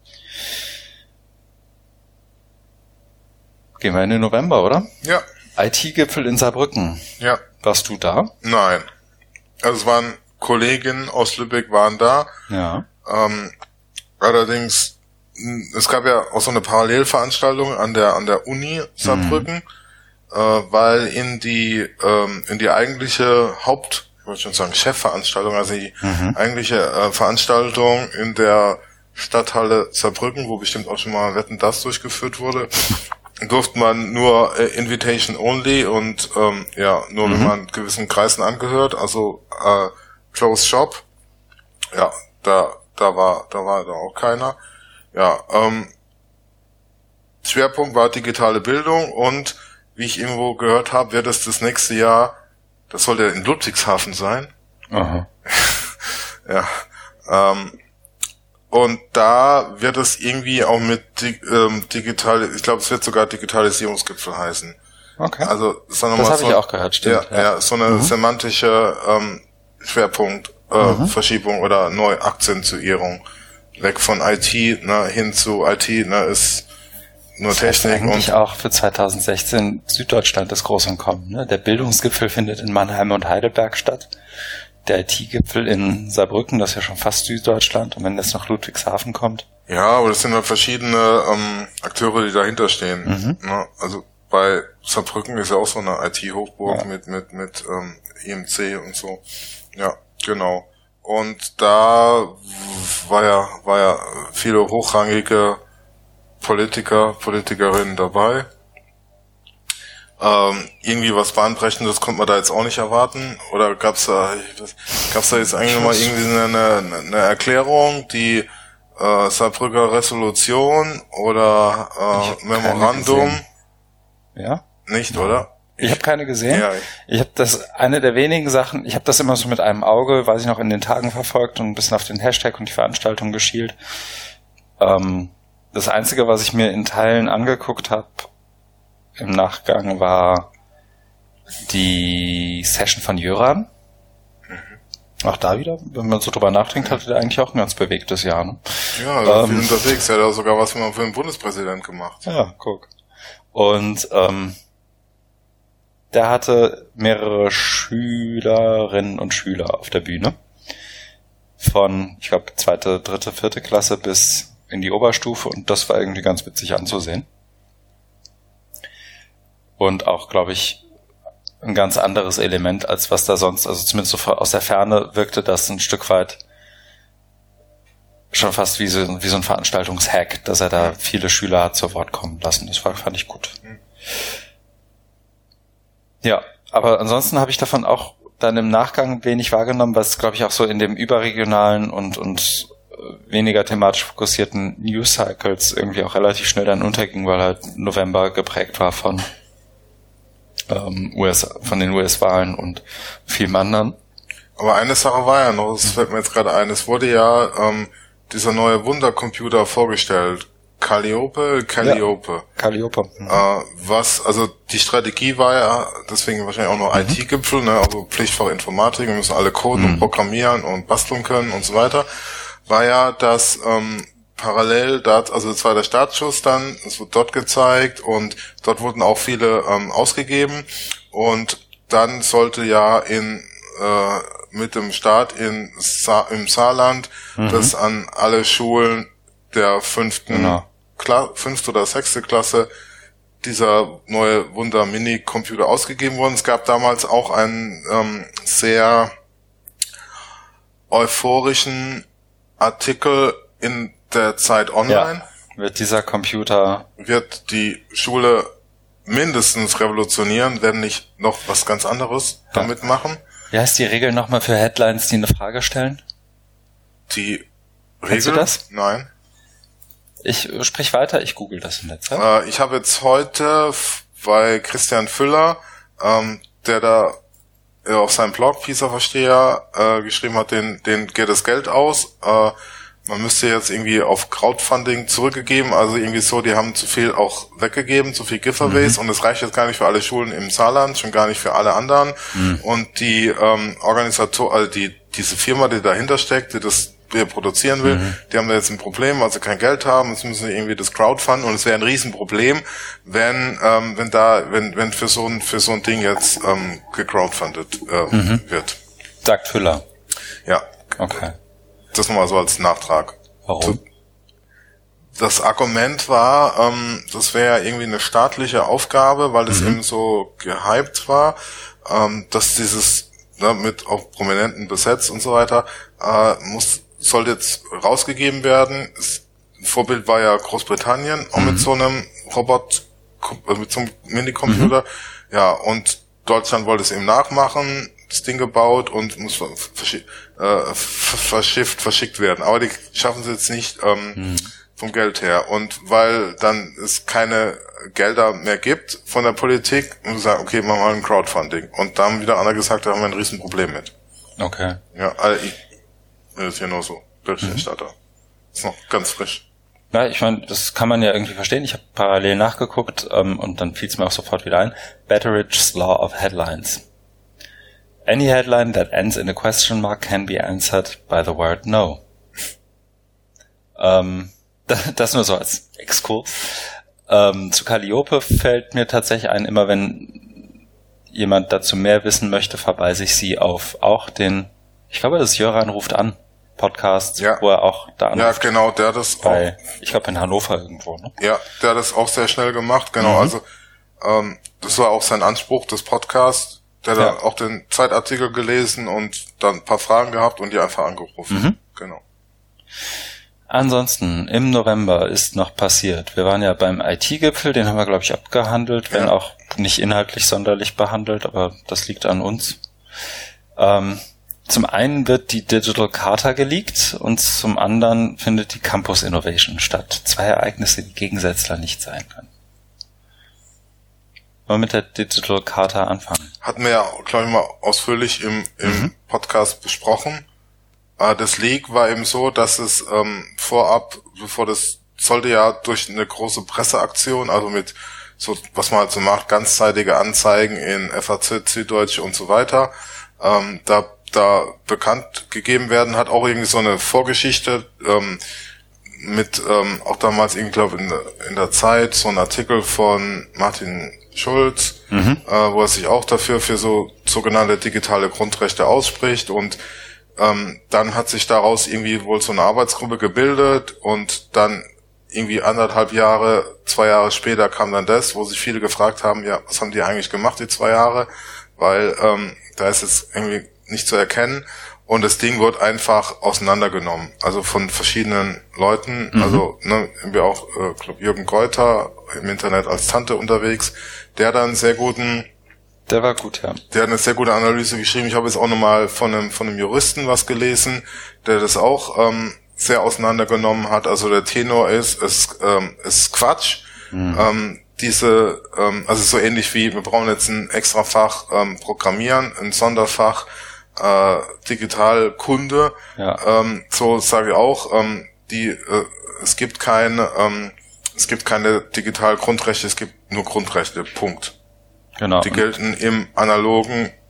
Gehen wir in den November, oder? Ja. I T-Gipfel in Saarbrücken. Ja. Warst du da? Nein. Also es waren Kolleginnen aus Lübeck waren da. Ja. Ähm, allerdings, es gab ja auch so eine Parallelveranstaltung an der an der Uni Saarbrücken, mhm. äh, weil in die ähm, in die eigentliche Haupt, ich wollte schon sagen Chefveranstaltung, also die mhm. eigentliche äh, Veranstaltung in der Stadthalle Saarbrücken, wo bestimmt auch schon mal Wetten, das durchgeführt wurde, durfte man nur äh, Invitation only und ähm, ja nur mhm. wenn man gewissen Kreisen angehört, also äh, Closed Shop. Ja, da da war da war da auch keiner. Ja, ähm, Schwerpunkt war digitale Bildung und wie ich irgendwo gehört habe, wird es das nächste Jahr, das soll ja in Ludwigshafen sein. Aha. Ja. Ähm, und da wird es irgendwie auch mit ähm, digital, ich glaube, es wird sogar Digitalisierungsgipfel heißen. Okay. Also so das habe ich auch gehört, stimmt. Ja, ja. ja so eine mhm. semantische ähm, Schwerpunkt äh, mhm. Verschiebung oder Neuakzentuierung. Weg von I T ne, hin zu I T ne, ist nur das heißt Technik. Eigentlich und auch für zweitausendsechzehn Süddeutschland ist groß im Kommen. Ne? Der Bildungsgipfel findet in Mannheim und Heidelberg statt. Der I T-Gipfel in Saarbrücken, das ist ja schon fast Süddeutschland. Und wenn jetzt noch Ludwigshafen kommt. Ja, aber das sind halt verschiedene ähm, Akteure, die dahinter stehen. Mhm. Ne? Also bei Saarbrücken ist ja auch so eine I T-Hochburg ja. mit mit mit ähm, I M C und so. Ja, genau. Und da war ja war ja viele hochrangige Politiker, Politikerinnen dabei. Ähm, irgendwie was Bahnbrechendes konnte man da jetzt auch nicht erwarten. Oder gab's da gab's da jetzt eigentlich mal irgendwie eine, eine, eine Erklärung, die äh, Saarbrücker Resolution oder äh, Memorandum? Ja? Nicht, oder? Ich, ich habe keine gesehen. Ja, ich ich habe das, eine der wenigen Sachen, ich habe das immer so mit einem Auge, weiß ich noch, in den Tagen verfolgt und ein bisschen auf den Hashtag und die Veranstaltung geschielt. Ähm, das Einzige, was ich mir in Teilen angeguckt habe im Nachgang, war die Session von Jöran. Mhm. Auch da wieder, wenn man so drüber nachdenkt, hatte der eigentlich auch ein ganz bewegtes Jahr. Ne? Ja, also ähm, viel unterwegs. Er hat auch sogar was für den Bundespräsident gemacht. Ja, guck. Und ähm, der hatte mehrere Schülerinnen und Schüler auf der Bühne. Von, ich glaube, zweite, dritte, vierte Klasse bis in die Oberstufe. Und das war irgendwie ganz witzig anzusehen. Und auch, glaube ich, ein ganz anderes Element, als was da sonst, also zumindest so aus der Ferne wirkte das ein Stück weit schon fast wie so, wie so ein Veranstaltungshack, dass er da viele Schüler hat zu Wort kommen lassen. Das war, fand ich gut. Ja, aber ansonsten habe ich davon auch dann im Nachgang wenig wahrgenommen, was, glaube ich, auch so in dem überregionalen und und weniger thematisch fokussierten News Cycles irgendwie auch relativ schnell dann unterging, weil halt November geprägt war von ähm, U S, von den U S-Wahlen und vielem anderen. Aber eine Sache war ja noch, das fällt mir jetzt gerade ein, es wurde ja ähm, dieser neue Wundercomputer vorgestellt. Calliope, Calliope. Ja, Calliope. Mhm. Äh, was, also die Strategie war ja, deswegen wahrscheinlich auch nur mhm. I T-Gipfel, ne, also Pflichtfach Informatik, wir müssen alle coden mhm. und programmieren und basteln können und so weiter, war ja, dass ähm, parallel, da, also das war der Startschuss dann, es wurde dort gezeigt und dort wurden auch viele ähm, ausgegeben und dann sollte ja in äh, mit dem Start in Sa- im Saarland mhm. das an alle Schulen der fünften genau. Kla- fünfte oder sechste Klasse dieser neue Wunder-Mini-Computer ausgegeben worden. Es gab damals auch einen ähm, sehr euphorischen Artikel in der Zeit Online. Ja. Wird dieser Computer... Wird die Schule mindestens revolutionieren, wenn nicht noch was ganz anderes ja. damit machen. Wie heißt die Regel nochmal für Headlines, die eine Frage stellen? Die Regel? Kennst du das? Nein. Ich sprich weiter, ich google das in der Zeit. Äh, ich habe jetzt heute f- bei Christian Füller, ähm, der da äh, auf seinem Blog Pisa-Versteher äh, geschrieben hat, den, den geht das Geld aus. Äh, man müsste jetzt irgendwie auf Crowdfunding zurückgegeben, also irgendwie so, die haben zu viel auch weggegeben, zu viel Giveaways mhm. und es reicht jetzt gar nicht für alle Schulen im Saarland, schon gar nicht für alle anderen. Mhm. Und die ähm, Organisator, also die diese Firma, die dahinter steckt, die das produzieren will, mhm. die haben da jetzt ein Problem, weil sie kein Geld haben, jetzt müssen sie irgendwie das Crowdfunden und es wäre ein Riesenproblem, wenn ähm, wenn da wenn wenn für so ein für so ein Ding jetzt ähm, gecrowdfundet äh, mhm. wird. Sagt Füller. Ja. Okay. Das nochmal so als Nachtrag. Warum? Das Argument war, ähm, das wäre ja irgendwie eine staatliche Aufgabe, weil es mhm. eben so gehypt war, ähm, dass dieses ne, mit auch Prominenten besetzt und so weiter äh, muss soll jetzt rausgegeben werden. Das Vorbild war ja Großbritannien, auch mhm. mit so einem Robot, mit so einem Minicomputer. Mhm. Ja, und Deutschland wollte es eben nachmachen, das Ding gebaut und muss verschi- äh, verschifft, verschickt werden. Aber die schaffen es jetzt nicht ähm, mhm. vom Geld her. Und weil dann es keine Gelder mehr gibt von der Politik, muss man sagen, okay, machen wir mal ein Crowdfunding. Und da haben wieder andere gesagt, da haben wir ein Riesenproblem mit. Okay. Ja, also ich das ist ja nur so Berichterstatter. Mhm. Ist noch ganz frisch. Ja, ich meine, das kann man ja irgendwie verstehen. Ich habe parallel nachgeguckt ähm, und dann fiel es mir auch sofort wieder ein. Betteridge's Law of Headlines. Any headline that ends in a question mark can be answered by the word no. ähm, das nur so als Exkurs. Ähm, zu Calliope fällt mir tatsächlich ein, immer wenn jemand dazu mehr wissen möchte, verweise ich sie auf auch den, ich glaube, das ist Jöran ruft an. Podcast, ja. wo er auch da anruft. Ja, genau, der hat das bei, auch. Ich glaube in Hannover irgendwo, ne? Ja, der hat das auch sehr schnell gemacht, genau. Mhm. Also ähm, das war auch sein Anspruch des Podcasts. Der ja. hat auch den Zeitartikel gelesen und dann ein paar Fragen gehabt und die einfach angerufen. Mhm. Genau. Ansonsten, im November ist noch passiert. Wir waren ja beim I T-Gipfel, den haben wir, glaube ich, abgehandelt, wenn ja. auch nicht inhaltlich sonderlich behandelt, aber das liegt an uns. Ähm, Zum einen wird die Digital Charta geleakt und zum anderen findet die Campus Innovation statt. Zwei Ereignisse, die Gegensätzler nicht sein können. Wollen wir mit der Digital Charta anfangen? Hatten wir ja, glaube ich, mal ausführlich im, im mhm. Podcast besprochen. Das Leak war eben so, dass es ähm, vorab, bevor das sollte ja durch eine große Presseaktion, also mit so, was man halt so macht, ganzzeitige Anzeigen in F A Z, Süddeutsche und so weiter, ähm, da da bekannt gegeben werden, hat auch irgendwie so eine Vorgeschichte ähm, mit ähm, auch damals irgendwie, glaube in, in der Zeit so ein Artikel von Martin Schulz, mhm. äh, wo er sich auch dafür für so sogenannte digitale Grundrechte ausspricht und ähm, dann hat sich daraus irgendwie wohl so eine Arbeitsgruppe gebildet und dann irgendwie anderthalb Jahre, zwei Jahre später kam dann das, wo sich viele gefragt haben, ja, was haben die eigentlich gemacht, die zwei Jahre, weil ähm, da ist jetzt irgendwie nicht zu erkennen und das Ding wird einfach auseinandergenommen, also von verschiedenen Leuten, mhm. also ne, wir auch, äh, glaub Jürgen Geuter im Internet als Tante unterwegs, der dann sehr guten, der war gut, ja, der hat eine sehr gute Analyse geschrieben. Ich habe jetzt auch nochmal von einem von einem Juristen was gelesen, der das auch ähm, sehr auseinandergenommen hat. Also der Tenor ist, es ähm, ist Quatsch. Mhm. Ähm, diese, ähm, also so ähnlich wie wir brauchen jetzt ein Extrafach ähm, Programmieren, ein Sonderfach äh, Digitalkunde, ja. ähm, so sage ich auch, ähm, die äh, es gibt keine ähm, es gibt keine Digitalgrundrechte, es gibt nur Grundrechte, Punkt. Genau. Die gelten im analogen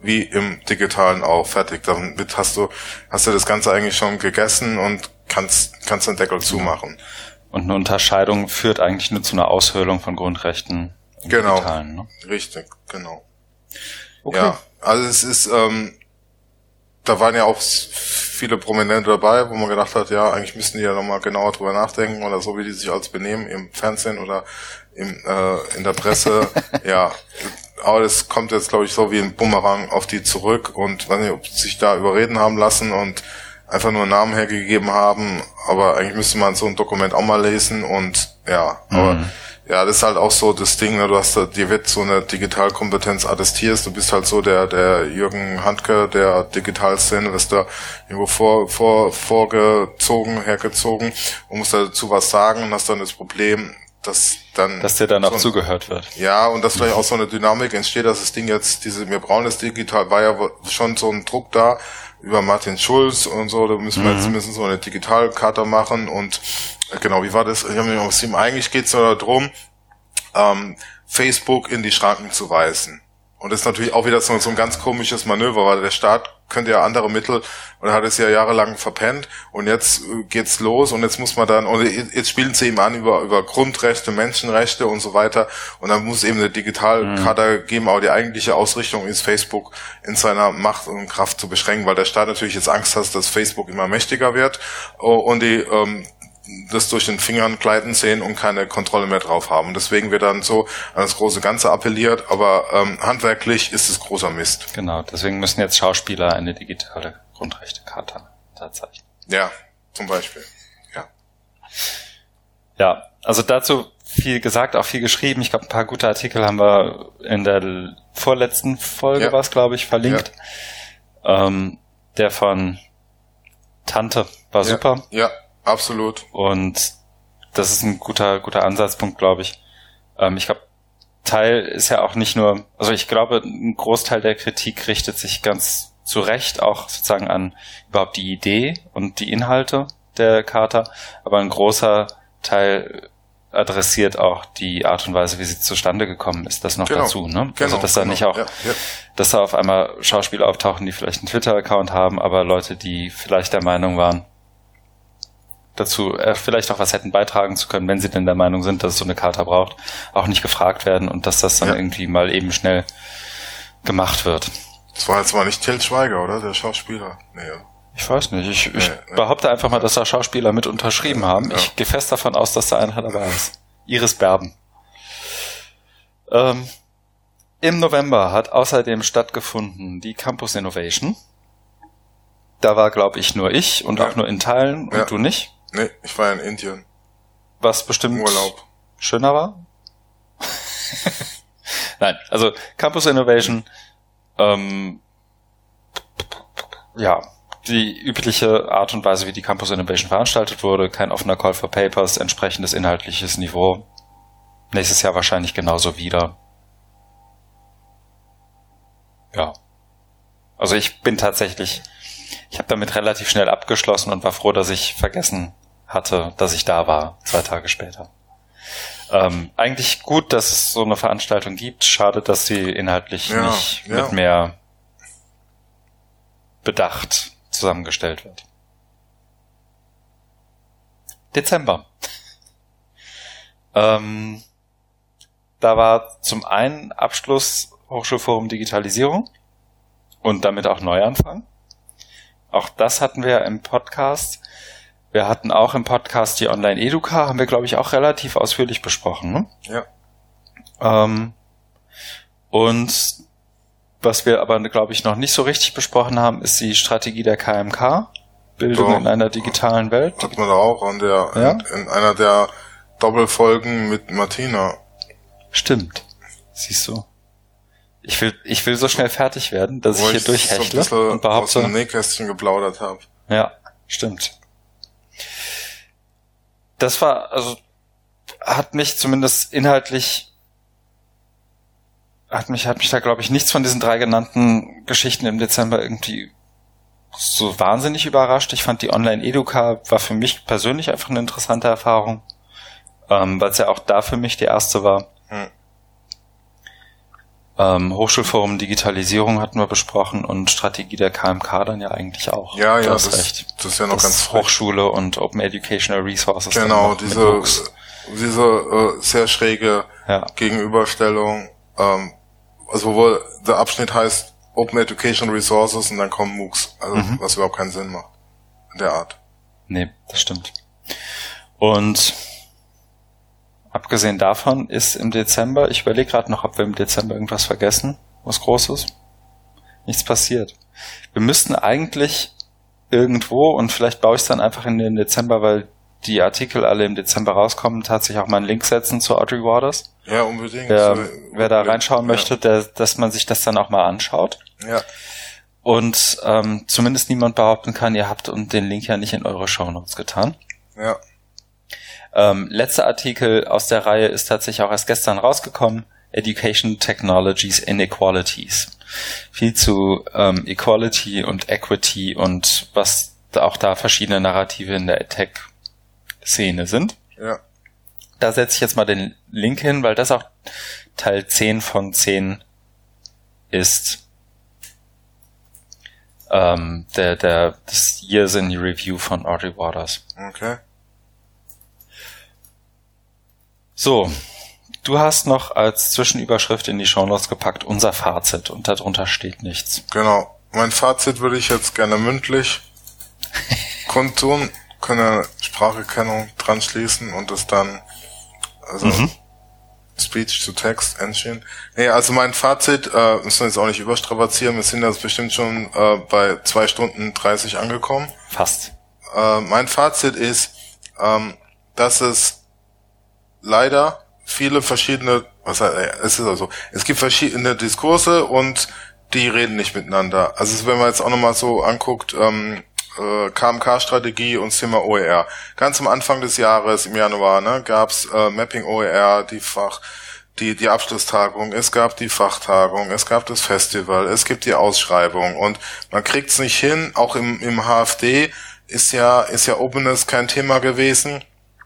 wie im Digitalen auch fertig. Damit hast du, hast du das Ganze eigentlich schon gegessen und kannst, kannst den Deckel zumachen. Und eine Unterscheidung führt eigentlich nur zu einer Aushöhlung von Grundrechten im genau. Digitalen. Ne? Richtig, genau. Okay. Ja, also es ist, ähm, da waren ja auch viele Prominente dabei, wo man gedacht hat, ja, eigentlich müssten die ja nochmal genauer drüber nachdenken oder so, wie die sich als benehmen im Fernsehen oder im, äh, in der Presse. Ja, aber das kommt jetzt, glaube ich, so wie ein Bumerang auf die zurück und weiß nicht, ob sie sich da überreden haben lassen und einfach nur einen Namen hergegeben haben, aber eigentlich müsste man so ein Dokument auch mal lesen und ja, mhm. aber ja, das ist halt auch so das Ding, ne, du hast da, dir wird so eine Digitalkompetenz attestierst, du bist halt so der der Jürgen Handke der Digitalszene, wirst da irgendwo vor, vor, vorgezogen, hergezogen und musst dazu was sagen und hast dann das Problem, dass dann... Dass dir dann so auch ein, zugehört wird. Ja, und dass vielleicht auch so eine Dynamik entsteht, dass das Ding jetzt, diese, wir brauchen das digital, war ja schon so ein Druck da, über Martin Schulz und so, da müssen wir mhm. jetzt müssen so eine Digitalkarte machen und genau, wie war das? Ich habe mir gesagt, eigentlich geht es ja darum, ähm, Facebook in die Schranken zu weisen. Und das ist natürlich auch wieder so, so ein ganz komisches Manöver, weil der Staat könnte ja andere Mittel und hat es ja jahrelang verpennt und jetzt geht's los und jetzt muss man dann, und jetzt spielen sie eben an über über Grundrechte, Menschenrechte und so weiter und dann muss eben eine Digitalkarte mhm. geben, aber die eigentliche Ausrichtung ist, Facebook in seiner Macht und Kraft zu beschränken, weil der Staat natürlich jetzt Angst hat, dass Facebook immer mächtiger wird und die ähm, das durch den Fingern gleiten sehen und keine Kontrolle mehr drauf haben. Und deswegen wird dann so an das große Ganze appelliert, aber ähm, handwerklich ist es großer Mist. Genau, deswegen müssen jetzt Schauspieler eine digitale Grundrechtecharta unterzeichnen. Ja, zum Beispiel. Ja. Ja, also dazu viel gesagt, auch viel geschrieben. Ich glaube, ein paar gute Artikel haben wir in der vorletzten Folge, ja. war es, glaube ich, verlinkt. Ja. Ähm, der von Tante war ja. super. Ja. Absolut. Und das ist ein guter guter Ansatzpunkt, glaube ich. Ähm, ich glaube, Teil ist ja auch nicht nur, also ich glaube, ein Großteil der Kritik richtet sich ganz zu Recht auch sozusagen an überhaupt die Idee und die Inhalte der Charta, aber ein großer Teil adressiert auch die Art und Weise, wie sie zustande gekommen ist, das noch genau. dazu, ne? Genau, also dass da genau. nicht auch, ja, ja. dass da auf einmal Schauspieler auftauchen, die vielleicht einen Twitter-Account haben, aber Leute, die vielleicht der Meinung waren, dazu äh, vielleicht auch was hätten beitragen zu können, wenn sie denn der Meinung sind, dass es so eine Charta braucht, auch nicht gefragt werden und dass das dann ja. irgendwie mal eben schnell gemacht wird. Das war jetzt mal nicht Til Schweiger, oder? Der Schauspieler? Nee. Ich weiß nicht. Ich, ich nee, nee. behaupte einfach mal, dass da Schauspieler mit unterschrieben haben. Ja. Ich gehe fest davon aus, dass da einer dabei ist. Iris Berben. Ähm, Im November hat außerdem stattgefunden die Campus Innovation. Da war, glaube ich, nur ich und ja. auch nur in Teilen und ja. du nicht. Nee, ich war in Indien. Was bestimmt Urlaub. schöner war? Nein, also Campus Innovation, ähm, ja, die übliche Art und Weise, wie die Campus Innovation veranstaltet wurde, kein offener Call for Papers, entsprechendes inhaltliches Niveau. Nächstes Jahr wahrscheinlich genauso wieder. Ja. Also ich bin tatsächlich, ich habe damit relativ schnell abgeschlossen und war froh, dass ich vergessen hatte, dass ich da war, zwei Tage später. Ähm, eigentlich gut, dass es so eine Veranstaltung gibt. Schade, dass sie inhaltlich ja, nicht ja. mit mehr Bedacht zusammengestellt wird. Dezember. ähm, da war zum einen Abschluss Hochschulforum Digitalisierung und damit auch Neuanfang. Auch das hatten wir im Podcast. Wir hatten auch im Podcast die Online-Educa, haben wir, glaube ich, auch relativ ausführlich besprochen. Ne? Ja. Ähm, und was wir aber, glaube ich, noch nicht so richtig besprochen haben, ist die Strategie der K M K, Bildung Doch. in einer digitalen Welt. Hat man da auch an der, ja? in, in einer der Doppelfolgen mit Martina. Stimmt. Siehst du. Ich will, ich will so schnell fertig werden, dass Wo ich hier durchhechle so und behaupte, aus dem Nähkästchen geplaudert habe. Ja, stimmt. Das war, also, hat mich zumindest inhaltlich, hat mich, hat mich da, glaube ich, nichts von diesen drei genannten Geschichten im Dezember irgendwie so wahnsinnig überrascht. Ich fand die Online-Educa war für mich persönlich einfach eine interessante Erfahrung, ähm, weil es ja auch da für mich die erste war. Hm. Ähm, Hochschulforum Digitalisierung hatten wir besprochen und Strategie der K M K dann ja eigentlich auch. Ja, ja, das, recht. das ist ja noch das ganz frisch. Hochschule und Open Educational Resources. Genau, diese, diese äh, sehr schräge ja. Gegenüberstellung. Ähm, also wo der Abschnitt heißt Open Educational Resources und dann kommen MOOCs, also mhm. was überhaupt keinen Sinn macht in der Art. Nee, das stimmt. Und abgesehen davon ist im Dezember, ich überlege gerade noch, ob wir im Dezember irgendwas vergessen, was Großes. Nichts passiert. Wir müssten eigentlich irgendwo, und vielleicht baue ich es dann einfach in den Dezember, weil die Artikel alle im Dezember rauskommen, tatsächlich auch mal einen Link setzen zu Audrey Waters. Ja, unbedingt. Wer, so, wer da reinschauen ja. möchte, der, dass man sich das dann auch mal anschaut. Ja. Und ähm, zumindest niemand behaupten kann, ihr habt den Link ja nicht in eure Shownotes getan. Ja. Ähm, letzter Artikel aus der Reihe ist tatsächlich auch erst gestern rausgekommen. Education Technologies Inequalities. Viel zu ähm, Equality und Equity und was da auch da verschiedene Narrative in der EdTech-Szene sind. Ja. Da setze ich jetzt mal den Link hin, weil das auch Teil zehn von zehn ist. Ähm, der, der, das Years in Review von Audrey Waters. Okay. So, du hast noch als Zwischenüberschrift in die Shownotes gepackt, unser Fazit, und darunter steht nichts. Genau. Mein Fazit würde ich jetzt gerne mündlich kundtun, können eine Spracherkennung dran schließen und das dann, also mhm. Speech to Text Engine. Nee, also mein Fazit, äh, müssen wir jetzt auch nicht überstrapazieren, wir sind jetzt bestimmt schon äh, bei zwei Stunden dreißig angekommen. Fast. Äh, mein Fazit ist, ähm, dass es leider viele verschiedene, was es ist also, es gibt verschiedene Diskurse und die reden nicht miteinander. Also wenn man jetzt auch nochmal so anguckt, ähm, äh, K M K-Strategie und das Thema O E R. Ganz am Anfang des Jahres, im Januar, ne, gab's äh, Mapping O E R, die Fach, die die Abschlusstagung, es gab die Fachtagung, es gab das Festival, es gibt die Ausschreibung und man kriegt's nicht hin. Auch im im H F D ist ja ist ja Openness kein Thema gewesen.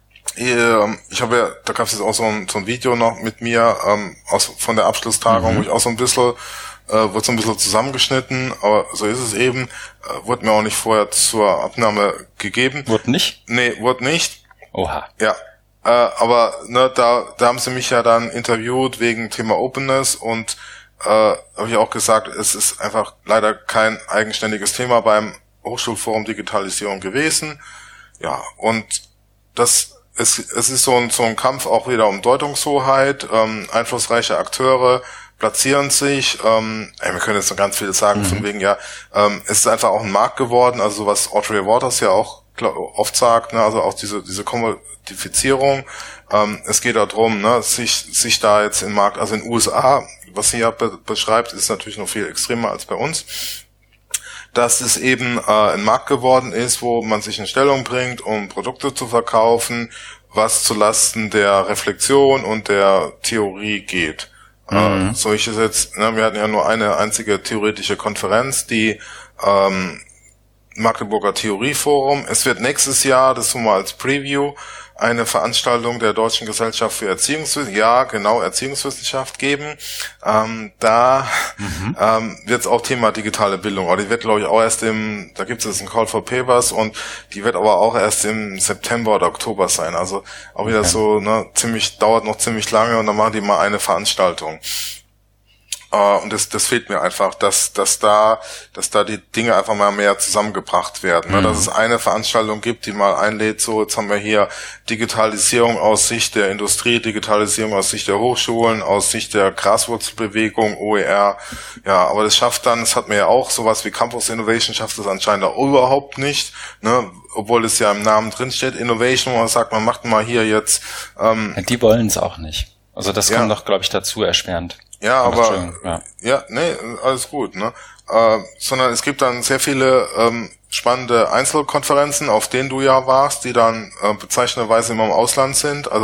Ich habe ja, da gab es jetzt auch so ein, so ein Video noch mit mir ähm, aus von der Abschlusstagung, mhm. wo ich auch so ein bisschen, äh, wurde so ein bisschen zusammengeschnitten, aber so ist es eben, äh, wurde mir auch nicht vorher zur Abnahme gegeben. Wurde nicht? Nee, wurde nicht. Oha. Ja, äh, aber ne, da, da haben sie mich ja dann interviewt wegen Thema Openness und äh, habe ich auch gesagt, es ist einfach leider kein eigenständiges Thema beim Hochschulforum Digitalisierung gewesen. Ja, und das Es, es ist so ein, so ein Kampf auch wieder um Deutungshoheit. Ähm, einflussreiche Akteure platzieren sich. Ähm, ey, wir können jetzt noch ganz viel sagen, mhm. von wegen, ja, ähm, es ist einfach auch ein Markt geworden. Also was Audrey Waters ja auch glaub, oft sagt, ne, also auch diese diese Kommodifizierung. Ähm, es geht darum, ne, sich sich da jetzt im Markt, also in den U S A, was sie ja be- beschreibt, ist natürlich noch viel extremer als bei uns. Dass es eben äh, ein Markt geworden ist, wo man sich in Stellung bringt, um Produkte zu verkaufen, was zulasten der Reflexion und der Theorie geht. Mhm. Äh, so ich es jetzt, ne, wir hatten ja nur eine einzige theoretische Konferenz, die ähm, Magdeburger Theorieforum. Es wird nächstes Jahr, das so mal als Preview, eine Veranstaltung der Deutschen Gesellschaft für Erziehungswissenschaft, ja genau, Erziehungswissenschaft geben. Ähm, da mhm. ähm, wird es auch Thema digitale Bildung. Aber die wird, glaube ich, auch erst im, da gibt es jetzt einen Call for Papers und die wird aber auch erst im September oder Oktober sein. Also auch wieder okay. so, ne, ziemlich, dauert noch ziemlich lange und dann machen die mal eine Veranstaltung. Uh, und das, das fehlt mir einfach, dass, dass da, dass da die Dinge einfach mal mehr zusammengebracht werden, ne? Mhm. Dass es eine Veranstaltung gibt, die mal einlädt, so, jetzt haben wir hier Digitalisierung aus Sicht der Industrie, Digitalisierung aus Sicht der Hochschulen, aus Sicht der Graswurzelbewegung, O E R, ja, aber das schafft dann, das hat man ja auch, sowas wie Campus Innovation schafft das anscheinend auch überhaupt nicht, ne? Obwohl es ja im Namen drinsteht, Innovation, wo man sagt, man macht mal hier jetzt, ähm, die wollen es auch nicht. Also das ja. kommt doch, glaube ich, dazu erschwerend. Ja, aber, ja. ja, nee, alles gut, ne, äh, sondern es gibt dann sehr viele ähm, spannende Einzelkonferenzen, auf denen du ja warst, die dann äh, bezeichnenderweise immer im Ausland sind, also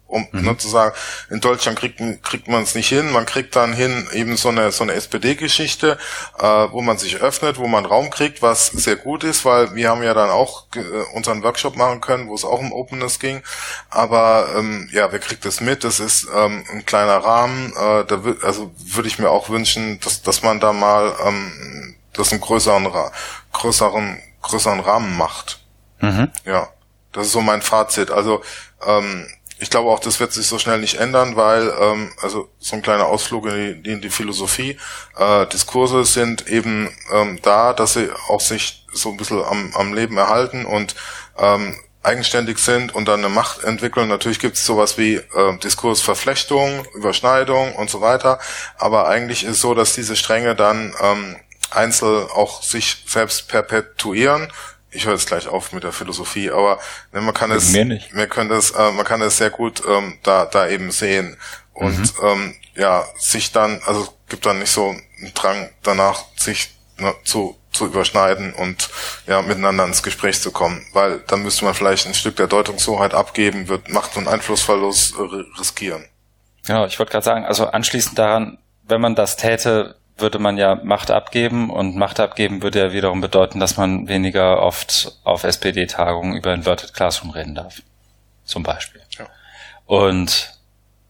Um mhm. ne, zu sagen, in Deutschland kriegt, kriegt man es nicht hin, man kriegt dann hin eben so eine so eine S P D-Geschichte, äh, wo man sich öffnet, wo man Raum kriegt, was sehr gut ist, weil wir haben ja dann auch äh, unseren Workshop machen können, wo es auch um Openness ging, aber ähm, ja, wer kriegt das mit? Das ist ähm, ein kleiner Rahmen, äh, da w- also würde ich mir auch wünschen, dass dass man da mal ähm, das einen größeren Ra- größeren größeren Rahmen macht. Mhm. Ja, das ist so mein Fazit. Also ähm, ich glaube auch, das wird sich so schnell nicht ändern, weil ähm, also so ein kleiner Ausflug in die, in die Philosophie. Äh, Diskurse sind eben ähm, da, dass sie auch sich so ein bisschen am, am Leben erhalten und ähm, eigenständig sind und dann eine Macht entwickeln. Natürlich gibt es sowas wie äh, Diskursverflechtung, Überschneidung und so weiter. Aber eigentlich ist es so, dass diese Stränge dann ähm, einzeln auch sich selbst perpetuieren. Ich höre jetzt gleich auf mit der Philosophie, aber ne, man kann es, mir nicht. wir können das, äh, man kann es sehr gut ähm, da da eben sehen und Mhm. ähm, ja sich dann, also es gibt dann nicht so einen Drang danach, sich ne, zu zu überschneiden und ja miteinander ins Gespräch zu kommen, weil dann müsste man vielleicht ein Stück der Deutungshoheit abgeben, wird Macht- und Einflussverlust äh, riskieren. Genau, ich wollte gerade sagen, also anschließend daran, wenn man das täte, würde man ja Macht abgeben und Macht abgeben würde ja wiederum bedeuten, dass man weniger oft auf S P D-Tagungen über Inverted Classroom reden darf. Zum Beispiel. Ja. Und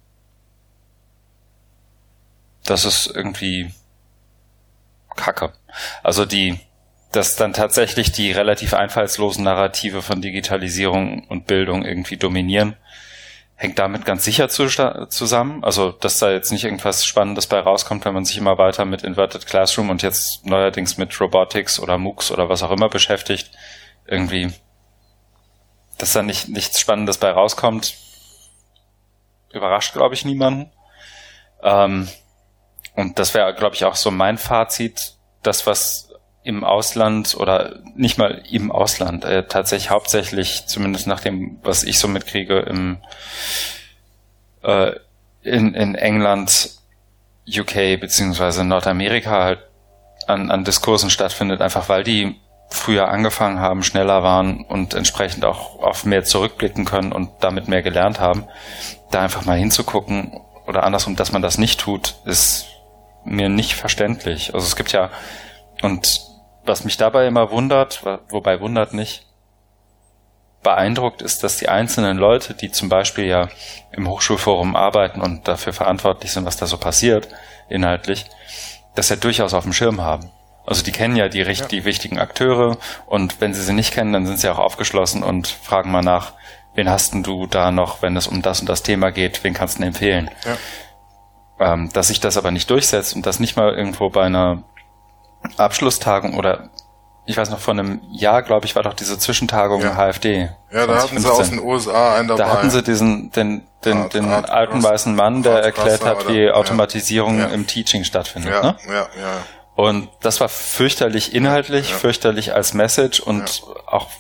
das ist irgendwie Kacke. Also die, dass dann tatsächlich die relativ einfallslosen Narrative von Digitalisierung und Bildung irgendwie dominieren, hängt damit ganz sicher zu, zusammen. Also, dass da jetzt nicht irgendwas Spannendes bei rauskommt, wenn man sich immer weiter mit Inverted Classroom und jetzt neuerdings mit Robotics oder MOOCs oder was auch immer beschäftigt. Irgendwie, dass da nicht nichts Spannendes bei rauskommt, überrascht, glaube ich, niemanden. Ähm, und das wäre, glaube ich, auch so mein Fazit, das, was im Ausland oder nicht mal im Ausland, äh, tatsächlich hauptsächlich, zumindest nach dem, was ich so mitkriege, im äh, in, in England, U K beziehungsweise Nordamerika halt an, an Diskursen stattfindet, einfach weil die früher angefangen haben, schneller waren und entsprechend auch auf mehr zurückblicken können und damit mehr gelernt haben, da einfach mal hinzugucken oder andersrum, dass man das nicht tut, ist mir nicht verständlich. Also es gibt ja, und was mich dabei immer wundert, wobei wundert nicht, beeindruckt ist, dass die einzelnen Leute, die zum Beispiel ja im Hochschulforum arbeiten und dafür verantwortlich sind, was da so passiert, inhaltlich, das ja durchaus auf dem Schirm haben. Also die kennen ja die, ja. die wichtigen Akteure und wenn sie sie nicht kennen, dann sind sie auch aufgeschlossen und fragen mal nach, wen hast denn du da noch, wenn es um das und das Thema geht, wen kannst du denn empfehlen? Ja. Ähm, dass sich das aber nicht durchsetzt und das nicht mal irgendwo bei einer Abschlusstagung oder ich weiß noch, vor einem Jahr, glaube ich, war doch diese Zwischentagung ja. im H F D. Ja, da hatten sie aus den U S A einen dabei. Da hatten sie diesen, den, den, Art, den Art, alten Art, weißen Mann, der Art, erklärt hat, oder, wie Automatisierung ja. im Teaching stattfindet. Ja, ne? ja, ja. Und das war fürchterlich inhaltlich, ja. fürchterlich als Message und ja. auch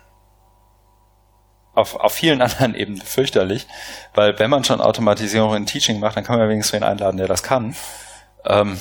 auf, auf vielen anderen Ebenen fürchterlich, weil wenn man schon Automatisierung in Teaching macht, dann kann man ja wenigstens wen einladen, der das kann. Ähm,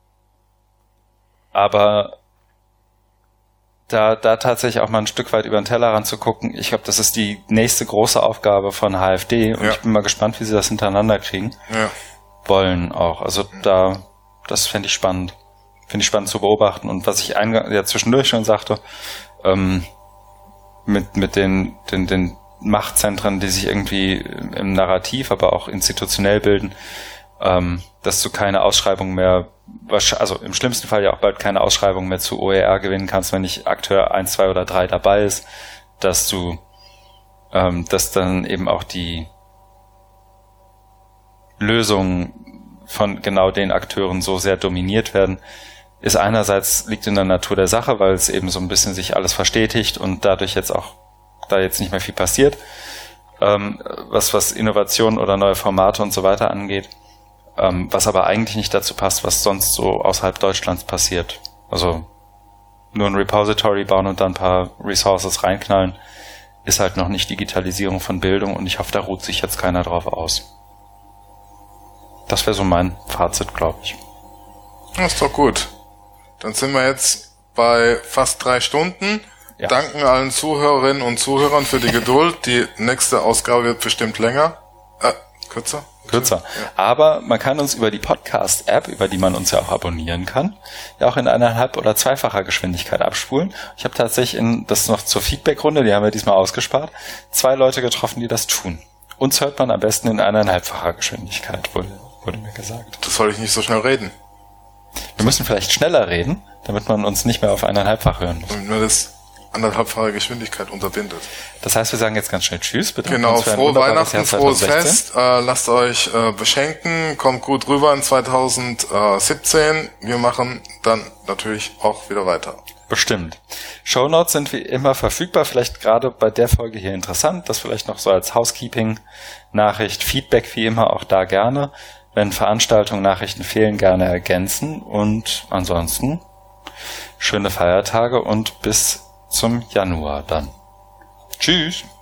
aber da, da tatsächlich auch mal ein Stück weit über den Tellerrand zu gucken, ich glaube, das ist die nächste große Aufgabe von H F D und ja. ich bin mal gespannt, wie sie das hintereinander kriegen ja. wollen auch. Also da, das fände ich spannend. Finde ich spannend zu beobachten. Und was ich eingang, ja, zwischendurch schon sagte, ähm, mit, mit den, den, den Machtzentren, die sich irgendwie im Narrativ, aber auch institutionell bilden, ähm, dass du keine Ausschreibung mehr, also im schlimmsten Fall ja auch bald keine Ausschreibung mehr zu O E R gewinnen kannst, wenn nicht Akteur eins, zwei oder drei dabei ist, dass du, ähm, dass dann eben auch die Lösungen von genau den Akteuren so sehr dominiert werden, ist einerseits, liegt in der Natur der Sache, weil es eben so ein bisschen sich alles verstetigt und dadurch jetzt auch da jetzt nicht mehr viel passiert, ähm, was, was Innovation oder neue Formate und so weiter angeht. Ähm, was aber eigentlich nicht dazu passt, was sonst so außerhalb Deutschlands passiert. Also nur ein Repository bauen und dann ein paar Resources reinknallen, ist halt noch nicht Digitalisierung von Bildung und ich hoffe, da ruht sich jetzt keiner drauf aus. Das wäre so mein Fazit, glaube ich. Das ist doch gut. Dann sind wir jetzt bei fast drei Stunden. Ja. Danken allen Zuhörerinnen und Zuhörern für die Geduld. Die nächste Ausgabe wird bestimmt länger. Äh, Kürzer? Kürzer. Ja. Aber man kann uns über die Podcast-App, über die man uns ja auch abonnieren kann, ja auch in eineinhalb- oder zweifacher Geschwindigkeit abspulen. Ich habe tatsächlich, in, das noch zur Feedback-Runde, die haben wir diesmal ausgespart, zwei Leute getroffen, die das tun. Uns hört man am besten in eineinhalbfacher Geschwindigkeit, wurde, wurde mir gesagt. Das soll ich nicht so schnell reden. Wir müssen vielleicht schneller reden, damit man uns nicht mehr auf eineinhalbfach hören muss. Damit man das anderthalbfache Geschwindigkeit unterbindet. Das heißt, wir sagen jetzt ganz schnell Tschüss. Bitte. Genau, frohe Weihnachten, frohes Fest. Äh, lasst euch äh, beschenken. Kommt gut rüber in zwanzig siebzehn. Wir machen dann natürlich auch wieder weiter. Bestimmt. Shownotes sind wie immer verfügbar. Vielleicht gerade bei der Folge hier interessant. Das vielleicht noch so als Housekeeping-Nachricht. Feedback wie immer auch da gerne. Wenn Veranstaltungen, Nachrichten fehlen, gerne ergänzen. Und ansonsten schöne Feiertage und bis zum Januar dann. Tschüss.